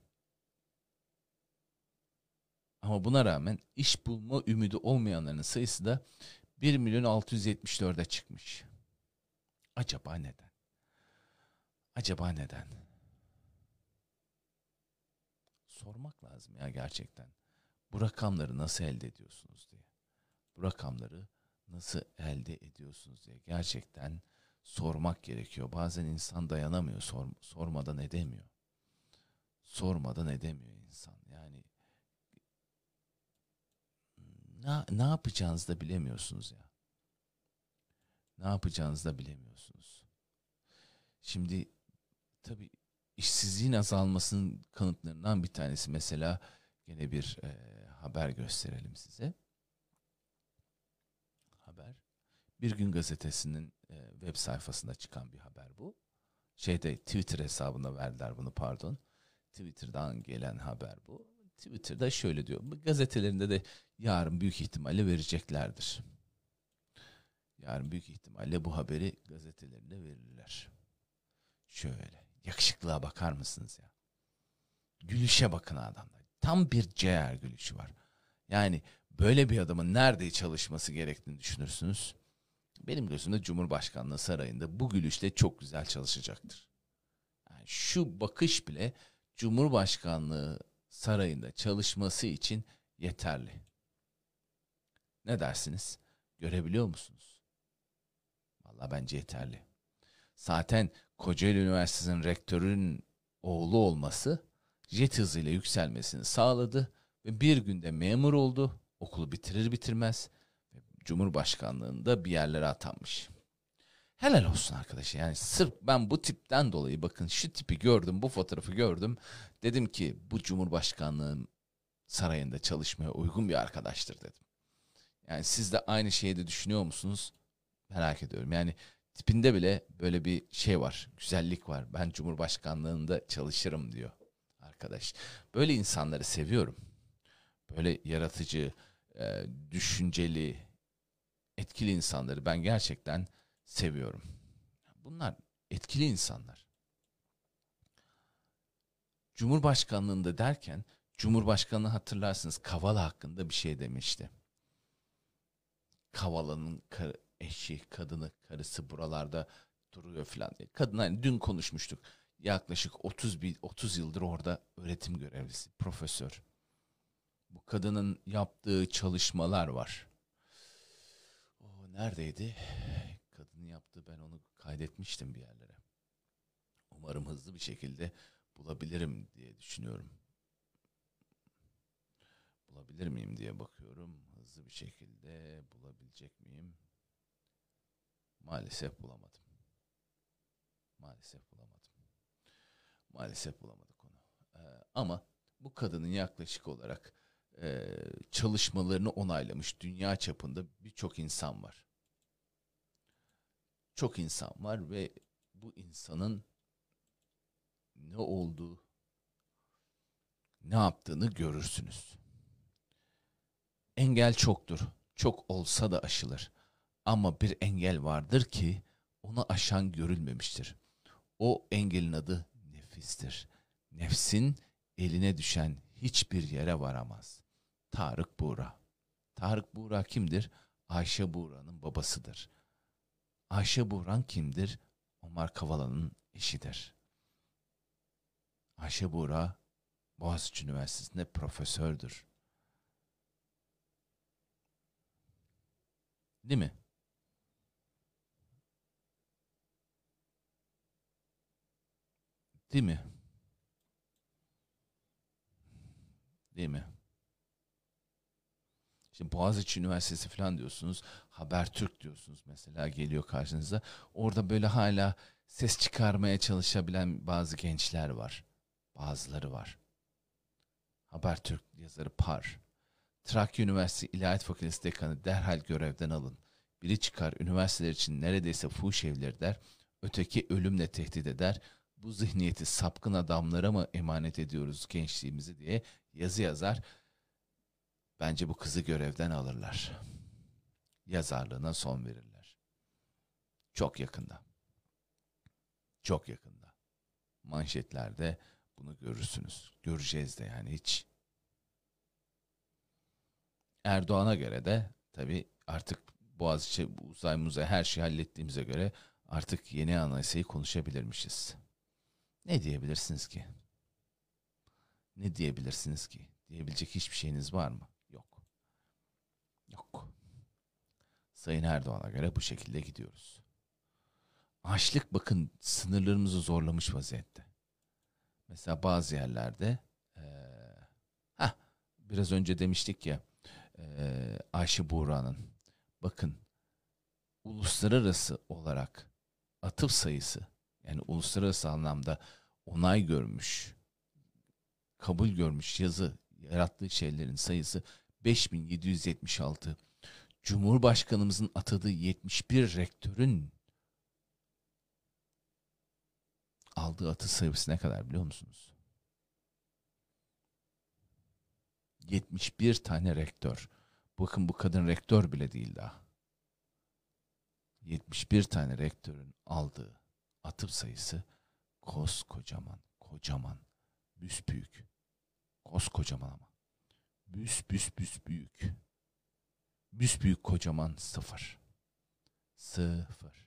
Ama buna rağmen iş bulma ümidi olmayanların sayısı da bir milyon altı yüz yetmiş dörde çıkmış. Acaba neden? Acaba neden? Sormak lazım ya gerçekten. Bu rakamları nasıl elde ediyorsunuz diye. Bu rakamları nasıl elde ediyorsunuz diye gerçekten sormak gerekiyor. Bazen insan dayanamıyor, sor, sormadan edemiyor. Sormadan edemiyor insan. Yani ne, ne yapacağınızı da bilemiyorsunuz ya. Ne yapacağınızı da bilemiyorsunuz. Şimdi tabii işsizliğin azalmasının kanıtlarından bir tanesi mesela yine bir e, haber gösterelim size. Haber. Bir Gün Gazetesi'nin e, web sayfasında çıkan bir haber bu. Şeyde Twitter hesabında verdiler bunu pardon. Twitter'dan gelen haber bu. Twitter'da şöyle diyor. Gazetelerinde de yarın büyük ihtimalle vereceklerdir. Yarın büyük ihtimalle bu haberi gazetelerinde verirler. Şöyle. Yakışıklığa bakar mısınız ya? Gülüşe bakın adamlar. Tam bir ciğer gülüşü var. Yani böyle bir adamın nerede çalışması gerektiğini düşünürsünüz. Benim gözümde Cumhurbaşkanlığı sarayında bu gülüşle çok güzel çalışacaktır. Yani şu bakış bile Cumhurbaşkanlığı sarayında çalışması için yeterli. Ne dersiniz? Görebiliyor musunuz? Vallahi bence yeterli. Zaten Kocaeli Üniversitesi'nin rektörünün oğlu olması jet hızıyla yükselmesini sağladı ve bir günde memur oldu. Okulu bitirir bitirmez Cumhurbaşkanlığında bir yerlere atanmış. Helal olsun arkadaşlar. Yani sırf ben bu tipten dolayı bakın şu tipi gördüm, bu fotoğrafı gördüm. Dedim ki bu Cumhurbaşkanlığı sarayında çalışmaya uygun bir arkadaştır dedim. Yani siz de aynı şeyi de düşünüyor musunuz? Merak ediyorum. Yani tipinde bile böyle bir şey var, güzellik var. Ben Cumhurbaşkanlığında çalışırım diyor arkadaş. Böyle insanları seviyorum. Böyle yaratıcı, e, düşünceli, etkili insanları ben gerçekten seviyorum. Bunlar etkili insanlar. Cumhurbaşkanlığında derken, Cumhurbaşkanı hatırlarsınız Kavala hakkında bir şey demişti. Kavala'nın kar- eşi, kadını, karısı buralarda duruyor falan diye. Kadın hani dün konuşmuştuk. Yaklaşık otuz bir, otuz yıldır orada öğretim görevlisi, profesör. Bu kadının yaptığı çalışmalar var. O neredeydi? Kadının yaptığı ben onu kaydetmiştim bir yerlere. Umarım hızlı bir şekilde bulabilirim diye düşünüyorum. Bulabilir miyim diye bakıyorum. Hızlı bir şekilde bulabilecek miyim? Maalesef bulamadım. Maalesef bulamadım. Maalesef bulamadık onu. Ee, ama bu kadının yaklaşık olarak e, çalışmalarını onaylamış dünya çapında birçok insan var. Çok insan var ve bu insanın ne olduğu, ne yaptığını görürsünüz. Engel çoktur. Çok olsa da aşılır. Ama bir engel vardır ki onu aşan görülmemiştir. O engelin adı nefistir. Nefsin eline düşen hiçbir yere varamaz. Tarık Buğra. Tarık Buğra kimdir? Ayşe Buğra'nın babasıdır. Ayşe Buğran kimdir? Omar Kavala'nın eşidir. Ayşe Buğra Boğaziçi Üniversitesi'nde profesördür. Değil mi? Değil mi? Değil mi? İşte Boğaziçi Üniversitesi falan diyorsunuz. Habertürk diyorsunuz mesela, geliyor karşınıza. Orada böyle hala ses çıkarmaya çalışabilen bazı gençler var. Bazıları var. Habertürk yazarı Par. Trakya Üniversitesi İlahiyat Fakültesi Dekanı derhal görevden alın. Biri çıkar üniversiteler için neredeyse fuhuş evleri der. Öteki ölümle tehdit eder. Bu zihniyeti sapkın adamlara mı emanet ediyoruz gençliğimizi diye yazı yazar. Bence bu kızı görevden alırlar. Yazarlığına son verirler. Çok yakında. Çok yakında. Manşetlerde bunu görürsünüz. Göreceğiz de yani hiç. Erdoğan'a göre de tabii artık Boğaziçi, uzay muzay her şeyi hallettiğimize göre artık yeni anayasayı konuşabilirmişiz. Ne diyebilirsiniz ki? Ne diyebilirsiniz ki? Diyebilecek hiçbir şeyiniz var mı? Yok. Yok. Sayın Erdoğan'a göre bu şekilde gidiyoruz. Açlık bakın sınırlarımızı zorlamış vaziyette. Mesela bazı yerlerde ee, heh, biraz önce demiştik ya ee, Ayşe Buğra'nın bakın uluslararası olarak atıf sayısı, yani uluslararası anlamda onay görmüş, kabul görmüş yazı yarattığı şeylerin sayısı beş bin yedi yüz yetmiş altı. Cumhurbaşkanımızın atadığı yetmiş bir rektörün aldığı atıf sayısı ne kadar biliyor musunuz? yetmiş bir tane rektör. Bakın bu kadın rektör bile değil daha. yetmiş bir tane rektörün aldığı atıf sayısı koskocaman, kocaman, büsbüyük. Koskocaman ama. Büs büs büs büyük. Büsbüyük kocaman sıfır. Sıfır.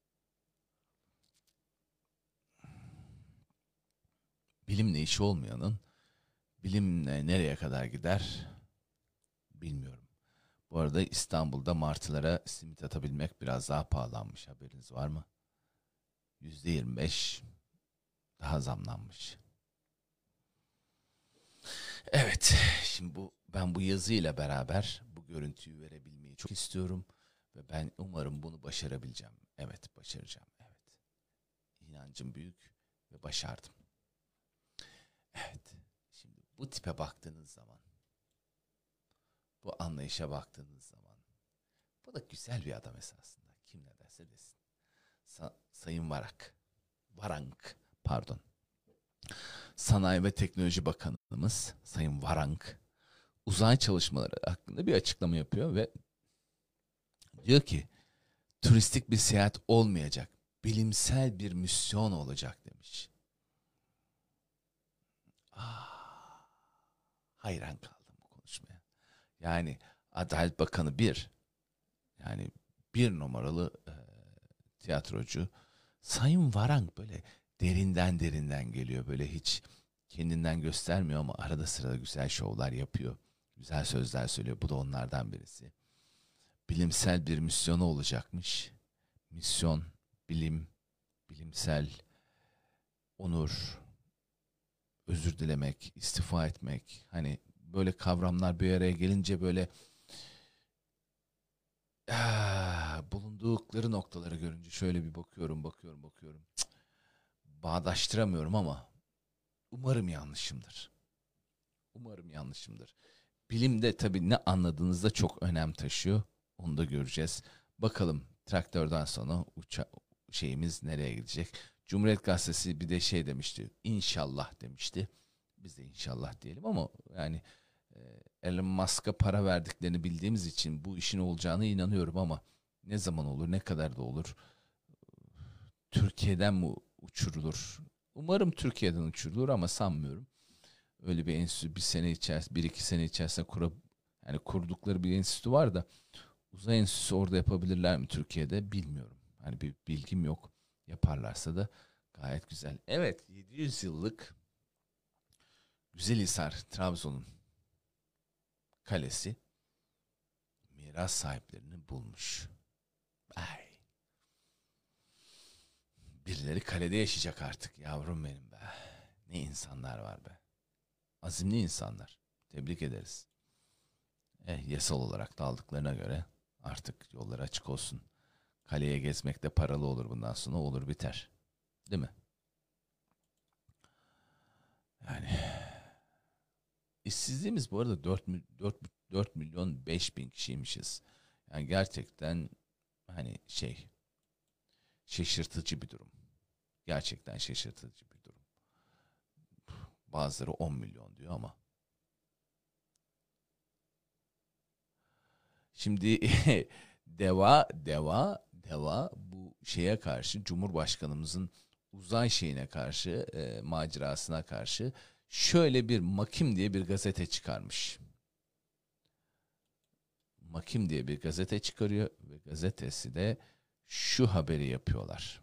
Bilimle işi olmayanın bilimle nereye kadar gider bilmiyorum. Bu arada İstanbul'da martılara simit atabilmek biraz daha pahalanmış. Haberiniz var mı? yüzde yirmi beş daha zamlanmış. Evet, şimdi bu ben bu yazıyla beraber bu görüntüyü verebilmeyi çok istiyorum ve ben umarım bunu başarabileceğim. Evet, başaracağım. Evet. İnancım büyük ve başardım. Evet. Şimdi bu tipe baktığınız zaman, bu anlayışa baktığınız zaman, bu da güzel bir adam esasında. Kim ne derse desin. Sa- Sayın Varak. Varank, pardon. Sanayi ve Teknoloji Bakanımız Sayın Varank uzay çalışmaları hakkında bir açıklama yapıyor ve diyor ki turistik bir seyahat olmayacak, bilimsel bir misyon olacak demiş. Ah, hayran kaldım bu konuşmaya. Yani Adalet Bakanı bir, yani bir numaralı e, tiyatrocu Sayın Varank böyle derinden derinden geliyor, böyle hiç kendinden göstermiyor ama arada sırada güzel şovlar yapıyor. Güzel sözler söylüyor. Bu da onlardan birisi. Bilimsel bir misyonu olacakmış. Misyon, bilim, bilimsel, onur, özür dilemek, istifa etmek. Hani böyle kavramlar bir araya gelince böyle ah, bulundukları noktaları görünce şöyle bir bakıyorum, bakıyorum, bakıyorum. Cık, bağdaştıramıyorum ama umarım yanlışımdır. Umarım yanlışımdır. Bilimde tabii ne anladığınızda çok önem taşıyor. Onu da göreceğiz. Bakalım traktörden sonra uça şeyimiz nereye gidecek? Cumhuriyet Gazetesi bir de şey demişti. İnşallah demişti. Biz de inşallah diyelim ama yani e, Elon Musk'a para verdiklerini bildiğimiz için bu işin olacağına inanıyorum ama ne zaman olur, ne kadar da olur? Türkiye'den mi uçurulur? Umarım Türkiye'den uçurulur ama sanmıyorum. Öyle bir enstitü bir sene içerisinde, bir iki sene içerisinde kurup yani kurdukları bir enstitü var da uzay enstitüsü orada yapabilirler mi Türkiye'de bilmiyorum. Hani bir bilgim yok. Yaparlarsa da gayet güzel. Evet, yedi yüz yıllık Güzelhisar, Trabzon'un kalesi miras sahiplerini bulmuş. Ay. Birileri kalede yaşayacak artık yavrum benim be. Ne insanlar var be. Azimli insanlar. Tebrik ederiz. Eh, yasal olarak da aldıklarına göre artık yolları açık olsun. Kaleye gezmek de paralı olur bundan sonra, olur biter. Değil mi? Yani işsizliğimiz bu arada dört, dört, dört milyon beş bin kişiymişiz. Yani gerçekten hani şey, şaşırtıcı bir durum. Gerçekten şaşırtıcı bir durum. Bazıları on milyon diyor ama. Şimdi deva deva deva bu şeye karşı, Cumhurbaşkanımızın uzay şeyine karşı, e, macerasına karşı şöyle bir Makim diye bir gazete çıkarmış. Makim diye bir gazete çıkarıyor ve gazetesi de şu haberi yapıyorlar.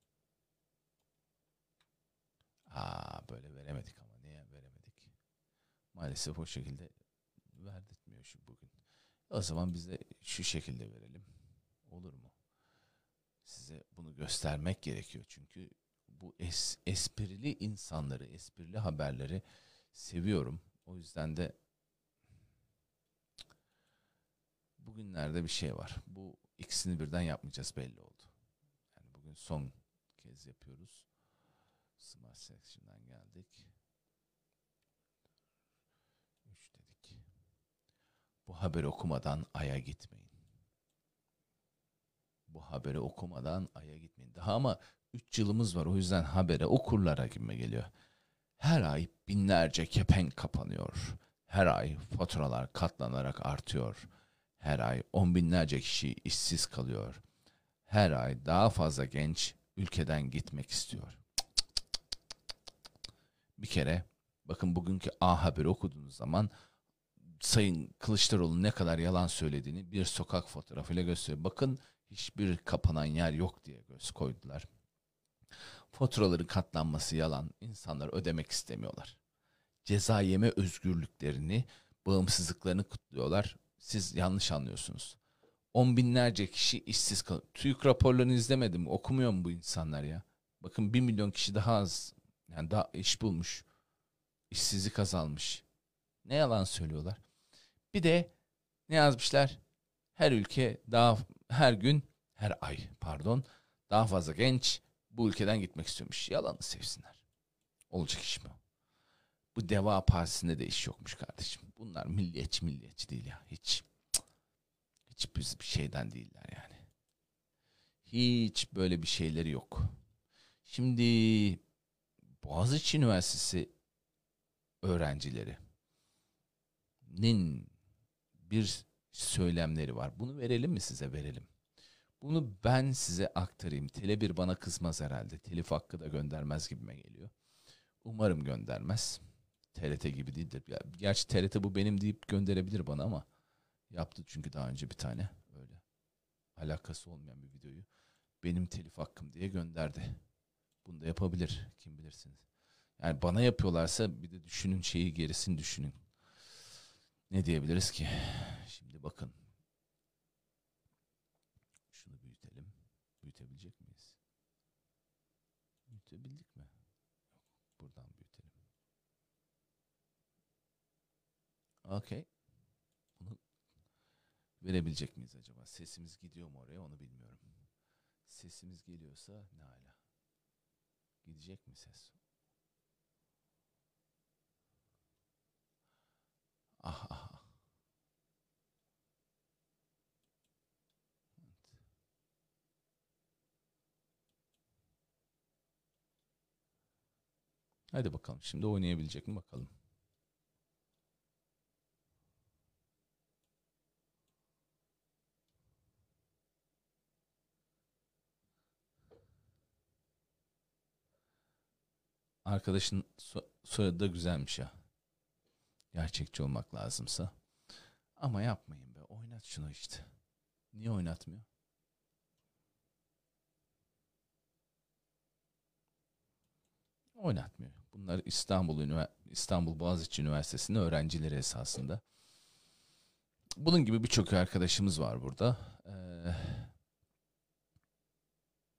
Aa, böyle veremedik ama niye veremedik? Maalesef o şekilde verdirtmiyor şu bugün. O zaman biz de şu şekilde verelim. Olur mu? Size bunu göstermek gerekiyor çünkü bu es, esprili insanları, esprili haberleri seviyorum. O yüzden de bugünlerde bir şey var. Bu ikisini birden yapmayacağız, belli oldu. Yani bugün son kez yapıyoruz. Smart Section'dan geldik. üç dedik. Bu haberi okumadan Ay'a gitmeyin. Bu haberi okumadan Ay'a gitmeyin. Daha ama üç yılımız var, o yüzden habere okurlara gibi geliyor. Her ay binlerce kepenk kapanıyor. Her ay faturalar katlanarak artıyor. Her ay on binlerce kişi işsiz kalıyor. Her ay daha fazla genç ülkeden gitmek istiyor. Bir kere bakın, bugünkü A Haber'i okuduğunuz zaman Sayın Kılıçdaroğlu ne kadar yalan söylediğini bir sokak fotoğrafıyla gösteriyor. Bakın, hiçbir kapanan yer yok diye göz koydular. Faturaların katlanması yalan. İnsanlar ödemek istemiyorlar. Ceza yeme özgürlüklerini, bağımsızlıklarını kutluyorlar. Siz yanlış anlıyorsunuz. On binlerce kişi işsiz kalıyor. TÜİK raporlarını izlemedim. Okumuyor mu bu insanlar ya? Bakın, bir milyon kişi daha az, yani daha iş bulmuş. İşsizlik azalmış. Ne yalan söylüyorlar. Bir de ne yazmışlar? Her ülke daha, her gün, her ay pardon, daha fazla genç bu ülkeden gitmek istiyormuş. Yalanı sevsinler. Olacak iş mi? Bu Deva Partisi'nde de iş yokmuş kardeşim. Bunlar milliyetçi milliyetçi değil ya. Hiç. Hiç bir şeyden değiller yani. Hiç böyle bir şeyleri yok. Şimdi Boğaziçi Üniversitesi öğrencilerinin bir söylemleri var. Bunu verelim mi size? Verelim. Bunu ben size aktarayım. Tele bir bana kızmaz herhalde. Telif hakkı da göndermez gibime geliyor. Umarım göndermez. T R T gibi değildir. Ya, gerçi T R T bu benim deyip gönderebilir bana ama yaptı çünkü daha önce bir tane öyle alakası olmayan bir videoyu benim telif hakkım diye gönderdi. Bunu da yapabilir. Kim bilirsiniz. Yani bana yapıyorlarsa bir de düşünün, şeyi gerisini düşünün. Ne diyebiliriz ki? Şimdi bakın. Şunu büyütelim. Büyütebilecek miyiz? Büyütebildik mi? Yok. Buradan büyütelim. Okey. Bunu verebilecek miyiz acaba? Sesimiz gidiyor mu oraya, onu bilmiyorum. Sesimiz geliyorsa ne hala? Gidecek mi ses? Ah ah ah. Hadi bakalım. Şimdi oynayabilecek mi bakalım. Arkadaşın so- soyadı da güzelmiş ya. Gerçekçi olmak lazımsa. Ama yapmayın be. Oynat şunu işte. Niye oynatmıyor? Oynatmıyor. Bunlar İstanbul Ünivers- İstanbul Boğaziçi Üniversitesi'nin öğrencileri esasında. Bunun gibi birçok arkadaşımız var burada. Ee,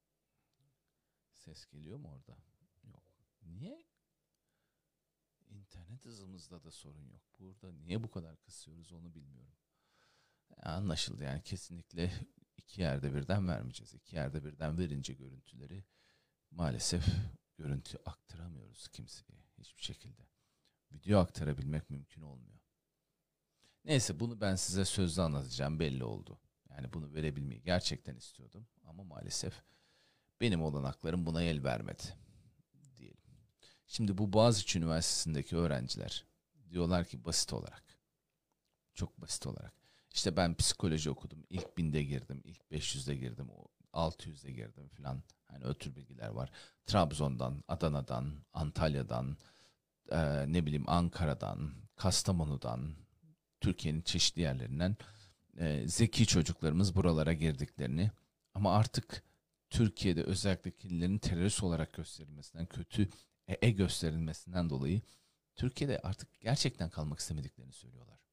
ses geliyor mu orada? Yok. Niye? İnternet hızımızda da sorun yok. Burada niye bu kadar kısıyoruz onu bilmiyorum. Anlaşıldı yani, kesinlikle iki yerde birden vermeyeceğiz. İki yerde birden verince görüntüleri maalesef görüntü aktaramıyoruz kimseye hiçbir şekilde. Video aktarabilmek mümkün olmuyor. Neyse, bunu ben size sözlü anlatacağım, belli oldu. Yani bunu verebilmeyi gerçekten istiyordum ama maalesef benim olanaklarım buna el vermedi diyelim. Şimdi bu Boğaziçi Üniversitesi'ndeki öğrenciler diyorlar ki basit olarak, çok basit olarak, İşte ben psikoloji okudum, ilk binde girdim, ilk beş yüzde girdim, altı yüzde girdim falan. Hani o tür bilgiler var. Trabzon'dan, Adana'dan, Antalya'dan, e, ne bileyim Ankara'dan, Kastamonu'dan, Türkiye'nin çeşitli yerlerinden e, zeki çocuklarımız buralara girdiklerini, ama artık Türkiye'de özellikle kinlilerin terörist olarak gösterilmesinden, kötü e, e gösterilmesinden dolayı Türkiye'de artık gerçekten kalmak istemediklerini söylüyorlar.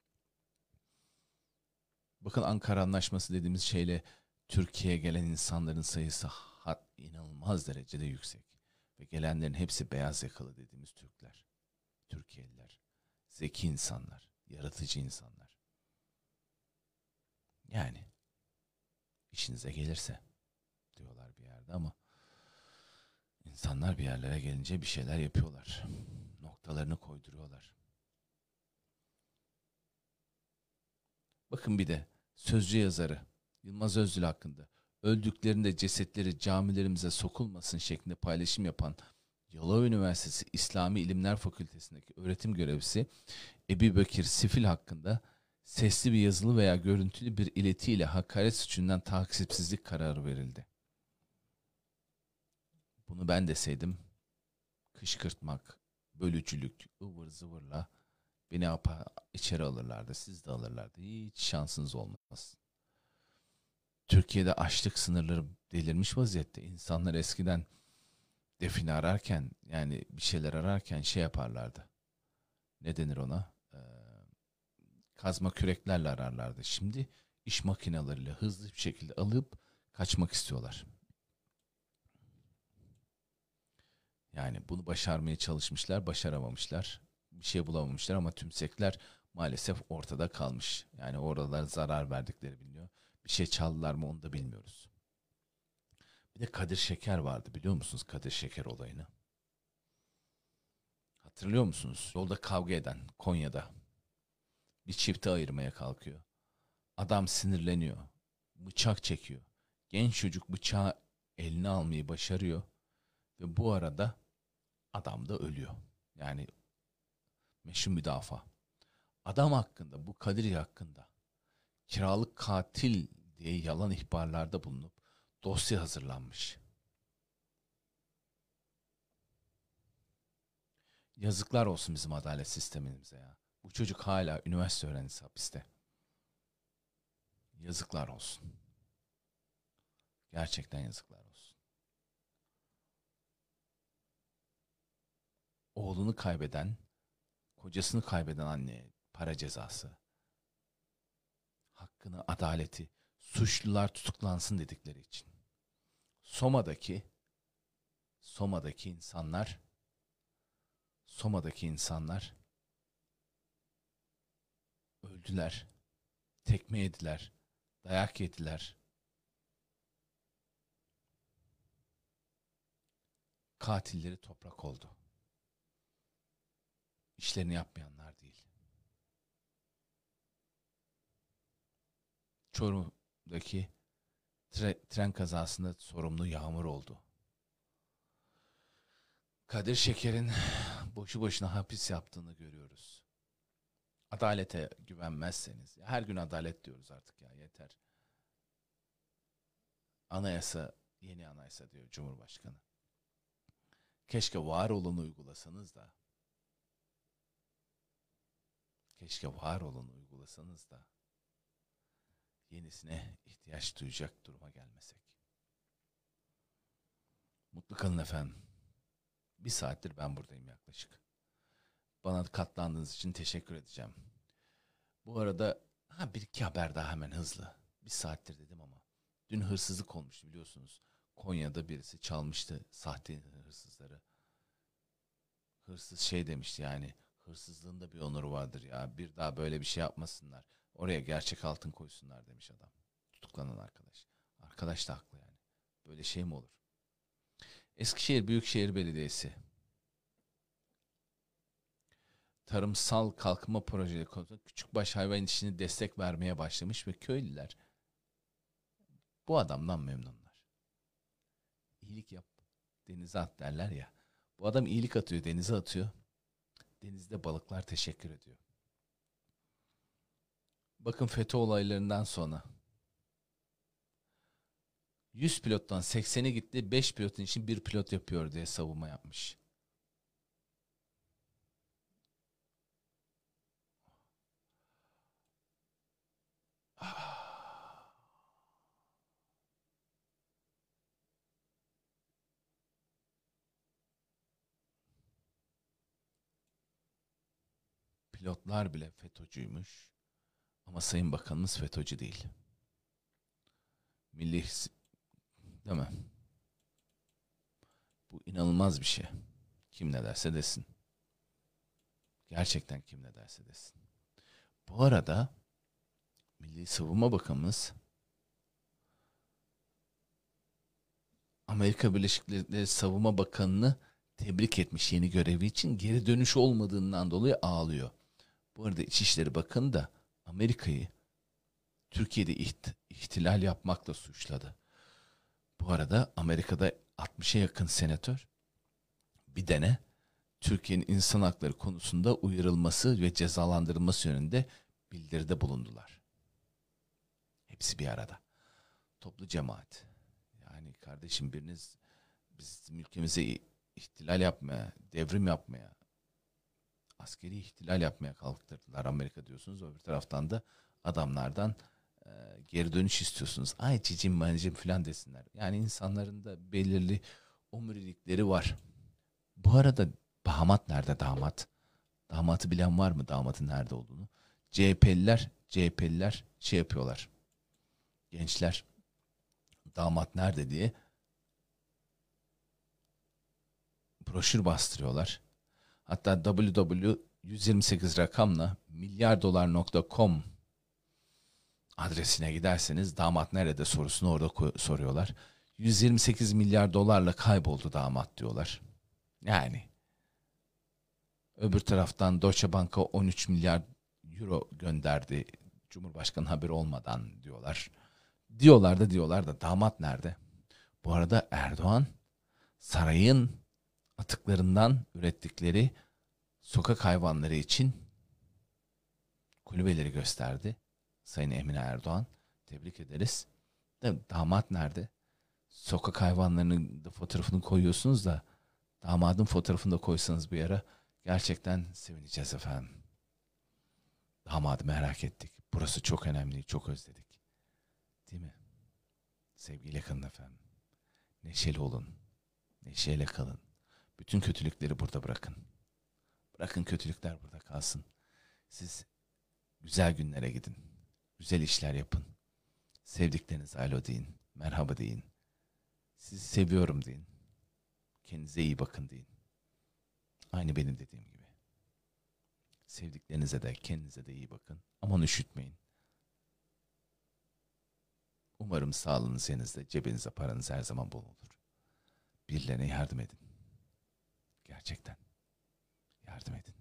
Bakın, Ankara Anlaşması dediğimiz şeyle Türkiye'ye gelen insanların sayısı inanılmaz derecede yüksek. Ve gelenlerin hepsi beyaz yakalı dediğimiz Türkler, Türkiye'liler, zeki insanlar, yaratıcı insanlar. Yani işinize gelirse diyorlar bir yerde, ama insanlar bir yerlere gelince bir şeyler yapıyorlar. Noktalarını koyduruyorlar. Bakın bir de Sözcü yazarı Yılmaz Özdil hakkında öldüklerinde cesetleri camilerimize sokulmasın şeklinde paylaşım yapan Yalova Üniversitesi İslami İlimler Fakültesindeki öğretim görevlisi Ebu Bekir Sifil hakkında sesli bir yazılı veya görüntülü bir iletiyle hakaret suçundan takipsizlik kararı verildi. Bunu ben deseydim, kışkırtmak, bölücülük, ıvır zıvırla beni apa içeri alırlardı, siz de alırlardı. Hiç şansınız olmaz. Türkiye'de açlık sınırları delirmiş vaziyette. İnsanlar eskiden define ararken, yani bir şeyler ararken şey yaparlardı. Ne denir ona? Ee, kazma küreklerle ararlardı. Şimdi iş makineleriyle hızlı bir şekilde alıp kaçmak istiyorlar. Yani bunu başarmaya çalışmışlar, başaramamışlar. Bir şey bulamamışlar ama tümsekler maalesef ortada kalmış. Yani oralar zarar verdikleri biliniyor. Bir şey çaldılar mı onu da bilmiyoruz. Bir de Kadir Şeker vardı, biliyor musunuz Kadir Şeker olayını? Hatırlıyor musunuz? Yolda kavga eden Konya'da bir çifti ayırmaya kalkıyor. Adam sinirleniyor. Bıçak çekiyor. Genç çocuk bıçağı eline almayı başarıyor. Ve bu arada adam da ölüyor. Yani meşhur müdafaa. Adam hakkında, bu Kadir hakkında kiralık katil diye yalan ihbarlarda bulunup dosya hazırlanmış. Yazıklar olsun bizim adalet sistemimize ya. Bu çocuk hala üniversite öğrencisi hapiste. Yazıklar olsun. Gerçekten yazıklar olsun. Oğlunu kaybeden, kocasını kaybeden anneye para cezası, hakkını, adaleti, suçlular tutuklansın dedikleri için. Soma'daki Soma'daki insanlar Soma'daki insanlar öldüler, tekme yediler, dayak yediler. Katilleri toprak oldu. İşlerini yapmayanlar değil. Çorum'daki tre- tren kazasında sorumlu Yağmur oldu. Kadir Şeker'in boşu boşuna hapis yaptığını görüyoruz. Adalete güvenmezseniz, her gün adalet diyoruz artık ya, yeter. Anayasa, yeni anayasa diyor Cumhurbaşkanı. Keşke var olanı uygulasanız da, keşke var olanı uygulasanız da yenisine ihtiyaç duyacak duruma gelmesek. Mutlu kalın efendim. Bir saattir ben buradayım yaklaşık. Bana katlandığınız için teşekkür edeceğim. Bu arada ha, bir iki haber daha hemen hızlı. Bir saattir dedim ama. Dün hırsızlık olmuştu biliyorsunuz. Konya'da birisi çalmıştı sahte hırsızları. Hırsız şey demişti, yani Hırsızlığın da bir onuru vardır ya. Bir daha böyle bir şey yapmasınlar. Oraya gerçek altın koysunlar demiş adam. Tutuklanan arkadaş. Arkadaş da haklı yani. Böyle şey mi olur? Eskişehir Büyükşehir Belediyesi tarımsal kalkınma projeleri konusunda küçükbaş hayvan işine destek vermeye başlamış ve köylüler bu adamdan memnunlar. İyilik yap, denize at derler ya. Bu adam iyilik atıyor, denize atıyor. Denizde balıklar teşekkür ediyor. Bakın FETÖ olaylarından sonra yüz pilottan sekseni gitti, beş pilotun için bir pilot yapıyor diye savunma yapmış. Pilotlar bile FETÖ'cüymüş. Ama Sayın Bakanımız FETÖ'cü değil. Milli değil mi? Bu inanılmaz bir şey. Kim ne derse desin. Gerçekten kim ne derse desin. Bu arada Milli Savunma Bakanımız Amerika Birleşik Devletleri Savunma Bakanı'nı tebrik etmiş yeni görevi için, geri dönüş olmadığından dolayı ağlıyor. Bu arada İçişleri Bakanı da Amerika'yı Türkiye'de iht- ihtilal yapmakla suçladı. Bu arada Amerika'da altmışa yakın senatör bir dene Türkiye'nin insan hakları konusunda uyarılması ve cezalandırılması yönünde bildiride bulundular. Hepsi bir arada. Toplu cemaat. Yani kardeşim, biriniz bizim ülkemize ihtilal yapmaya, devrim yapmaya, askeri ihtilal yapmaya kalktırdılar Amerika diyorsunuz. Öbür taraftan da adamlardan e, geri dönüş istiyorsunuz. Ay cicim manicim falan desinler. Yani insanların da belirli omurilikleri var. Bu arada damat nerede damat? Damatı bilen var mı, damatın nerede olduğunu? C H P'liler, C H P'liler şey yapıyorlar. Gençler damat nerede diye broşür bastırıyorlar. Hatta double-u double-u double-u yüz yirmi sekiz rakamla milyardolar nokta com adresine giderseniz damat nerede sorusunu orada ko- soruyorlar. yüz yirmi sekiz milyar dolarla kayboldu damat diyorlar. Yani öbür taraftan Deutsche Bank'a on üç milyar euro gönderdi Cumhurbaşkanı haberi olmadan diyorlar. Diyorlar da diyorlar da damat nerede? Bu arada Erdoğan sarayın atıklarından ürettikleri sokak hayvanları için kulübeleri gösterdi. Sayın Emine Erdoğan. Tebrik ederiz. De, damat nerede? Sokak hayvanlarının da fotoğrafını koyuyorsunuz da damadın fotoğrafını da koysanız bir ara gerçekten sevineceğiz efendim. Damadı merak ettik. Burası çok önemli, çok özledik. Değil mi? Sevgiyle kalın efendim. Neşeli olun. Neşeyle kalın. Bütün kötülükleri burada bırakın. Bırakın kötülükler burada kalsın. Siz güzel günlere gidin. Güzel işler yapın. Sevdiklerinize alo deyin. Merhaba deyin. Sizi seviyorum deyin. Kendinize iyi bakın deyin. Aynı benim dediğim gibi. Sevdiklerinize de kendinize de iyi bakın. Aman üşütmeyin. Umarım sağlığınız yerinizde, cebinizde paranız her zaman bol olur. Birilerine yardım edin. Gerçekten. Yardım edin.